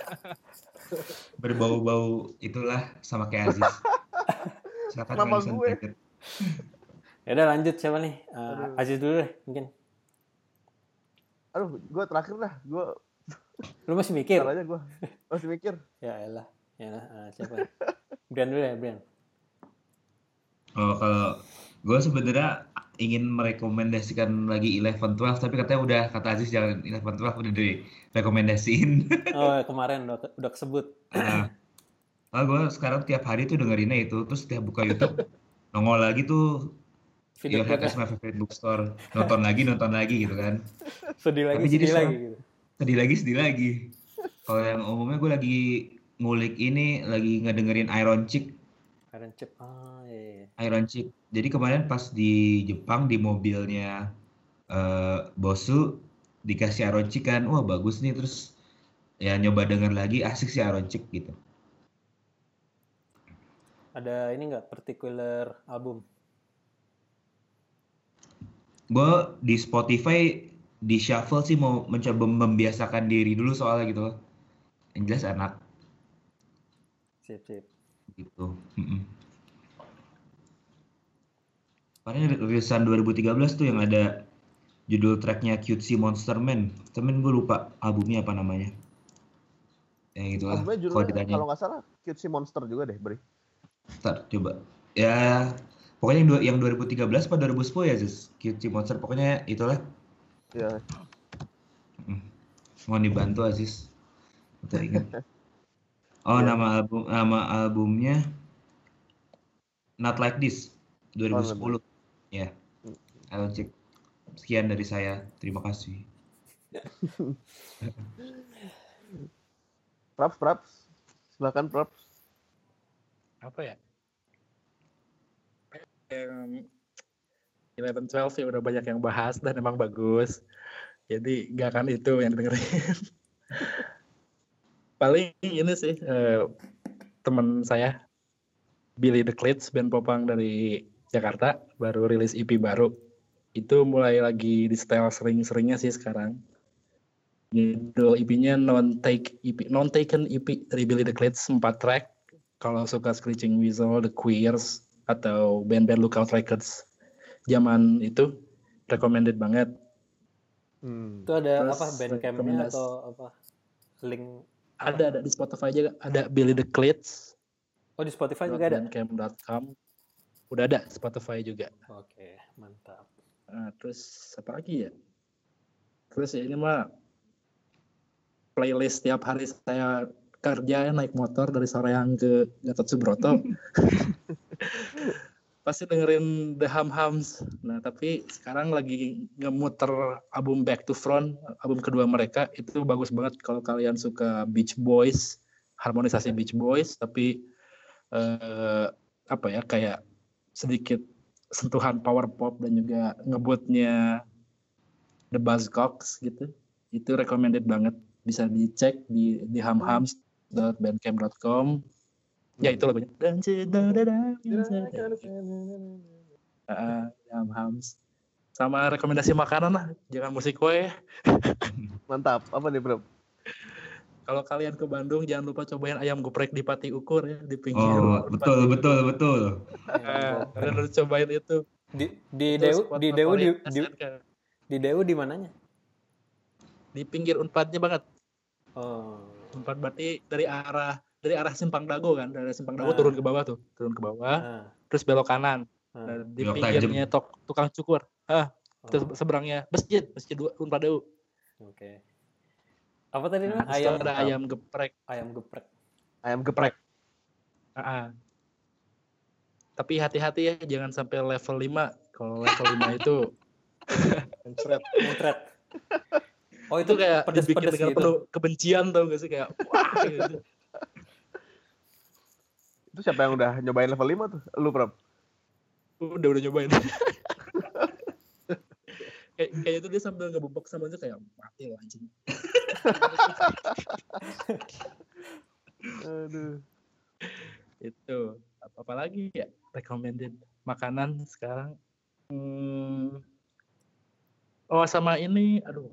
Berbau-bau itulah sama kayak Aziz. Silakan Nama Madison gue. Tiger. Ya udah lanjut siapa nih? Aziz dulu deh mungkin. Aduh, gue terakhir dah. Lu masih mikir? Ntar aja gue masih mikir. Ya elah. Siapa? Brian dulu ya, Brian. Oh, kalau gue sebenarnya ingin merekomendasikan lagi 11-12, tapi katanya udah, kata Aziz jangan 11-12 udah direkomendasiin. Oh, kemarin udah kesebut. Gue sekarang tiap hari tuh dengerinnya itu, terus tiap buka YouTube nongol lagi tuh Video Your Head is My Favorite Bookstore, nonton lagi gitu kan. Sedih lagi gitu. Sedih lagi. Kalau yang umumnya gue lagi ngulik ini, lagi ngedengerin Iron Chick. Iya. Iron Chick. Jadi kemarin pas di Jepang di mobilnya Bosu dikasih Iron Chick kan, wah bagus nih, terus ya nyoba denger lagi, asik sih Iron Chick gitu. Ada ini nggak particular album? Gue di Spotify di shuffle sih mau mencoba membiasakan diri dulu soalnya gitu loh. Yang jelas enak. Sip. Gitu. Paling rilisan 2013 tuh yang ada judul tracknya Cutesy Monster Man. Temen gue lupa albumnya apa namanya. Yang itulah. Albumnya judulnya kalau nggak salah Cutesy Monster juga deh, Bri. Ntar coba. Ya pokoknya yang 2013 atau 2010 ya Zus. Cutesy Monster pokoknya itulah. Ya. Mau dibantu Aziz. Kita ingat. Oh nama albumnya Not Like This 2010. Ya. Ayo cek. Sekian dari saya. Terima kasih. Props. Silakan props. Apa ya? 11-12 ya udah banyak yang bahas dan emang bagus. Jadi gak akan itu yang dengerin. Paling ini sih teman saya Billy the Kids, band popang dari Jakarta, baru rilis EP baru. Itu mulai lagi di style sering-seringnya sih sekarang. Judul EP-nya Non-Taken EP dari Billy the Kids, 4 track. Kalau suka Screeching Weasel, The Queers, atau band-band Lookout Records zaman itu, recommended banget. Itu ada apa Bandcamp-nya atau apa? Link? Ada di Spotify aja, ada Billy the Kids. Oh di Spotify juga ada? Bandcamp.com. Udah ada Spotify juga. Oke, mantap. Nah, terus apa lagi ya? Terus ya ini mah playlist tiap hari saya kerja naik motor dari Soreang ke Gatot Subroto. Pasti dengerin The Hum-Hums. Nah, tapi sekarang lagi ngemuter album Back to Front, album kedua mereka. Itu bagus banget kalau kalian suka Beach Boys, harmonisasi Beach Boys, tapi kayak sedikit sentuhan power pop dan juga ngebutnya The Buzzcocks gitu. Itu recommended banget. Bisa dicek di humhums.bandcamp.com. Ya itu lagunya. Humhums. Sama rekomendasi makanan lah. Jangan musik kue. Mantap. Apa nih, Bro? Kalau kalian ke Bandung jangan lupa cobain ayam geprek di Pati Ukur ya, di pinggir. Oh, betul. Kalian harus cobain itu. Di Dewa di mananya? Di pinggir Unpadnya banget. Oh. Unpad berarti dari arah Simpang Dago kan, dari Simpang Dago turun ke bawah. Terus belok kanan. Nah, di pinggirnya tukang cukur. Terus seberangnya masjid Unpad Dago. Oke. Apa tadi namanya? Ayam geprek. Tapi hati-hati ya, jangan sampai level 5. Kalau level 5 itu muncrat. Oh itu kayak pedes-pedes dengan gitu. Penuh kebencian tau gak sih, kayak wah gitu. Itu siapa yang udah nyobain level 5 tuh? Lu, Prof? Udah nyobain. Kayak itu dia sambil ngebubak sama aja kayak mati lah anjing. Aduh. Itu apalagi ya recommended makanan sekarang Oh sama ini, aduh,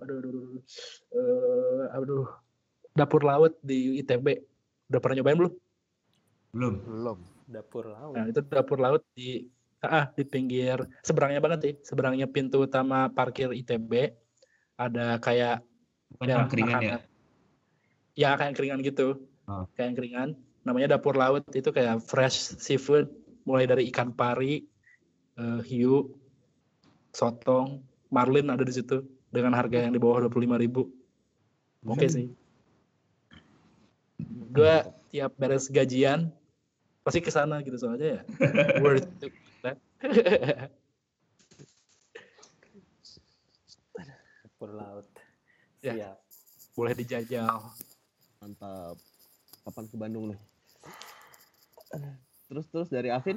dapur laut di ITB. Udah pernah nyobain belum? Belum. Dapur laut. Nah itu dapur laut di pinggir, seberangnya banget sih, seberangnya pintu utama parkir ITB. Ada kayak Bukan angkringan ya? Ya kayak keringan gitu. Kayak keringan. Namanya dapur laut, itu kayak fresh seafood, mulai dari ikan pari, hiu, sotong, marlin ada di situ dengan harga yang di bawah 25.000. Oke sih. Gue tiap beres gajian pasti ke sana gitu, soalnya ya worth it. Dapur laut. Ya. Siap. Boleh dijajal. Mantap. Kapan ke Bandung nih? Terus dari Afin?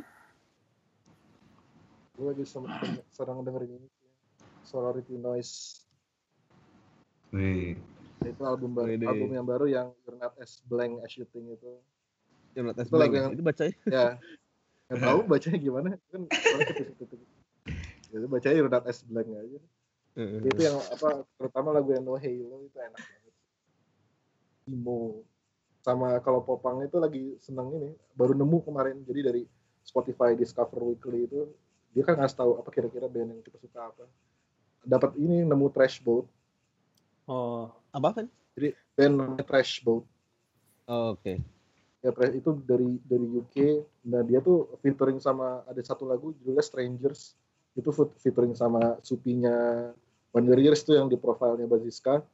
Gue lagi sedang dengerin ini, Solarity Noise. Wih. Itu album yang baru yang You're Not As Blank As You Think itu. You're Not As Blank yang... Itu bacanya? Ya. Nggak tahu bacanya gimana. Kan ketik-ketik. Jadi bacanya You're Not As Blank aja. Itu yang terutama lagu yang No Halo itu enak banget. Emo. Sama kalau Popang itu lagi seneng ini, baru nemu kemarin. Jadi dari Spotify Discover Weekly itu dia kan ngasih tahu apa kira-kira band yang kita suka apa. Dapat ini, nemu Trash Boat. Oh, apa kan? Jadi band namanya Trash Boat. Oh, oke. Ya itu dari UK. Nah dia tuh featuring sama, ada satu lagu judulnya Strangers. Itu featuring sama Supinya One Years tuh yang di profilnya Baziska.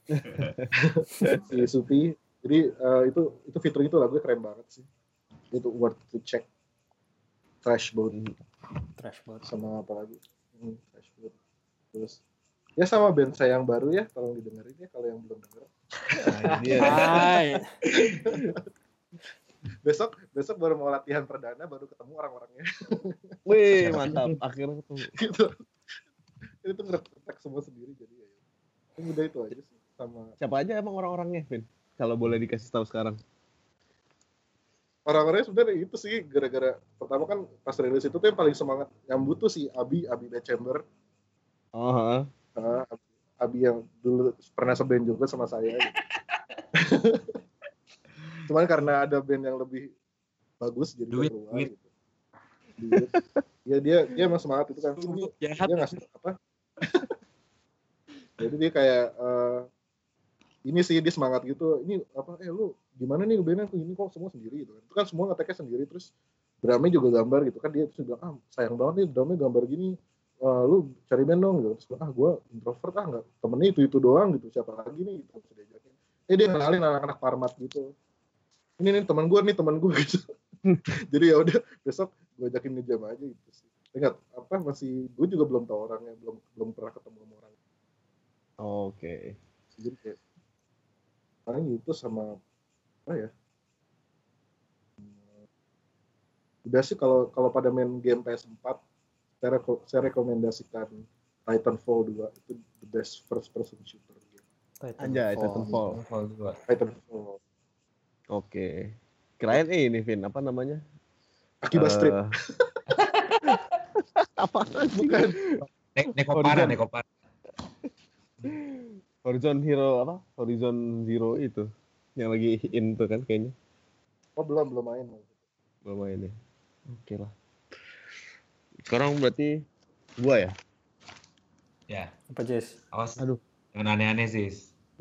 Si Supi. Jadi itu featuring itu lagunya keren banget sih. Itu worth to check. Trash Boat. Sama apa lagi? Trash Boat. Terus ya sama band saya yang baru ya, tolong didengerin ya kalau yang belum denger. Besok baru mau latihan perdana, baru ketemu orang-orangnya. Wih, mantap. Akhirnya ketemu. Gitu. Itu ngeretek semua sendiri jadi ya. Udah itu aja sih sama. Siapa aja emang orang-orangnya, Vin? Kalau boleh dikasih tahu sekarang. Orang-orangnya sebenarnya itu sih gara-gara pertama kan pas rilis itu tuh yang paling semangat yang butuh si Abi Bad Chamber. Abi yang dulu pernah seband juga sama saya gitu. Cuman karena ada band yang lebih bagus jadi keluar gitu. Ya dia emang semangat itu kan. Dia ngasih apa? Jadi dia kayak ini sih dia semangat gitu. Ini apa? Lu gimana nih bandnya ini kok semua sendiri gitu kan. Itu kan semua ngeteknya sendiri, terus drumnya juga gambar gitu kan. Dia terus bilang, sayang banget nih drumnya gambar gini. Lu cari band dong gitu. Terus gue introvert nggak, temennya itu doang gitu, siapa lagi nih gitu. Terus diajakin. Dia kenalin anak-anak Parmat gitu. Ini teman gue gitu. Jadi ya udah besok gue ajakin ngejam aja gitu sih. Ingat masih gue juga belum tahu orangnya, belum pernah ketemu sama orang. Oke. Jadi kayak paling itu sama apa ya? Udah sih kalau pada main game PS4 saya rekomendasikan Titanfall 2, itu the best first person shooter game. Titanfall 2. Titanfall. Oke. Kirain ini Vin, apa namanya? Akibat Street. Apa bukan? Nekopara. Horizon Zero itu yang lagi in tuh kan kayaknya. Oh belum main. Belum main ya. Oke lah. Sekarang berarti gua ya? Ya. Apa Jess? Awas. Aduh. Jangan aneh-aneh sih.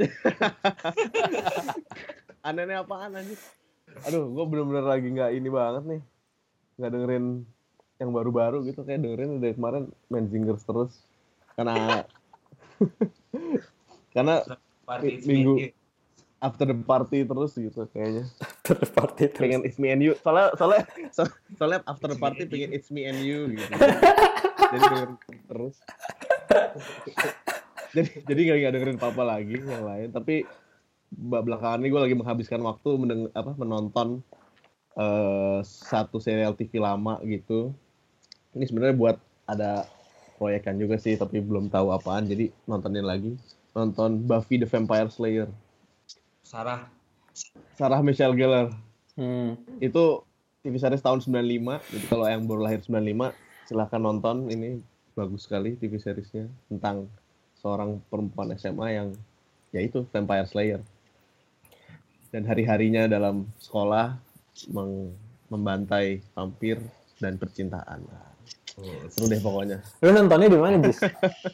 Aneh-aneh apaan anjir? Aduh, gua bener-bener lagi nggak ini banget nih. Nggak dengerin yang baru-baru gitu. Kayak dengerin dari kemarin main Zingers terus. Karena minggu after the party terus gitu kayaknya. After the party terus. Pengen It's Me and You. Soalnya after the party pengen It's Me and You gitu. Jadi dengerin terus. jadi nggak dengerin apa-apa lagi yang lain. Tapi belakangan ini gue lagi menghabiskan waktu menonton satu serial TV lama gitu. Ini sebenarnya buat ada proyekan juga sih, tapi belum tahu apaan. Jadi nontonin lagi. Nonton Buffy the Vampire Slayer. Sarah Michelle Gellar. Itu TV series tahun 95. Jadi kalau yang baru lahir 95 silahkan nonton ini. bagus sekali TV seriesnya tentang seorang perempuan SMA yang yaitu Vampire Slayer. Dan hari-harinya dalam sekolah membantai vampir dan percintaan. Seru deh pokoknya. Lu nontonnya di mana, Jis?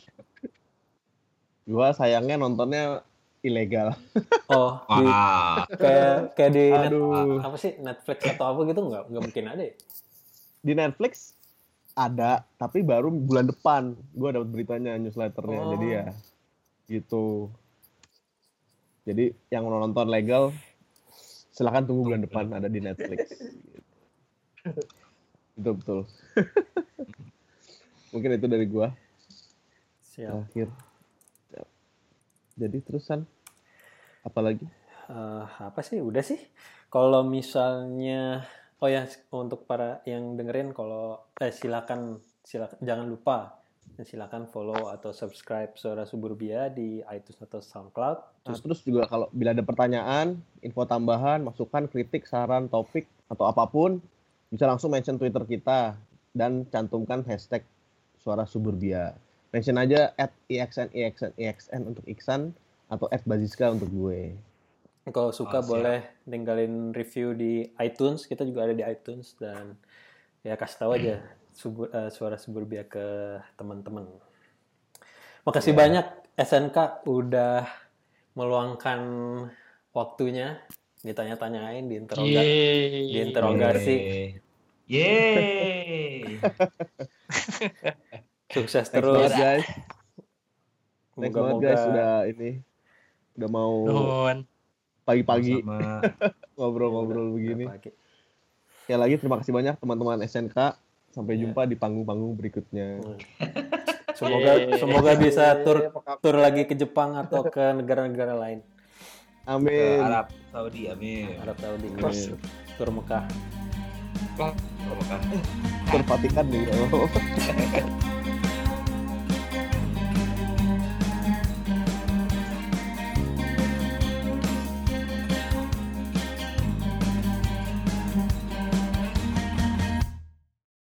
Gua sayangnya nontonnya ilegal. Oh, kayak di apa sih Netflix atau apa gitu nggak mungkin ada ya? Di Netflix ada, tapi baru bulan depan gue dapat beritanya, newsletternya. Jadi ya gitu. Jadi yang mau nonton legal silakan tunggu bulan depan, ada di Netflix. Betul. Mungkin itu dari gue. Siap. Terakhir. Jadi terusan apa lagi? Apa sih? Udah sih. Kalau misalnya untuk para yang dengerin, kalau silakan jangan lupa silakan follow atau subscribe Suara Suburbia di iTunes atau SoundCloud. Terus juga kalau bila ada pertanyaan, info tambahan, masukan, kritik, saran, topik atau apapun, bisa langsung mention Twitter kita dan cantumkan hashtag Suara Suburbia. Mention aja @IXN untuk Iksan atau @Baziska untuk gue. Kalau suka boleh tinggalin review di iTunes, kita juga ada di iTunes, dan ya kasih tahu aja Suara Suburbia ke teman-teman. Makasih banyak SNK udah meluangkan waktunya, ditanya-tanyain, diinterogasi. Yeay. Sukses terus guys. Thanks banget guys udah mau pagi-pagi ngobrol-ngobrol begini. Sekali lagi terima kasih banyak teman-teman SNK. Sampai jumpa di panggung-panggung berikutnya. Semoga bisa tur lagi ke Jepang atau ke negara-negara lain. Amin. Ke Arab Saudi, amin. Tur Mekah. Tur Vatikan nih.